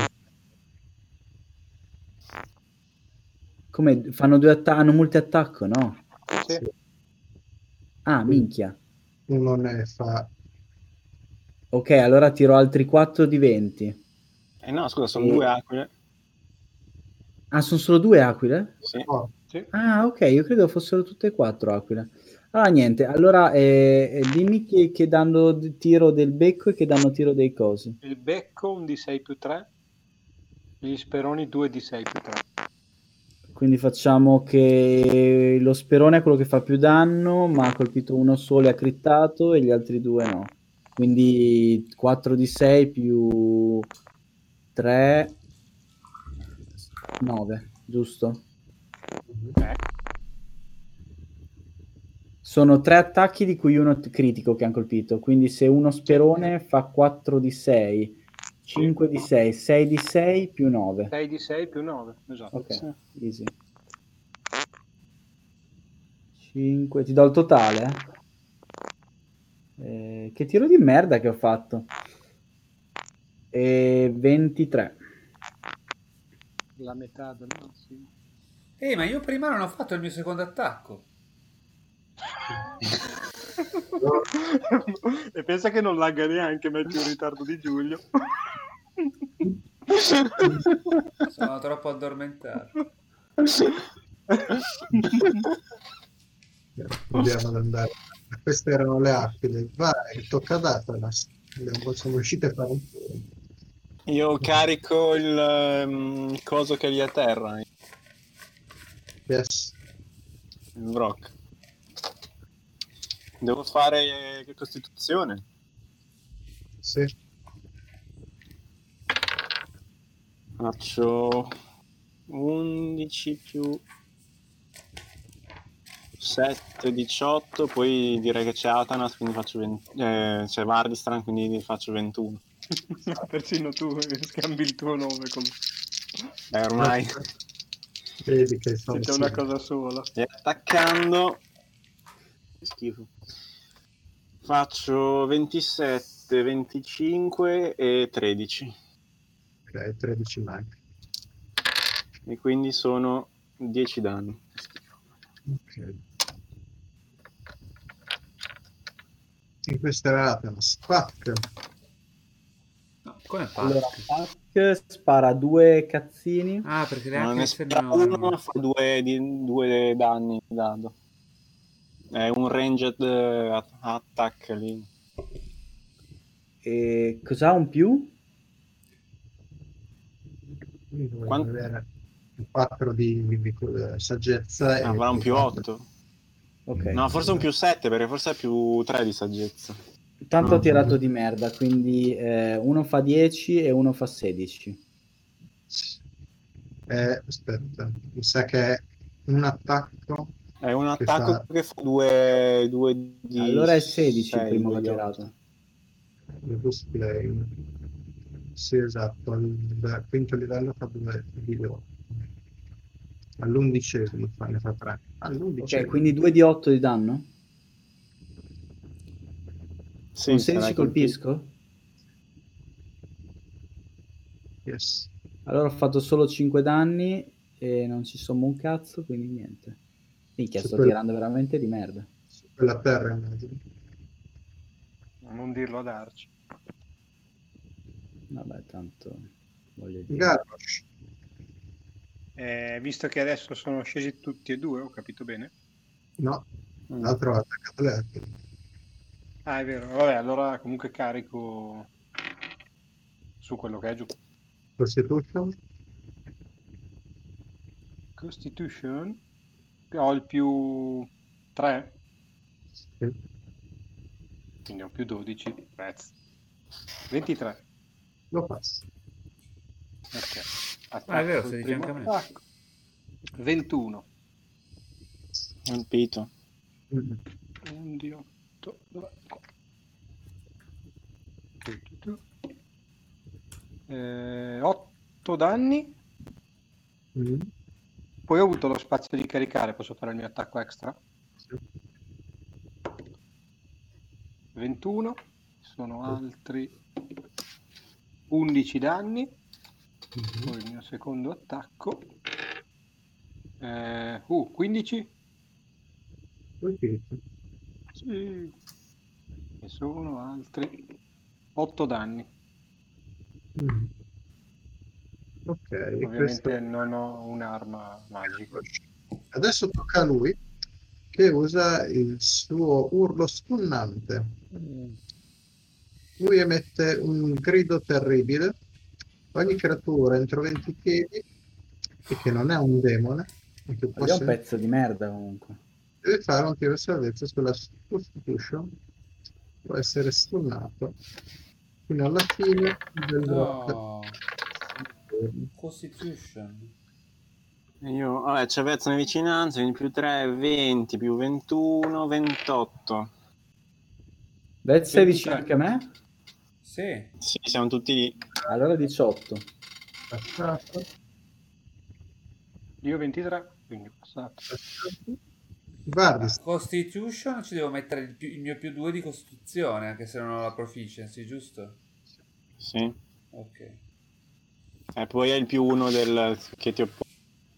Come fanno due attacchi? Hanno multi-attacco, no? Sì. sì, Ah, minchia. uno ne fa Ok, allora tiro altri quattro di venti. Eh no, scusa, sono E- due aquile. Ah, sono solo due aquile? Sì. oh, Sì. Ah, ok, io credo fossero tutte e quattro aquile. Allora, niente, allora eh, eh, dimmi che, che danno di- tiro del becco e che danno tiro dei cosi. Il becco un D sei più tre, gli speroni due D sei più tre. Quindi facciamo che lo sperone è quello che fa più danno, ma ha colpito uno solo e ha crittato e gli altri due no. Quindi quattro di sei più tre, nove, giusto? Eh, Sono tre attacchi di cui uno t- critico che hanno colpito, quindi se uno sperone fa quattro di sei, cinque di sei, sei di sei più nove. sei D sei più nove, esatto. Ok, Sì. easy. cinque, ti do il totale? Eh, che tiro di merda che ho fatto. E ventitré. La metà del massimo. Ehi, ma io prima non ho fatto il mio secondo attacco. E pensa che non lagga neanche, metti un ritardo di Giulio. Sono troppo addormentato. proviamo ad andare. Queste erano le aquile. Vai, tocca a Datanas. Abbiamo- Siamo riusciti a fare un po'. Io carico il ehm, coso che è lì a terra, il Yes. Brock. Devo fare che costituzione? Sì. Faccio undici più sette, diciotto, poi direi che c'è Atanas, quindi faccio venti, eh, c'è Vardistran, quindi faccio ventuno. Persino tu scambi il tuo nome con... Eh, ormai Vedi che sono Siete una cosa sola. e attaccando che schifo. Faccio ventisette, venticinque e tredici Ok, tredici manca. e quindi sono dieci danni. Ok. In questa era Datanas. Quattro. No, come fa? Allora, Pac spara due cazzini. Ah, perché le Ma altre ne spara sembrano... uno, fa due, di, due danni di dado. È un ranged eh, at- attack lì. E cos'ha un più? Quindi dovremmo Quanto- avere quattro di, di- di, eh, saggezza. Ah, e avrà un più quattro. otto. Ok. No, forse un più sette, perché forse è più tre di saggezza. Tanto No. ho tirato di merda, quindi eh, uno fa dieci e uno fa sedici. Eh, aspetta, mi sa che è un attacco. È un Che attacco fa- che fa due, due di Allora è sedici il sei, primo due che ha di otto. tirato. Il display. Sì, esatto, al quinto livello fa due di otto. All'undicesimo fa, ne fa tre. All'undicesimo. Ok, quindi due di otto di danno? Sì, Con sarai sedici colpito. colpisco? Yes. Allora ho fatto solo cinque danni e non ci sommo un cazzo, quindi niente. Minchia, Su sto quel- tirando veramente di merda. Su quella terra, immagino. Non dirlo ad Arci. Vabbè, tanto voglio dire. Garrosh. Eh, visto che adesso sono scesi tutti e due, ho capito bene. No, Mm. l'altro ha attaccato le altre. Ah, è vero. Vabbè, allora comunque carico su quello che è giù. Constitution? Constitution. Ho il più tre, Sì. quindi ho più dodici. Pezzi. ventitré. Lo passo. Ok. Attacco Ah, è vero, col stai di primo fianco a me. attacco. ventuno. Colpito. Mm. un di otto. Dov'è? Qua. Tu, tu, tu. Eh, otto danni. Mm. Poi ho avuto lo spazio di caricare. Posso fare il mio attacco extra? Sì. ventuno. Sono altri undici danni. Mm. Poi il mio secondo attacco. Eh, uh, quindici. Ok. Sì. E sono altri otto danni. Mm. Ok, Ovviamente questo... non ho un'arma magica. Adesso tocca a lui che usa il suo urlo stunnante. Mm. Lui emette un grido terribile. Ogni creatura entro venti piedi e che non è un demone e che Lui è un possa- pezzo di merda comunque. deve fare un tiro di salvezza sulla Constitution. Può essere stunnato fino alla fine del No. Constitution. Io, vabbè, c'è Vezza in vicinanza, quindi più tre, venti, più ventuno, ventotto. Vez sei vicino ventitré. anche a me? Sì. Sì, siamo tutti lì. Allora diciotto. passato, Io ventitré, quindi passato. passato. Guardi, Constitution ci devo mettere il, più- il mio più due di Costituzione, anche se non ho la proficiency, giusto? Sì. Ok. E poi è il più uno del che ti oppone.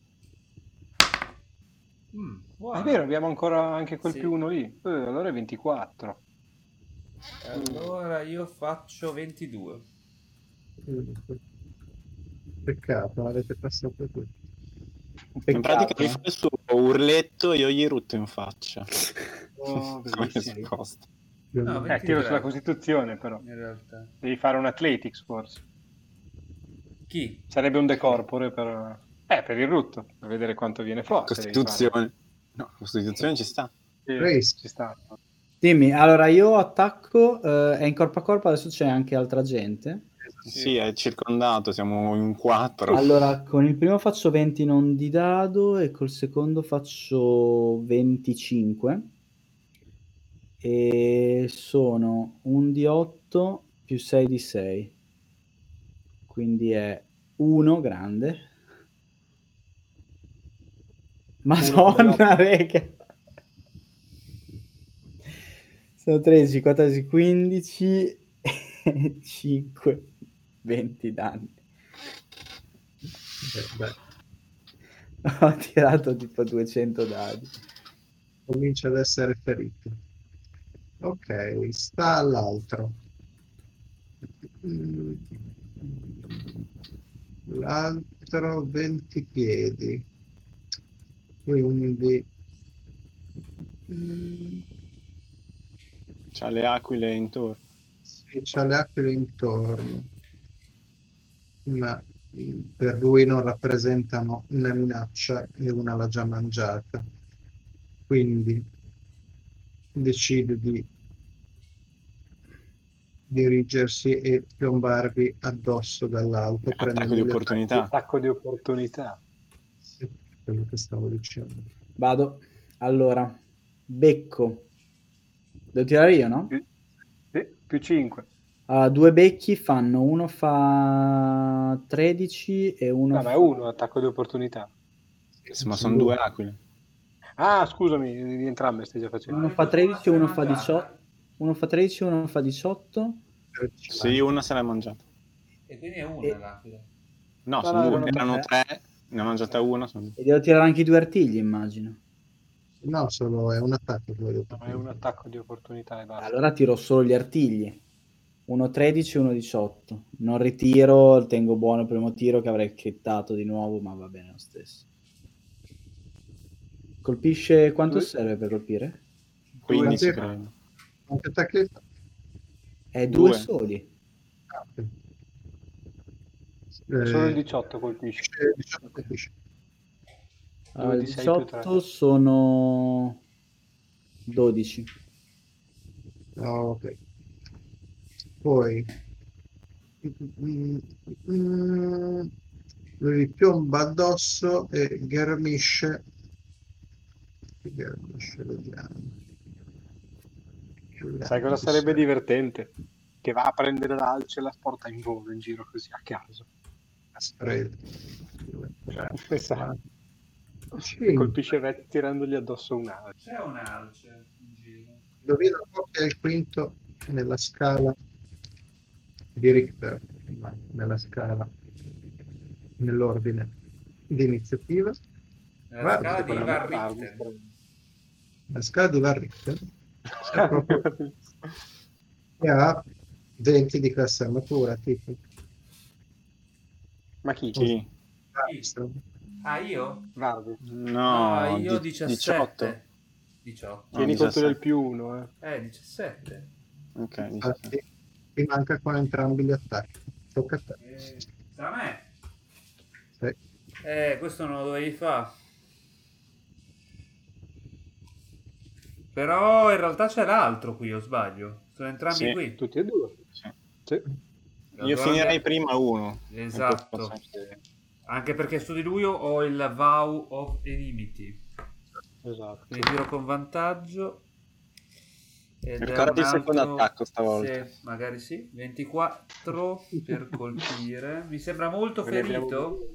Mm, È buono. vero, abbiamo ancora anche quel Sì. più uno lì. Eh, allora è ventiquattro. Allora io faccio ventidue. peccato, avete passato tutti. In pratica Peccato, lui eh. fa il suo urletto e io gli rutto in faccia. Oh, Come bellissimo. risposta. No, Eh, tiro sulla ventitré Costituzione però. in realtà. Devi fare un Athletics forse. Chi? Sarebbe un decorpore per... Eh, per il rutto, per vedere quanto viene forte. devi fare. Costituzione. No, Costituzione ci sta. Sì, Grace. ci sta. Dimmi, allora io attacco, eh, è in corpo a corpo, adesso c'è anche altra gente. Sì, è circondato, siamo in quattro. Allora, con il primo faccio venti non di dado e col secondo faccio venticinque. E sono un di otto più sei di sei. Quindi è uno grande. Madonna, rega. Sono tredici, quattordici, quindici e cinque, venti danni. Eh, beh, Ho tirato tipo duecento dadi. comincia ad essere ferito. Ok, sta all'altro. Mm. L'altro venti piedi. Quindi mm, C'ha le aquile intorno. sì, c'ha le aquile intorno, ma mm, per lui non rappresentano una minaccia e una l'ha già mangiata. Quindi decide di dirigersi e piombarvi addosso dall'alto. Attacco di prendendo gli opportunità. Attacco di opportunità. attacchi. Sì, quello che stavo dicendo. Vado. Allora, becco. Devo tirare io, no? Più, sì, più cinque. Allora, due becchi fanno, uno fa tredici e uno No, ma fa... è uno attacco di opportunità. Sì, ma sono due aquile. Ah, scusami, di entrambe stai già facendo. Uno fa tredici e uno fa diciotto. Uno fa tredici e uno fa diciotto. Sì, una se l'è mangiata. E quindi è una E- l'aquila. No, No, sono no, due. erano Erano tre. tre, ne ha mangiata una. Sono... E devo tirare anche i due artigli, immagino. No, solo è un attacco. quello No, è un attacco di opportunità e basta. Allora tiro solo gli artigli. Uno tredici e uno diciotto. Non ritiro, tengo buono il primo tiro che avrei crittato di nuovo, ma va bene lo stesso. Colpisce quanto Due. serve per colpire? quindici, Due. credo. Quanti attacchi hai fatto? È due, Due. soli. Ah, ok. Solo il Eh, diciotto colpisce. diciotto colpisce. Allora, due il di sei più tre. diciotto sono dodici. Ah, ok. Poi mm, mm, lui gli piomba addosso e ghermisce. Ghermisce, vediamo. Sai cosa sarebbe divertente? Che va a prendere l'alce e la sporta in volo in giro così a caso. Spread. Esatto. E Sì, colpisce Vet tirandogli addosso un'alce. C'è un'alce in giro. indovina un po' che è il quinto nella scala di Richter, ma nella scala, nell'ordine di iniziativa. Nella Guarda, scala di secondo Ivan me va Richter. La scala di Van Richter è proprio che ha venti di classe armatura, tipo. Ma chi? Sì. Armstrong. Ah, io? Vardi. No, No, io di- diciassette. diciotto. Tieni Ah, conto del diciassette. più uno, eh. Eh, diciassette. Ok, Infatti, diciassette. ti manca con entrambi gli attacchi. Tocca a te. Eh, sta a me. Sì. Eh, questo non lo dovevi fare. Però in realtà c'è l'altro qui, o sbaglio? Sono entrambi Sì. qui. Tutti e due. Sì. Sì. Io Allora finirei andiamo- prima uno. Esatto. E poi facciamo vedere. Anche perché su di lui ho il Vow of Enmity. Esatto. Quindi tiro con vantaggio. Ed è Ricordati un il secondo altro- attacco stavolta. Sì, magari sì. ventiquattro per colpire. Mi sembra molto Ne abbiamo ferito. due.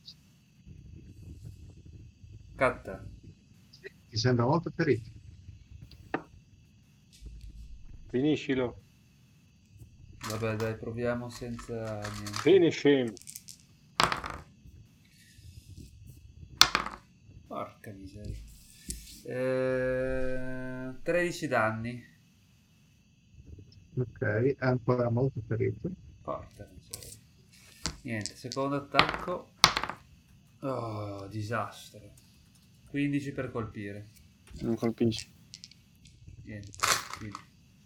Catta. Sì, mi sembra molto ferito. Finiscilo. Vabbè, dai, proviamo senza niente. Finish him. Porca miseria. Eh, tredici danni. Ok, è ancora molto ferito. Porca miseria. Niente, secondo attacco. Oh, disastro. quindici per colpire. Non colpisci. Niente. quindi.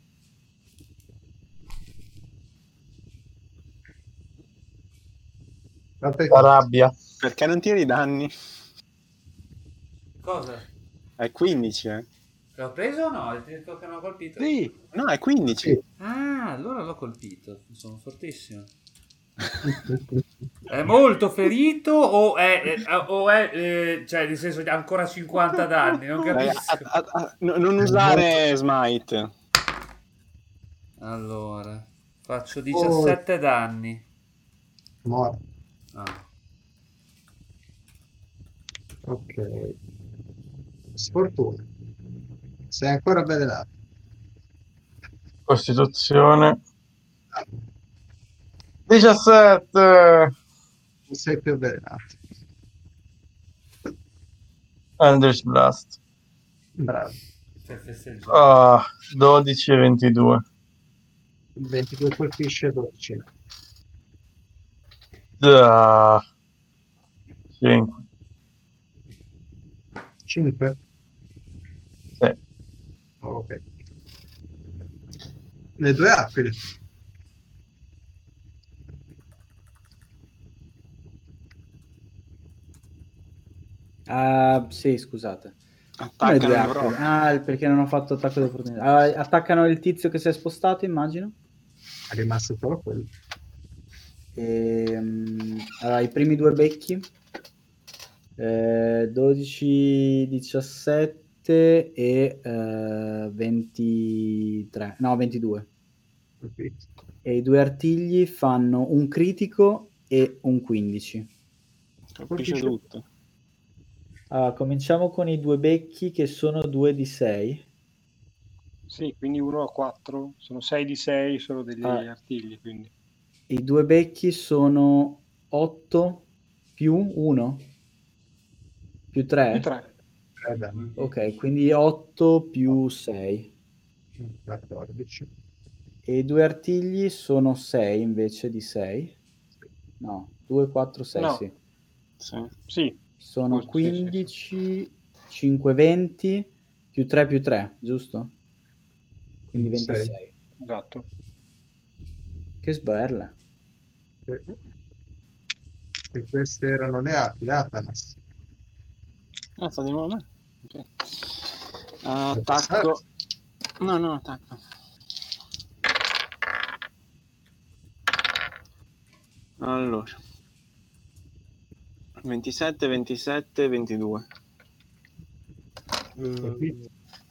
Guarda La rabbia. Perché non tiri i danni? Cosa? È quindici, eh? L'ho preso o no? Hai detto che non ho colpito? Sì. No, è quindici. Sì. Ah, allora l'ho colpito. Sono fortissimo. È molto ferito o è, è- o è eh, cioè nel senso ancora cinquanta danni? Non Dai, capisco. a- a- a- no- non usare smite. Allora, faccio diciassette danni. Morto. Ah. Ok. Sfortuna. Sei ancora avvelenato. Costituzione. diciassette. Non sei più avvelenato. Eldritch Blast. Bravo. Per festeggiare. Ah, dodici e ventidue. ventidue colpisce, dodici. Ah, cinque. cinque? Sì. Ok. Le due aquile. Ah, sì, scusate. Come Attaccano due il attacchi? Brock. Ah, il- perché non ho fatto attacco di opportunità. Ah, attaccano il tizio che si è spostato, immagino. È rimasto solo quello. Ehm, allora, i primi due becchi. Eh, dodici, diciassette e eh, ventitré. No, ventidue. Colpito. E i due artigli fanno un critico e un quindici. Colpisce tutto. Allora, cominciamo con i due becchi che sono due di sei. Sì, quindi uno a quattro. Sono sei di sei, sono degli Ah. artigli, quindi. I due becchi sono otto più uno più tre. Più tre. tre danni. Ok, quindi otto più sei. quattordici. E i due artigli sono sei invece di sei. No, due, quattro, sei, No. sì. Sì. Sì. Sono Giusto, sì, quindici, cinque, venti più tre più tre, giusto? quindi ventisei. ventisei. Esatto. Che sberla. E queste erano le api, Atanas. Ah, sta di nuovo a me? Ok. Attacco. No, no, attacco. Allora. ventisette, ventisette, ventidue. Colpito.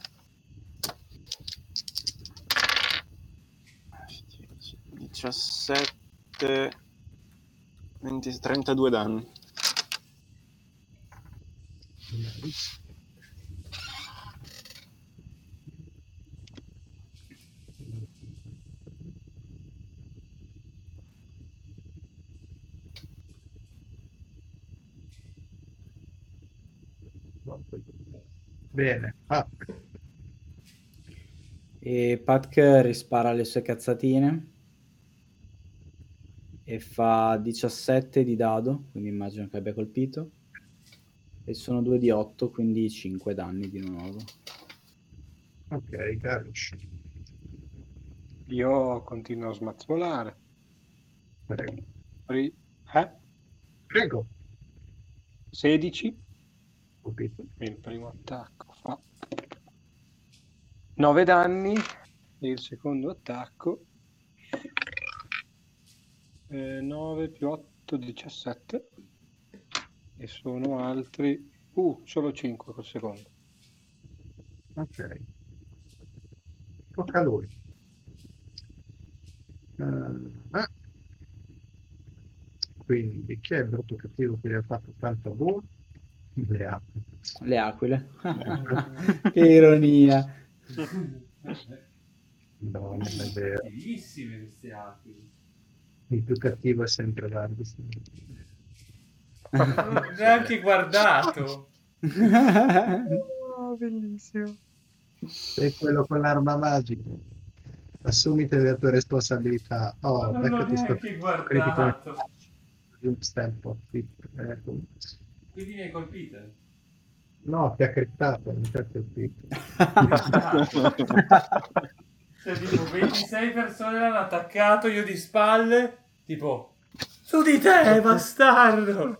diciassette, venti, trentadue danni. Bene, ah, E Patk rispara le sue cazzatine e fa diciassette di dado, quindi immagino che abbia colpito, e sono due di otto, quindi cinque danni di nuovo. ok, Garush. Io continuo a smazzolare. Prego. Ri- eh? Prego. sedici. Colpito. Il primo attacco fa nove danni. E il secondo attacco eh, nove più otto, diciassette. E sono altri... Uh, solo cinque col secondo. Ok. Tocca a lui. Uh, ah. Quindi chi è il brutto cattivo che gli ha fatto tanto buono? Le api. Le aquile. Che ironia. No, non è vero. Bellissime queste api. Il più cattivo è sempre Vardis. Non ho neanche guardato. Oh, bellissimo. Sei quello con l'arma magica. Assumite le tue responsabilità. Oh, Non l'ho beccati sto neanche guardato. critico di un stempo. Sì, eh, Quindi mi hai colpito? no, ti ha crittato, non ti ha colpito. Cioè, tipo, ventisei persone l'hanno attaccato, io di spalle, tipo, su di te, bastardo!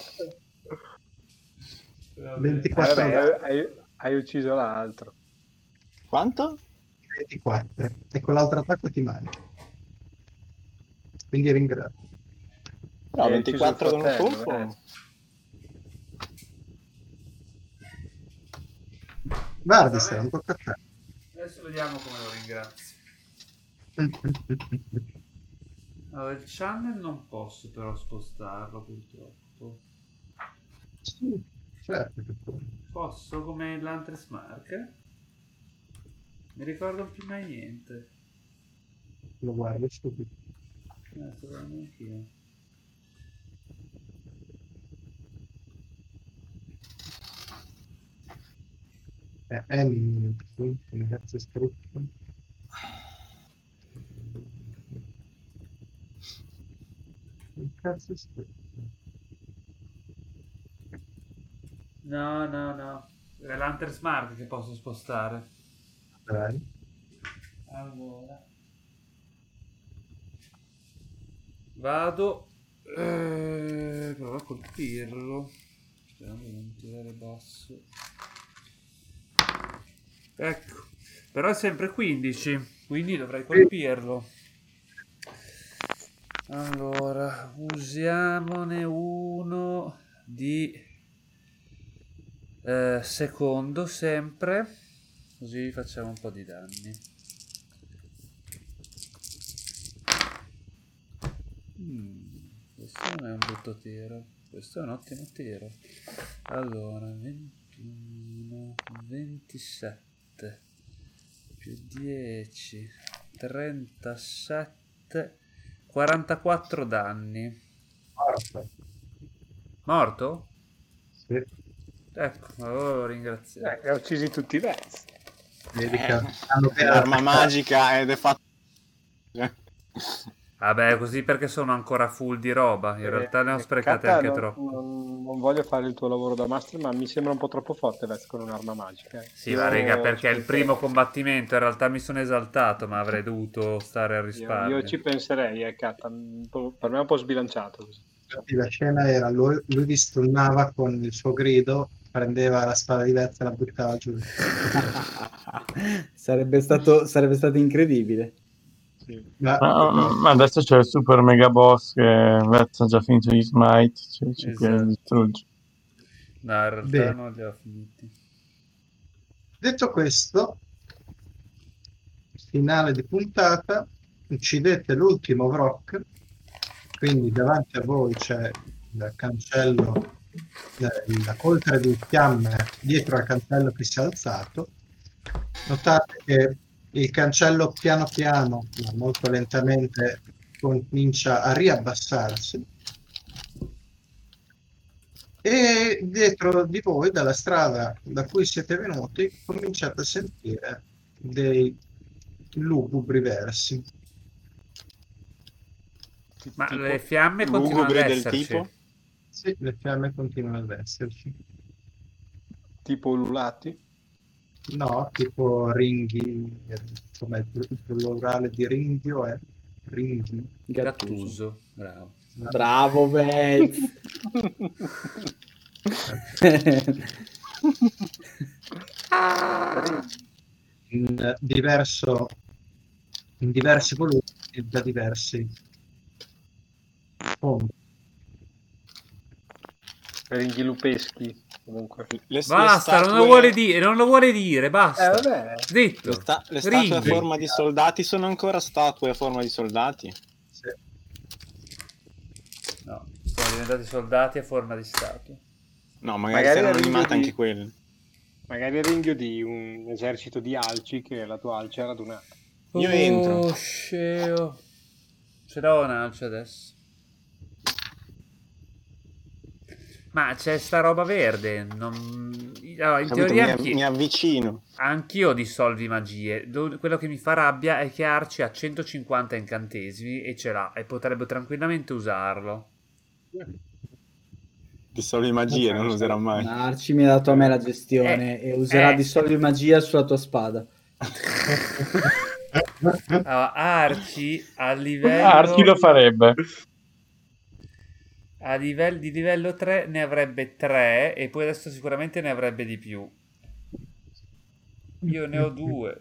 Vabbè. ventiquattro Vabbè, danni. hai, hai ucciso l'altro. Quanto? ventiquattro. E con l'altro attacco ti mangi. Quindi ringrazio. No, Hai ventiquattro ucciso da il un fratello, colpo. eh. Vardis, non tocca a te. Adesso vediamo come lo ringrazio. Allora, il channel non posso però spostarlo, purtroppo. Sì, certo che puoi. Posso come l'Antres Mark? Mi ricordo più mai niente. Lo guardo subito. Eh, sto guardando anch'io. Eh, è il sì, come cazzo è scritto? Che cazzo è scritto? No, no, no. È l'Hunter's Mark che posso spostare. Dai. Allora. Vado. Eh, provo a colpirlo. Speriamo di non tirare basso. Ecco. Però è sempre quindici. Quindi dovrei colpirlo. Allora. Usiamone uno di... Eh, secondo sempre, così facciamo un po' di danni. Mm, questo non è un brutto tiro, questo è un ottimo tiro. Allora, ventuno, ventisette più dieci, trentasette, quarantaquattro danni. Morto. Morto? Sì. Ecco, allora lo ringrazio. Eh, li ha uccisi tutti i pezzi. Vedi che Eh, hanno l'arma magica ed è fatto. Vabbè, così perché sono ancora full di roba. In realtà ne ho Eh, sprecate Katta, anche non, troppo. non- non voglio fare il tuo lavoro da master, ma mi sembra un po' troppo forte Vez con un'arma magica. eh. Sì, Io ma raga, perché è il ci primo penserei. combattimento. In realtà mi sono esaltato, ma avrei dovuto stare al Io, risparmio. io ci penserei, eh, Katta. Un po'- per me è un po' sbilanciato così. Infatti la scena era lui, lui vi stunnava con il suo grido, prendeva la spada di Vez e la buttava giù. sarebbe stato sarebbe stato incredibile. Sì. Ma, Ma, ma adesso c'è il super mega boss che Vez ha già finito di smite, cioè, c'è qui Esatto. da distruggere. No, in realtà Bene. non li ho finiti. detto questo, finale di puntata, uccidete l'ultimo Vrock, quindi davanti a voi c'è il cancello, eh, la coltre di fiamme dietro al cancello che si è alzato. Notate che il cancello piano piano, ma molto lentamente, comincia a riabbassarsi e dietro di voi, dalla strada da cui siete venuti, cominciate a sentire dei lugubri versi. Ma Tipo, le fiamme continuano ad lugubri del esserci. tipo? Sì, le fiamme continuano ad esserci. Tipo ululati. No, tipo ringhi, insomma il il plurale di ringhio è ringhi. Gattuso, bravo. Bravo Vez. in diverso in diversi volumi e da diversi fonti. Ringhi lupeschi, comunque. Le, le Basta, non lo statue- vuole dire, non lo vuole dire, Eh, basta. vabbè. Zitto. Le, sta- le statue a Ringhi. forma di soldati sono ancora statue a forma di soldati? Sì. No, sono diventati soldati a forma di statue. No, magari, Magari si erano era animate di- anche quelle. Magari il ringhio di un esercito di alci che la tua alce ha radunata. Io oh, entro. sceo. Ce l'ho un'alce adesso. Ma c'è sta roba verde. Non... Allora, in Capito? teoria Mi, anch'io, mi avvicino. anch'io dissolvi magie. Do- Quello che mi fa rabbia è che Arci ha centocinquanta incantesimi e ce l'ha e potrebbe tranquillamente usarlo. Dissolvi magie, non lo userò mai. Ma Arci mi ha dato a me la gestione Eh, e userà eh. dissolvi magia sulla tua spada. Allora, Arci a livello Arci lo farebbe. a livello di livello tre ne avrebbe tre e poi adesso sicuramente ne avrebbe di più. Io ne ho due.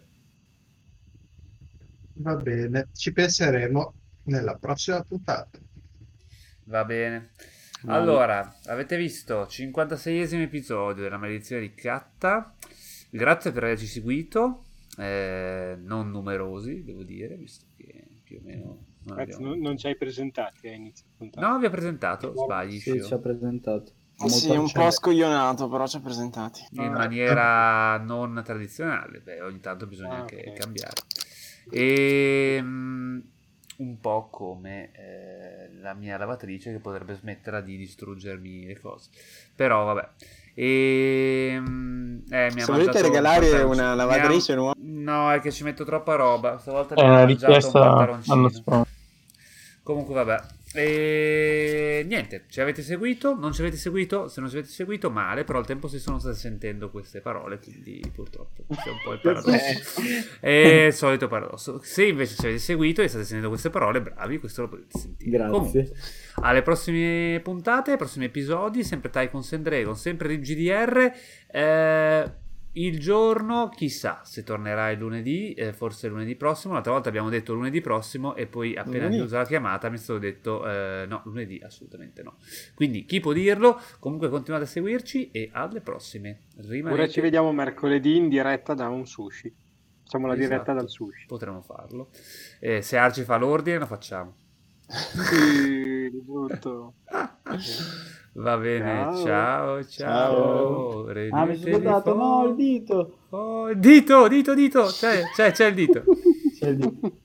Va bene, ci penseremo nella prossima puntata. Va bene. Vale. Allora, avete visto cinquantaseiesimo episodio della Maledizione di Katta. Grazie per averci seguito. Eh, non numerosi, devo dire, visto che più o meno non Ragazzi, abbiamo... non, non ci hai presentati a inizio puntata. No, vi ho presentato, sbagli, Sì, Fio. ci ha presentato. Sì, Molto un po' scoglionato, però ci ha presentati. In maniera non tradizionale. Beh, ogni tanto bisogna Ah, anche ok. cambiare. E mm, un po' come eh, la mia lavatrice che potrebbe smetterla di distruggermi le cose. Però vabbè. E mm, eh, mi ha Se volete mangiato un regalare pantaloncino. una Mi ha- lavatrice nuova- No, è che ci metto troppa roba. Stavolta È mi ha una mangiato un richiesta allo pantaloncino. sponsor. Comunque vabbè. E niente, ci avete seguito? Non ci avete seguito? Se non ci avete seguito male, però al tempo si sono state sentendo queste parole, quindi purtroppo questo è un po' il paradosso. È il solito paradosso. Se invece ci avete seguito e state sentendo queste parole, bravi, questo lo potete sentire. Grazie. Comunque, alle prossime puntate, ai prossimi episodi, sempre Tycoon and Dragon, sempre il G D R. Eh, il giorno, chissà se tornerà il lunedì, eh, forse lunedì prossimo. L'altra volta abbiamo detto lunedì prossimo e poi appena Lunedì. chiusa la chiamata mi è stato detto eh, no, lunedì assolutamente no. Quindi chi può dirlo? Comunque continuate a seguirci e alle prossime. Rimanete... Ora ci vediamo mercoledì in diretta da un sushi. Facciamo la diretta Esatto. dal sushi. Potremmo farlo. Eh, se Arci fa l'ordine lo facciamo. Sì, di brutto. Va bene, Ciao. ciao, ciao. Ciao. Ah, mi Renetevi sono scordato, no, fuori. il dito. Oh, il dito, dito, dito. C'è, c'è, c'è il dito. C'è il dito.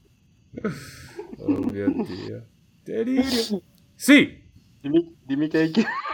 Oh mio Dio. Delirio. Sì. Dimmi, dimmi che hai